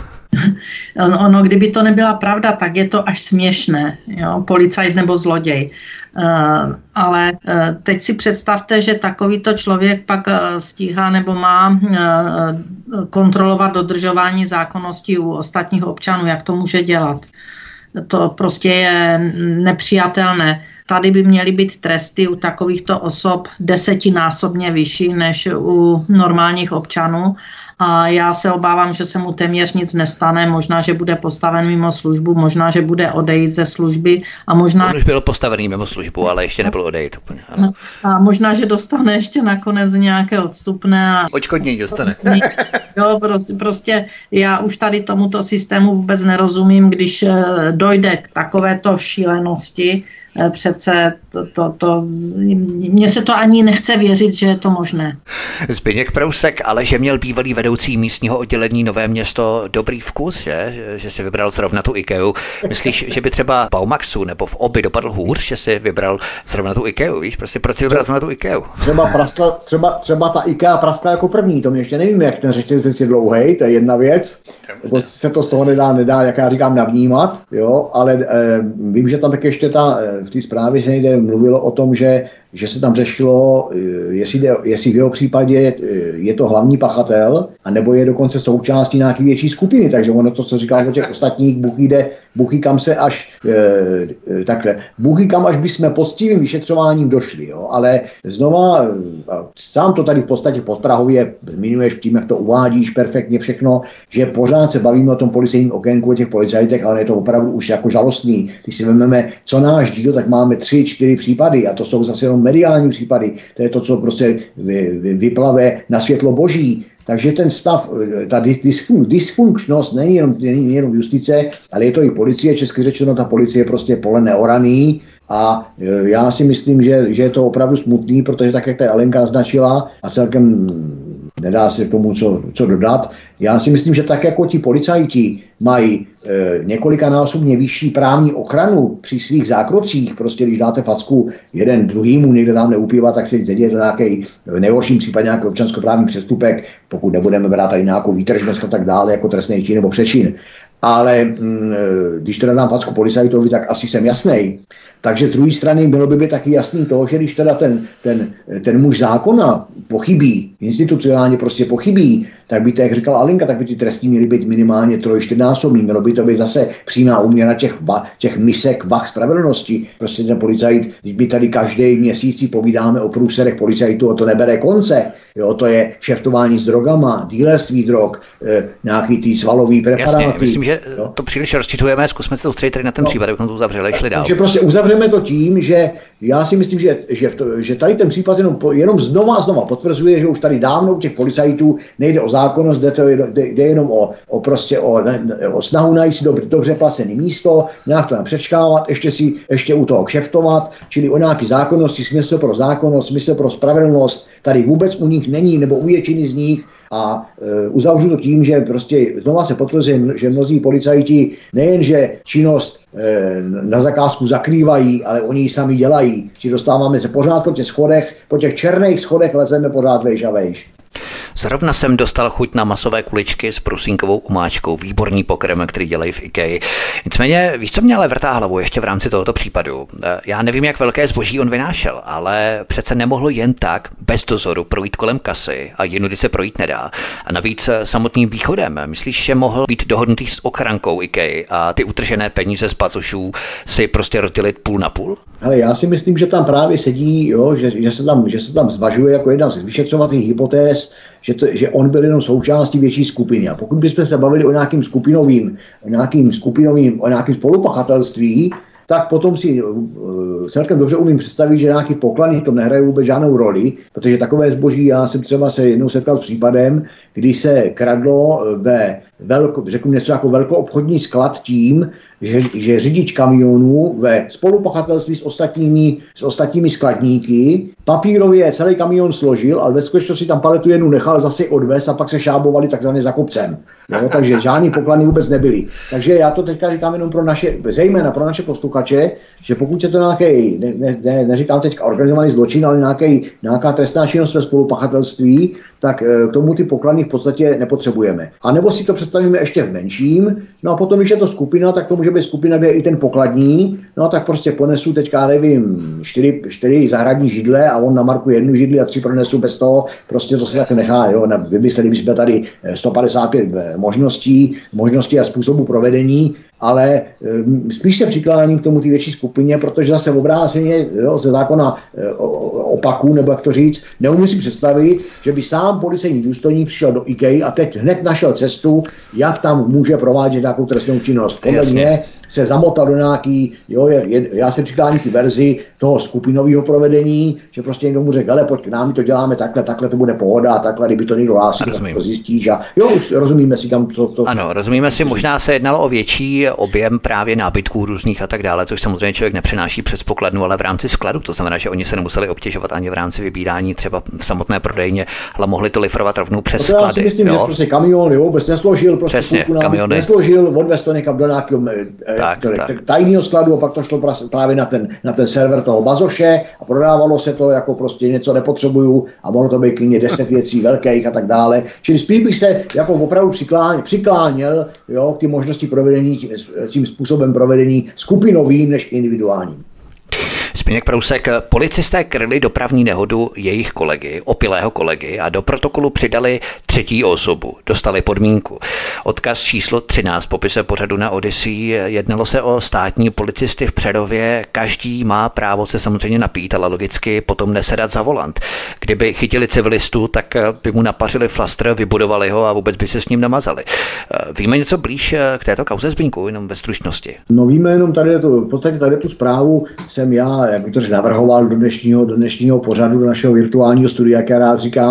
Ono, kdyby to nebyla pravda, tak je to až směšné, jo? Policajt nebo zloděj. Uh, ale uh, teď si představte, že takovýto člověk pak uh, stíhá nebo má uh, kontrolovat dodržování zákonností u ostatních občanů, jak to může dělat. To prostě je nepřijatelné. Tady by měly být tresty u takovýchto osob desetinásobně vyšší než u normálních občanů. A já se obávám, že se mu téměř nic nestane, možná, že bude postaven mimo službu, možná, že bude odejít ze služby a možná... On už byl postavený mimo službu, ale ještě nebyl odejít úplně. Ano. A možná, že dostane ještě nakonec nějaké odstupné. A... Odškodnění dostane. Jo, prostě, prostě já už tady tomuto systému vůbec nerozumím, když dojde k takovéto šílenosti, přece to, to, to, mně se to ani nechce věřit, že je to možné. Zbyněk Prousek, ale že měl bývalý vedoucí místního oddělení Nové Město dobrý vkus, že, že si vybral zrovna tu IKEA. Myslíš, že by třeba Baumaxu nebo v Obi dopadl hůř, že si vybral zrovna tu IKEA, víš? Prostě proč si vybral zrovna tu IKEA? Třeba, praskla, třeba, třeba ta IKEA praskla jako první, to my ještě nevíme, jak ten řetězec je dlouhej, to je jedna věc. Nebo se to z toho nedá, nedá, jak já říkám, navnímat, jo, ale eh, vím, že tam tak ještě ta, v té zprávě se někde mluvilo o tom, že, že se tam řešilo, jestli, jde, jestli v jeho případě je, je to hlavní pachatel, anebo je dokonce součástí nějaké větší skupiny, takže ono to, co říkal o těch ostatních, Bůh jde, Bůh kam se až e, takhle, Bůh kam až bychom poctivým vyšetřováním došli, jo, ale znova, sám to tady v podstatě podprahově zmiňuješ tím, jak to uvádíš perfektně všechno, že pořád se bavíme o tom policejním okénku, o těch policajtech, ale je to opravdu už jako žalostný. Když si vezmeme, co náš díl, tak máme tři, čtyři případy a to jsou zase jenom mediální případy. To je to, co prostě vy, vy, vyplave na světlo boží. Takže ten stav, ta disfun, dysfunkčnost není jenom, není jenom justice, ale je to i policie. Česky řečeno, ta policie je prostě pole neoraný. A já si myslím, že, že je to opravdu smutný, protože tak, jak ta Alenka naznačila a celkem nedá se k tomu co, co dodat. Já si myslím, že tak jako ti policajti mají e, několikanásobně vyšší právní ochranu při svých zákrocích, prostě když dáte facku jeden druhýmu, někde tam neupívá, tak se teď je to nějaký v nejhorším případě nějaký občanskoprávní přestupek, pokud nebudeme brát tady nějakou výtržnost a tak dále, jako trestný čin nebo přečin. Ale mm, když teda dám facku policajtovi, tak asi jsem jasnej. Takže z druhé strany bylo by, by taky jasný to, že když teda ten, ten, ten muž zákona pochybí, institucionálně prostě pochybí, tak by to, jak říkala Alinka, tak by ty tresty měly být minimálně troj, čtyřnásobný. Mělo by to být zase přímá úměra těch, těch misek vah spravedlnosti. Prostě ten policajt, když by tady každý měsíc si povídáme o průserech policajtů, o to nebere konce. Jo, to je šeftování s drogama, dílerství drog, e, nějaký ty svalový preparáty. Jasně, myslím, že jo? To příliš rozčitujeme, zkusme se soustředit tady na ten no, případ, abychom to uzavřeli, šli dál. Takže prostě uzavřeme to tím, že já si myslím, že, že, to, že tady ten případ jenom, jenom znova a znova potvrzuje, že už tady dávno u těch policajtů nejde o zákonnost, jde, to, jde, jde jenom o, o, prostě o, o snahu najít si dobře, dobře placené místo, nějak to tam přečkávat, ještě si ještě u toho kšeftovat, čili o nějaký zákonnosti, smysl pro zákonnost, smysl pro spravedlnost, tady vůbec u nich není, nebo u většiny z nich. A e, uzavřu to tím, že prostě znova se potvrzuje, že mnozí policajti nejenže činnost e, na zakázku zakrývají, ale oni ji sami dělají. Či dostáváme se pořád po těch schodech, po těch černých schodech lezeme pořád vejš a vejš. Zrovna jsem dostal chuť na masové kuličky s prusínkovou umáčkou, výborný pokrm, který dělají v IKEA. Nicméně, víš, co mě ale vrtá hlavu ještě v rámci tohoto případu? Já nevím, jak velké zboží on vynášel, ale přece nemohlo jen tak, bez dozoru, projít kolem kasy a jinudy se projít nedá. A navíc samotným východem, myslíš, že mohl být dohodnutý s ochrankou IKEA a ty utržené peníze z pazošů si prostě rozdělit půl na půl? Ale já si myslím, že tam právě sedí, jo, že, že, se tam, že se tam zvažuje jako jedna z vyšetřovacích hypotéz, že, to, že on byl jenom součástí větší skupiny. A pokud bychom se bavili o nějakým skupinovým, o nějakým skupinovým, o nějakým spolupachatelství, tak potom si uh, celkem dobře umím představit, že nějaký poklady v tom nehrají vůbec žádnou roli, protože takové zboží, já jsem třeba se jednou setkal s případem, kdy se kradlo ve velko, řeknu něco jako velkoobchodní sklad tím, že, že řidič kamionů ve spolupachatelství s ostatními, s ostatními skladníky papírově celý kamion složil, ale ve skutečnosti tam paletu jednu nechal, zase odvez a pak se šábovali takzvaně za kopcem. Jo? Takže žádný poklady vůbec nebyly. Takže já to teďka říkám jenom pro naše, zejména pro naše posluchače, že pokud je to nějaký, ne, ne, ne, neříkám teďka organizovaný zločin, ale nějaký, nějaká trestná činnost ve spolupachatelství, tak k tomu ty poklady v podstatě nepotřebujeme. A nebo si to představíme ještě v menším, no a potom, když je to skupina, tak to může být skupina, kde je i ten pokladní, no a tak prostě ponesu teďka, nevím, čtyři, čtyři zahradní židle a on namarkuje jednu židli a tři pronesu bez toho, prostě to se tak nechá, jo, vymysleli bychom tady sto padesát pět možností, možností a způsobu provedení, ale um, spíš se přikláním k tomu ty větší skupině, protože zase obráceně ze zákona e, opaků, nebo jak to říct, neumím si představit, že by sám policejní důstojník přišel do IKEA a teď hned našel cestu, jak tam může provádět nějakou trestnou činnost. Podle Jasně. mě se zamotal do nějaký, jo, je, je, já se přikláním k verzi toho skupinového provedení, že prostě někdo mu řekl, ale pojď k nám, my to děláme takhle, takhle to bude pohoda, takhle, kdyby to někdo hlásil, tak to zjistíš a jo, už rozumíme si kam to... to ano, rozumíme si, možná se jednalo o větší objem právě nábytků různých a tak dále, což samozřejmě člověk nepřenáší přes pokladnu, ale v rámci skladu, to znamená, že oni se nemuseli obtěžovat ani v rámci vybírání třeba v samotné prodejně, ale mohli to lifrovat rovnou přes no to sklady. Já si myslím, jo? že prostě kamion, jo, vůbec nesložil, prostě Přesně, nám, nesložil, odvez to někam do nějakého tak, tak. tajného skladu a pak to šlo právě na ten, na ten server toho bazoše a prodávalo se to jako prostě něco nepotřebuju a mohlo to být klidně deset věcí velkých a tak dále. Čili spíš bych se jako opravdu přikláněl, přikláněl jo, k ty možnosti provedení, tím, tím způsobem provedení skupinovým než individuálním. Zbyněk Prousek, policisté kryli dopravní nehodu jejich kolegy, opilého kolegy a do protokolu přidali třetí osobu, dostali podmínku. Odkaz číslo třináct popise pořadu na Odyssey, jednalo se o státní policisty v Přerově, každý má právo se samozřejmě napít, ale logicky potom nesedat za volant. Kdyby chytili civilistu, tak by mu napařili flastr, vybudovali ho a vůbec by se s ním namazali. Víme něco blíž k této kauze, Zbyňku, jenom ve stručnosti? No víme jenom tady, to, v podstatě tady tu zprávu jsem já, jak bych to navrhoval do dnešního, do dnešního pořadu, do našeho virtuálního studia, jak já rád říkám,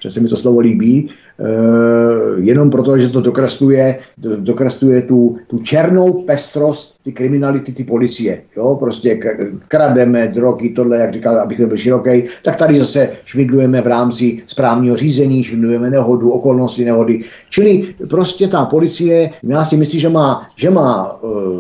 přece mi to slovo líbí, jenom proto, že to dokresluje, dokresluje tu, tu černou pestrost ty kriminality, ty policie. Jo, prostě krademe drogy, tohle, jak říkal, abych nebyl široký, tak tady zase švindlujeme v rámci správního řízení, švindlujeme nehodu, okolnosti nehody. Čili prostě ta policie, já si myslím, že má, že má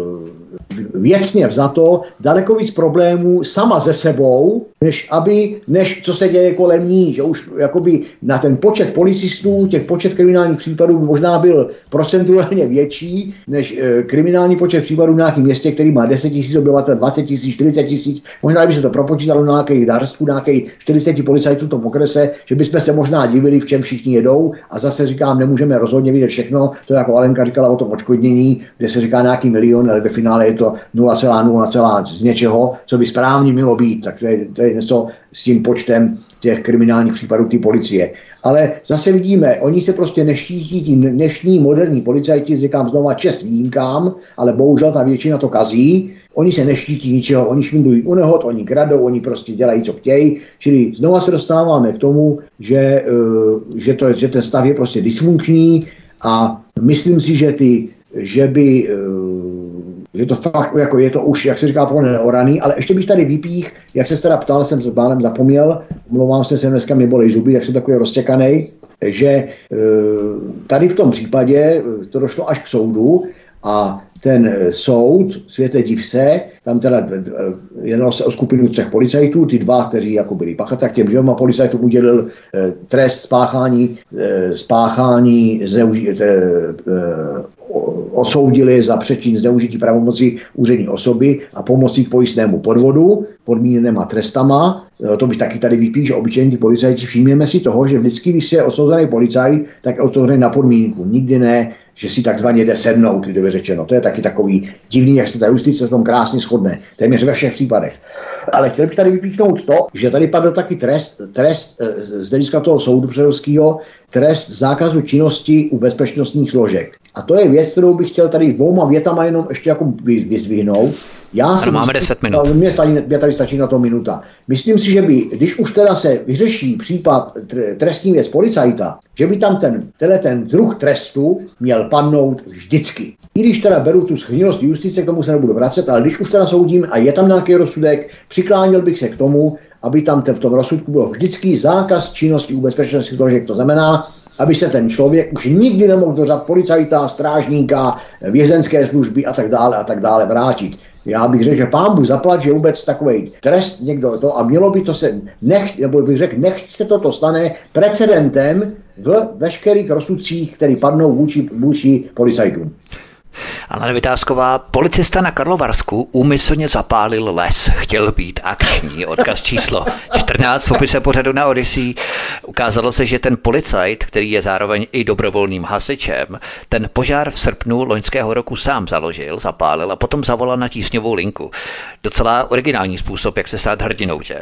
věcně vzato daleko víc problémů sama ze sebou, než aby, než co se děje kolem ní, že už jakoby na ten počet policistů, těch počet kriminálních případů možná byl procentuálně větší, než e, kriminální počet případů v nějakém městě, který má deset tisíc obyvatel, dvacet tisíc, čtyřicet tisíc, možná by se to propočítalo na nějakých dárstů, nějakých čtyřicet policajtů v tom okrese, že bychom se možná divili, v čem všichni jedou, a zase říkám, nemůžeme rozhodně vidět všechno, to jako Alenka říkala o tom odškodnění, kde se říká nějaký milion, ale ve finále je to nula celá nula z něčeho, co by správně mělo být, tak to je, to je něco s tím počtem těch kriminálních případů té policie. Ale zase vidíme, oni se prostě neštítí, tí dnešní moderní policajti, říkám znova čest výjimkám, ale bohužel ta většina to kazí, oni se neštítí ničeho, oni švindlují u nehod, oni kradou, oni prostě dělají, co chtějí, čili znova se dostáváme k tomu, že, že, to, že ten stav je prostě dysfunkční a myslím si, že ty, že by že to fakt, jako je to už, jak se říká, pro neoraný, ale ještě bych tady vypích, jak se teda ptal, jsem s bálem zapomněl, omlouvám se, jsem dneska mě bolej zuby, jak jsem takový roztěkanej, že tady v tom případě to došlo až k soudu a ten soud, světe div se, tam teda jednalo se o skupinu třech policajtů, ty dva, kteří jako byli pachatelé, těm dvěma policajtům udělil eh, trest spáchání, eh, spáchání zneuži, eh, eh, odsoudili za přečin zneužití pravomoci úřední osoby a pomocí k pojistnému podvodu, podmíněnýma trestama. Eh, to bych taky tady vypíš, že obyčejní ty policajti, všimněme si toho, že vždycky, když je odsouzený policajt, tak je odsouzený na podmínku, nikdy ne, že si takzvaně jde sednout, lidově řečeno. To je taky takový divný, jak se ta justice v tom krásně shodne. Téměř ve všech případech. Ale chtěl bych tady vypíchnout to, že tady padl taky trest, trest z hlediska toho soudu předovského, trest zákazu činnosti u bezpečnostních složek. A to je věc, kterou bych chtěl tady dvouma větama jenom ještě jako vyzvihnout. Já si máme myslím, deset minut. Mě tady, mě tady stačí na to minuta. Myslím si, že by, když už teda se vyřeší případ trestní věc policajta, že by tam ten, tenhle ten druh trestu měl padnout vždycky. I když teda beru tu schnilost justice, k tomu se nebudu vracet, ale když už teda soudím a je tam nějaký rozsudek, přiklánil bych se k tomu, aby tam ten, v tom rozsudku bylo vždycky zákaz činnosti u bezpečnostních složek. To znamená, aby se ten člověk už nikdy nemohl do řad policajta, strážníka, vězenské služby a tak dále a tak dále vrátit. Já bych řekl, že pán Bůh zaplať, že vůbec takovej trest někdo to a mělo by to se, nech, nebo bych řekl, nechť se toto stane precedentem v veškerých rozsudcích, které padnou vůči, vůči policajtům. Alena Vitásková, policista na Karlovarsku úmyslně zapálil les. Chtěl být akční. Odkaz číslo čtrnáct v popise pořadu na Odyssey. Ukázalo se, že ten policajt, který je zároveň i dobrovolným hasičem, ten požár v srpnu loňského roku sám založil, zapálil a potom zavolal na tísňovou linku. Docela originální způsob, jak se stát hrdinou, že?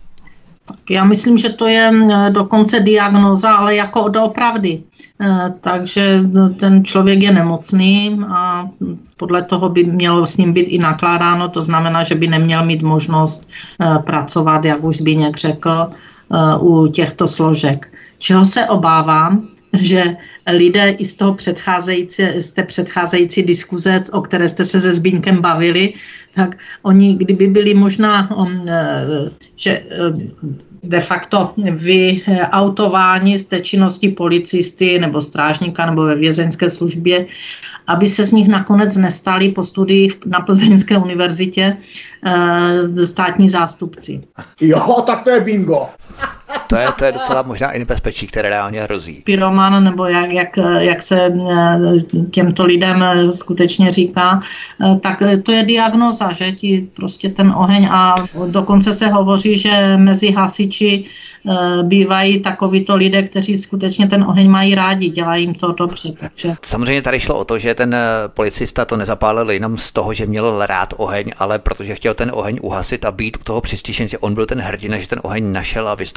Já myslím, že to je dokonce diagnóza, ale jako doopravdy. Takže ten člověk je nemocný a podle toho by mělo s ním být i nakládáno. To znamená, že by neměl mít možnost pracovat, jak už Zbigněk řekl, u těchto složek. Čeho se obávám, že lidé i z toho předcházející, z té předcházející diskuze, o které jste se se Zbínkem bavili, tak oni, kdyby byli možná, že de facto vyautováni z té činnosti policisty nebo strážníka nebo ve vězeňské službě, aby se z nich nakonec nestali po studii na Plzeňské univerzitě e, státní zástupci. Jo, tak to je bingo. To je, to je docela možná i nebezpečí, které reálně hrozí. Pyroman, nebo jak, jak, jak se těmto lidem skutečně říká, tak to je diagnóza, že ti prostě ten oheň a dokonce se hovoří, že mezi hasiči bývají takovýto lidé, kteří skutečně ten oheň mají rádi, dělají jim to dobře. Takže... Samozřejmě tady šlo o to, že ten policista to nezapálil jenom z toho, že měl rád oheň, ale protože chtěl ten oheň uhasit a být u toho přistižen, že on byl ten hrdina, že ten oheň našel a vystupoval ho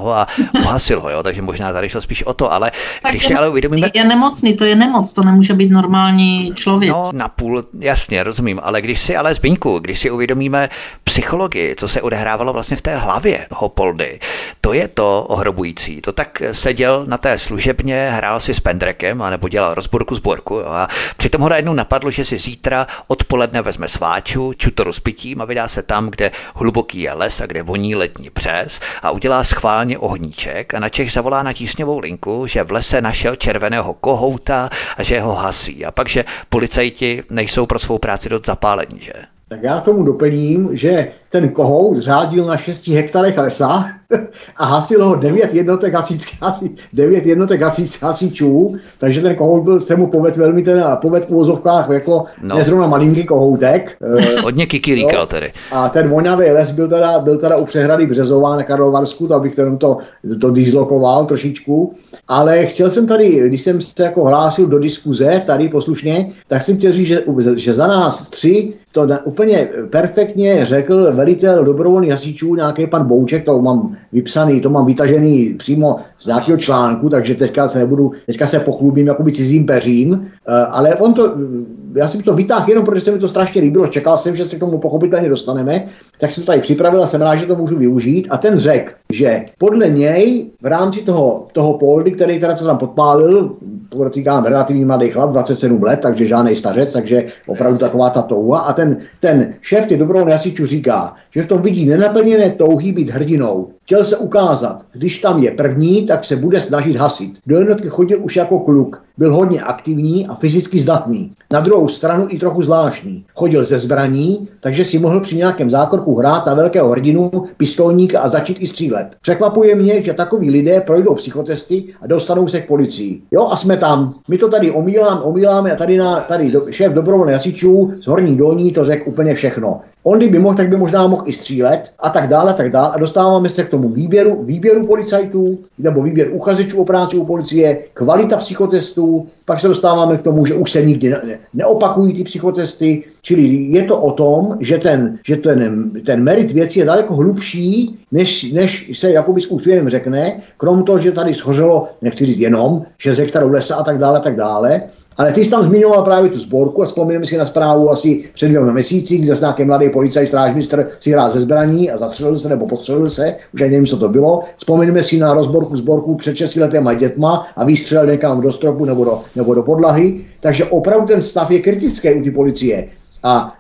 ho a uhasil ho, jo, takže možná tady šlo spíš o to, ale tak když si ale uvědomíme... Je nemocný, to je nemoc, to nemůže být normální člověk. No, napůl, jasně, rozumím, ale když si ale Zbyňku, když si uvědomíme psychologii, co se odehrávalo vlastně v té hlavě toho Poldy, to je to ohrobující. To tak seděl na té služebně, hrál si s pendrekem, anebo dělal rozborku sborku, jo, a přitom ho najednou napadlo, že si zítra odpoledne vezme sváču, čutoru s pitím a vydá se tam, kde hluboký je les a kde voní letní břez a udělá schválně ohníček a načež zavolá na tísňovou linku, že v lese našel červeného kohouta a že ho hasí. A pak, že policajti nejsou pro svou práci dost zapálení, že? Tak já tomu doplním, že ten kohout řádil na šesti hektarech lesa a hasil ho devět jednotek hasičů, devět jednotek hasič, hasičů, takže ten kohout byl, se mu poved velmi ten, poved v uvozovkách jako no. nezrovna malinký kohoutek. Hodně kikirikal tedy. A ten vonavý les byl teda, byl teda u přehrady Březová na Karlovarsku, to abych jenom to, to dislokoval trošičku. Ale chtěl jsem tady, když jsem se jako hlásil do diskuze, tady poslušně, tak jsem chtěl říct, že, že za nás tři to úplně perfektně řekl velitel dobrovolných hasičů, nějaký pan Bouček, to mám vypsaný, to mám vytažený přímo z nějakého článku, takže teďka se nebudu, teďka se pochlubím jakoby cizím peřím, ale on to, já jsem to vytáhl jenom, protože se mi to strašně líbilo, čekal jsem, že se k tomu pochopitelně dostaneme, tak jsem to tady připravil a jsem rád, že to můžu využít a ten řekl, že podle něj v rámci toho, toho Poldy, který teda to tam podpálil, podotýkám relativně mladý chlap, dvacet sedm let, takže žádnej stařec, takže opravdu taková ta touha a ten, ten šéf těch dobrovolných hasičů říká, že v tom vidí nenaplněné touhy být hrdinou. Chtěl se ukázat, když tam je první, tak se bude snažit hasit. Do jednotky chodil už jako kluk. Byl hodně aktivní a fyzicky zdatný. Na druhou stranu i trochu zvláštní. Chodil ze zbraní, takže si mohl při nějakém zákroku hrát na velkého hrdinu, pistolníka a začít i střílet. Překvapuje mě, že takoví lidé projdou psychotesty a dostanou se k policii. Jo, a jsme tam. My to tady omílám, omíláme a tady, na, tady do, šéf dobrovolných hasičů z Horní Dolní to řekl úplně všechno. On kdyby mohl, tak by možná mohl i střílet a tak dále, a tak dále. A dostáváme se k tomu výběru, výběru policajtů, nebo výběr uchazečů o práci u policie, kvalita psychotestů, pak se dostáváme k tomu, že už se nikdy ne, neopakují ty psychotesty, čili je to o tom, že ten, že ten, ten merit věcí je daleko hlubší, než, než se jakoby s úsměvem řekne, krom toho, že tady schořelo, nechci říct jenom, šest hektarů lesa a tak dále, a tak dále. Ale ty jsi tam zmiňoval právě tu sborku a vzpomínám si na zprávu asi před dvěma měsíci, kdy zase nějaký mladý policajt, strážmistr si hrál ze zbraní a zastřelil se nebo postřelil se, už ani nevím, co to bylo. Vzpomeňme si na rozborku sborku před šesti letéma dětma a výstřel někam do stropu nebo do, nebo do podlahy. Takže opravdu ten stav je kritický u ty policie. A,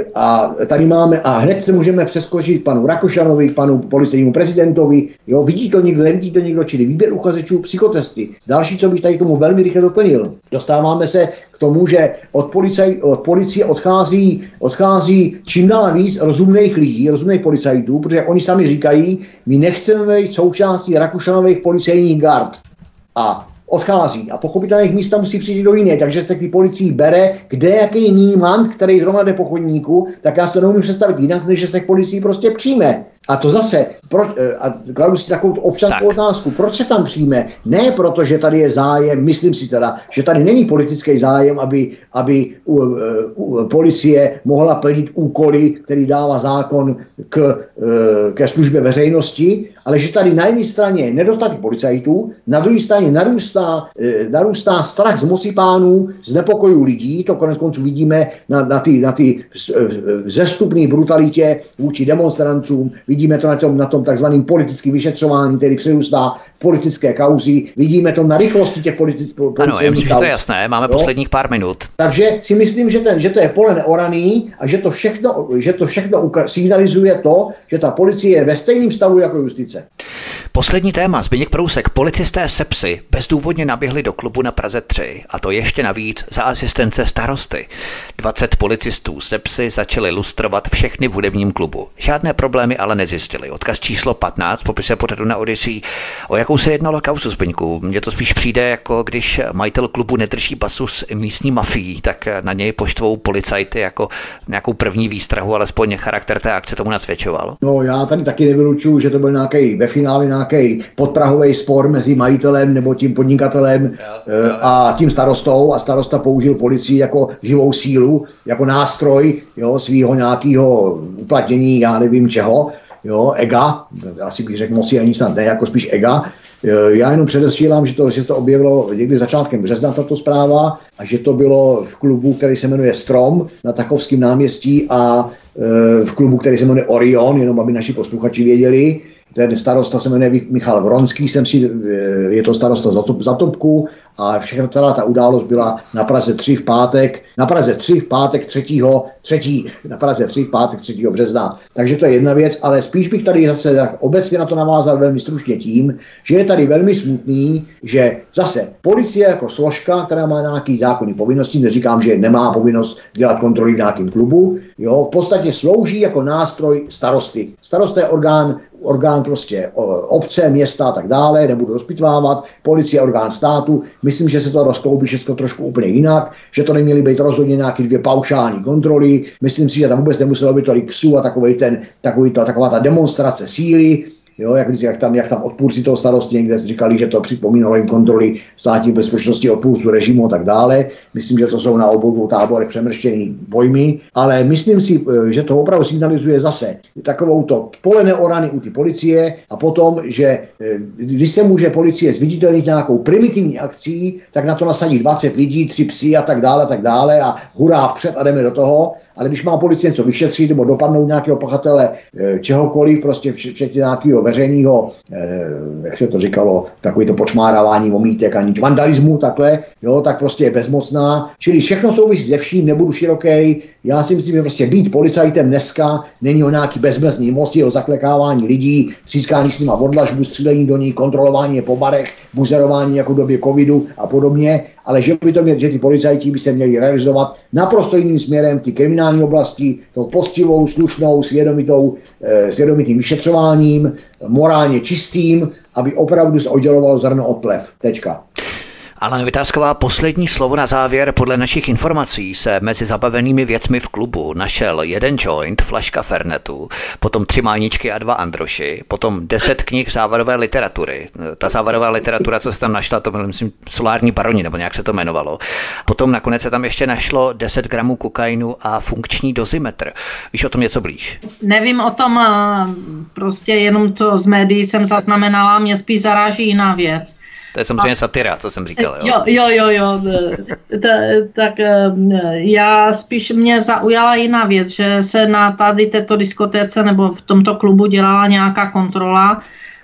a tady máme, a hned se můžeme přeskočit panu Rakušanovi, panu policejnímu prezidentovi, jo, vidí to někdo, nevidí to někdo, čili výběr uchazečů, psychotesty. Další, co bych tady tomu velmi rychle doplnil, dostáváme se k tomu, že od, policaj, od policie odchází, odchází čím dál víc rozumných lidí, rozumných policajtů, protože oni sami říkají, my nechceme být součástí Rakušanových policejních gard. A odchází a pochopitelně jejich místa musí přijít do jiné, takže se k té policii bere, kde jaký nímant, který zrovna jde po chodníku, tak já si to neumím představit jinak, než že se k policii prostě přijme. A to zase, proč, a kladu si takovou občanskou otázku, proč se tam přijme? Ne proto, že tady je zájem, myslím si teda, že tady není politický zájem, aby, aby u, u, policie mohla plnit úkoly, který dává zákon k, ke službě veřejnosti, ale že tady na jedné straně je nedostatek policajtů, na druhé straně narůstá, narůstá strach z moci pánů, z nepokojů lidí, to konec konců vidíme na, na ty, na ty vzestupné brutalitě vůči demonstrantům, vidíme to na tom, na tom takzvaném politickém vyšetřování, který přerůstá politické kauzy, vidíme to na rychlosti těch politických kauz. Ano, já myslím, že to je jasné, máme jo? posledních pár minut. Takže si myslím, že, ten, že to je pole neoraný a že to všechno, že to všechno signalizuje to, že ta policie je ve stejném stavu jako justice. Poslední téma, Zbyněk Prousek. Policisté Sepsy bezdůvodně naběhli do klubu na Praze tři, a to ještě navíc za asistence starosty. dvacet policistů Sepsy začali lustrovat všechny v hudebním klubu. Žádné problémy ale nezjistili. Odkaz číslo patnáct, popise pořadu na Odyssey. O jakou se jednalo kauzu, Zbyňku? Mně to spíš přijde, jako když majitel klubu nedrží basu s místní mafií, tak na něj poštvou policajty jako nějakou první výstrahu, alespoň charakter té akce tomu nasvědčoval. No, já tady taky nevylučuju, že to byl nějaký ve finále nějaký podprahový spor mezi majitelem nebo tím podnikatelem jo, jo. a tím starostou, a starosta použil policii jako živou sílu, jako nástroj, jo, svýho nějakého uplatnění, já nevím čeho. jo, ega, asi bych řekl moci ani snad ne, jako spíš ega. Já jenom předesílám, že to, že to objevilo někdy začátkem března tato zpráva a že to bylo v klubu, který se jmenuje Strom na Tachovském náměstí a v klubu, který se jmenuje Orion, jenom aby naši posluchači věděli. Ten starosta se jmenuje Michal Vronský, jsem si, je to starosta Zatopku a všechno celá ta událost byla na Praze tři v pátek, na Praze tři v pátek třetího třetí na Praze tři v pátek třetího března. Takže to je jedna věc, ale spíš bych tady zase tak obecně na to navázal velmi stručně tím, že je tady velmi smutný, že zase policie jako složka, která má nějaký zákonný povinnosti, neříkám, že nemá povinnost dělat kontroly v nějakém klubu, jo, v podstatě slouží jako nástroj starosty. Starosta je orgán orgán prostě obce, města a tak dále, nebudu rozpitvávat, policie, orgán státu. Myslím, že se to rozkloubí všechno trošku úplně jinak, že to neměly být rozhodně nějaké dvě paušální kontroly. Myslím si, že tam vůbec nemuselo být tolik psů a takovej ten, takový ta, taková ta demonstrace síly. Jo, jak, jak, tam, jak tam odpůrci toho starosty někde říkali, že to připomínalo jim kontroly státní bezpečnosti, odpůrců režimu a tak dále. Myslím, že to jsou na obou táborech přemrštěný pojmy, ale myslím si, že to opravdu signalizuje zase takovou to pole neorany u ty policie a potom, že když se může policie zviditelnit nějakou primitivní akcí, tak na to nasadí dvacet lidí, tři psy a tak dále a tak dále a hurá vpřed a jdeme do toho. Ale když má policie něco vyšetřit nebo dopadnout nějakého pachatele e, čehokoliv, prostě včetně nějakého veřejného, e, jak se to říkalo, takový to počmárávání omítek a nič, vandalismu, takhle, jo, tak prostě je bezmocná. Čili všechno souvisí se vším, nebudu široký. Já si myslím, že prostě být policajtem dneska není o nějaký bezmezný moci, o zaklekávání lidí, třískání s nima odlažbu, střílení do ní, kontrolování je po barech, buzerování jako v době covidu a podobně, ale že by to měl, že ty policajti by se měli realizovat naprosto jiným směrem, ty kriminální oblasti, tou poctivou, slušnou, svědomitou, eh, svědomitým vyšetřováním, morálně čistým, aby opravdu se oddělovalo zrno od plev. Tečka. Alena Vytázková, poslední slovo na závěr. Podle našich informací se mezi zabavenými věcmi v klubu našel jeden joint, flaška Fernetu, potom tři máničky a dva androši, potom deset knih závodové literatury. Ta závodová literatura, co se tam našla, to byl, myslím, solární baroni, nebo nějak se to jmenovalo. Potom nakonec se tam ještě našlo deset gramů kokainu a funkční dozimetr. Víš o tom něco blíž? Nevím o tom, prostě jenom to z médií jsem zaznamenala, mě spíš zaráží jiná věc. To je samozřejmě satira, co jsem říkal. Jo, jo, jo, jo. jo. Tak já spíš mě zaujala jiná věc, že se na tady této diskotéce nebo v tomto klubu dělala nějaká kontrola.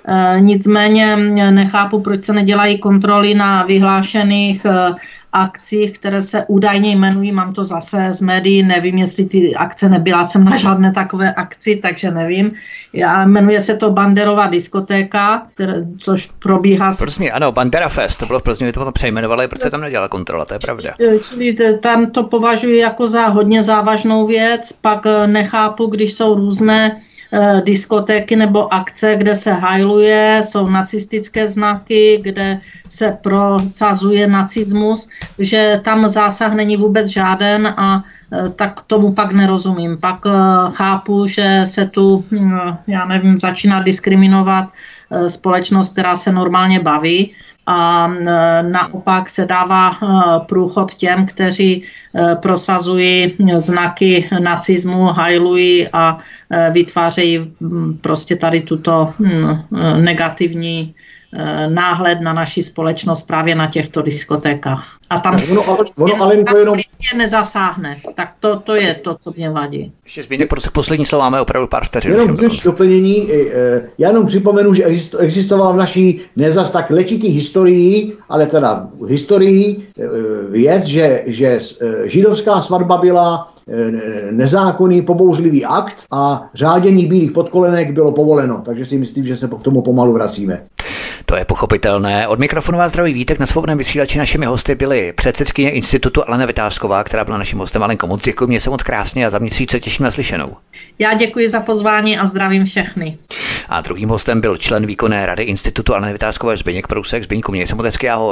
Nicméně nechápu, proč se nedělají kontroly na vyhlášených akcích, které se údajně jmenují, mám to zase z médií, nevím, jestli ty akce nebyla jsem na žádné takové akci, takže nevím. Já, jmenuje se to Banderova diskotéka, které, což probíhá... Prostě ano, Bandera Fest, to bylo v Plzni, to přejmenovali, proč se tam nedělala kontrola, to je pravda. Čili tam to považuji jako za hodně závažnou věc, pak nechápu, když jsou různé diskotéky nebo akce, kde se hajluje, jsou nacistické znaky, kde se prosazuje nacismus, že tam zásah není vůbec žáden a tak tomu pak nerozumím. Pak chápu, že se tu, já nevím, začíná diskriminovat společnost, která se normálně baví, a naopak se dává průchod těm, kteří prosazují znaky nacismu, hajlují a vytvářejí prostě tady tuto negativní náhled na naši společnost právě na těchto diskotékách. A tam ono, ono, ale jenom... nezasáhne. Tak to, to je to, co mě vadí. Ještě Zbigněk, poslední slovo, máme opravdu pár vteřin. Jenom doplnění. Já jenom připomenu, že existovala v naší nezas tak letitý historii, ale teda historii věc, že, že židovská svatba byla nezákonný pobouřlivý akt a řádění bílých podkolenek bylo povoleno. Takže si myslím, že se k tomu pomalu vracíme. To je pochopitelné. Od mikrofonu vás zdraví Vítek, na Svobodném vysílači našimi hosty byly předsedkyně institutu Alena Vytázková, která byla naším hostem. Alenko, moc děkuji, mě se moc krásně a za měsíc se těším na slyšenou. Já děkuji za pozvání a zdravím všechny. A druhým hostem byl člen výkonné rady institutu Alena Vytázkové Zbyněk Prousek. Zbyňku, měj se moc hezky, ahoj.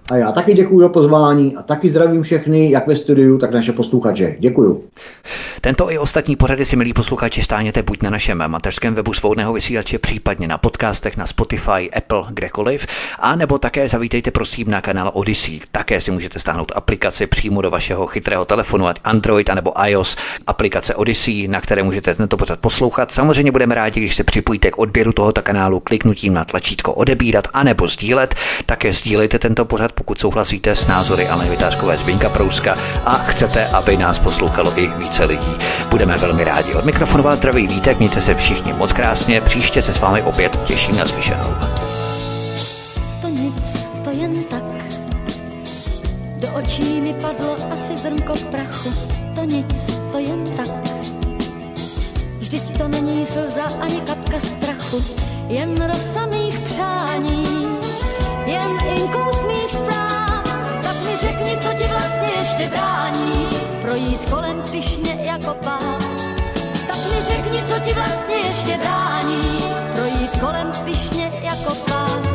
A já taky děkuji za pozvání a taky zdravím všechny, jak ve studiu, tak naše posluchače. Děkuju. Tento i ostatní pořady si, milí posluchači, stáhněte buď na našem mateřském webu Svobodného vysílače, případně na podcastech, na Spotify, Apple, kdekoliv, a nebo také zavítejte prosím na kanál Odyssey. Také si můžete stáhnout aplikaci přímo do vašeho chytrého telefonu, ať Android anebo iOS, aplikace Odyssey, na které můžete tento pořad poslouchat. Samozřejmě budeme rádi, když se připojíte k odběru tohoto kanálu kliknutím na tlačítko odebírat anebo sdílet. Také sdílejte tento pořad, pokud souhlasíte s názory Aleny Vytázkové, Zbyňka Prouska a chcete, aby nás poslouchalo i více lidí. Budeme velmi rádi. Od mikrofonu vás zdraví Vítek, mějte se všichni moc krásně, příště se s vámi opět těším na slyšenou. To nic, to jen tak, do očí mi padlo asi zrnko prachu. To nic, to jen tak, vždyť to není slza ani kapka strachu, jen rosa mých přání, jen inkous mých zpráv. Tak mi řekni, co ti vlastně ještě brání projít kolem pyšně jako páv. Tak mi řekni, co ti vlastně ještě brání projít kolem pyšně jako páv.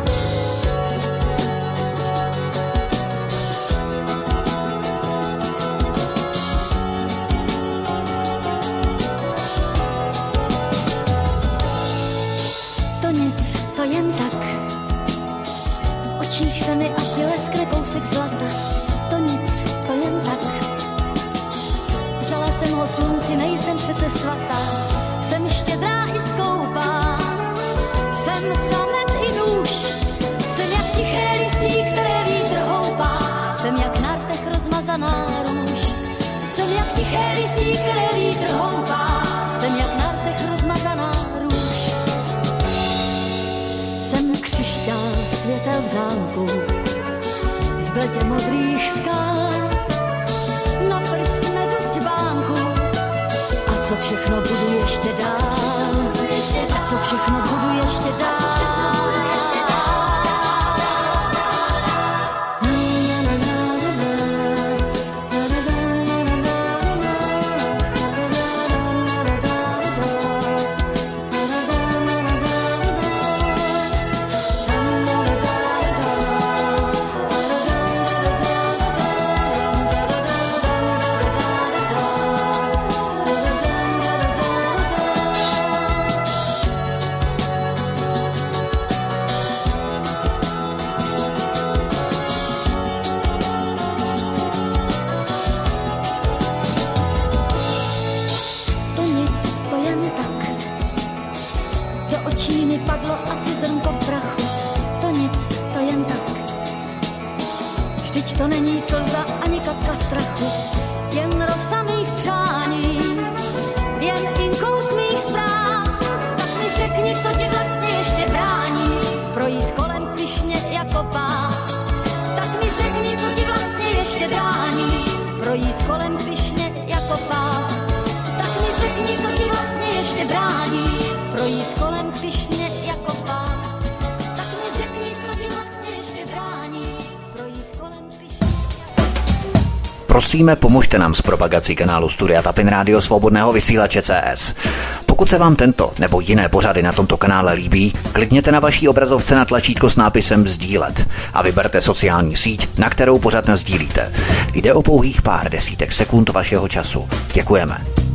To nic, to jen tak, v očích se mi asi leskne kousek zlata. To nic, to jen tak, vzala jsem ho slunci, nejsem přece svatá. Jsem štědrá i skoupá, jsem samet i nůž, jsem jak tiché listí, které vítr houpá. Jsem jak na rtech rozmazaná růž, jsem jak tiché listí, které vítr houpá. Jsem jak na rtech rozmazaná růž. Jsem křišťál světel v zámku, z bledě modrých skal, na prst medu v džbánku. A co všechno budu ještě dál, a co všechno budu ještě dál. To není slza ani kapka strachu, jen rosa mých přání, jen inkous mých zpráv. Tak mi řekni, co ti vlastně ještě brání projít kolem pyšně jako páv. Tak mi řekni, co ti vlastně ještě brání projít kolem pyšně jako páv. Tak mi řekni, co ti vlastně ještě brání projít kolem pyšně jako páv. Tak mi řekni, co ti vlastně ještě brání projít kolem pyšně. Prosíme, pomožte nám s propagací kanálu Studia Tapin Rádio Svobodného vysílače C S. Pokud se vám tento nebo jiné pořady na tomto kanále líbí, klikněte na vaší obrazovce na tlačítko s nápisem sdílet a vyberte sociální síť, na kterou pořad nasdílíte. Jde o pouhých pár desítek sekund vašeho času. Děkujeme.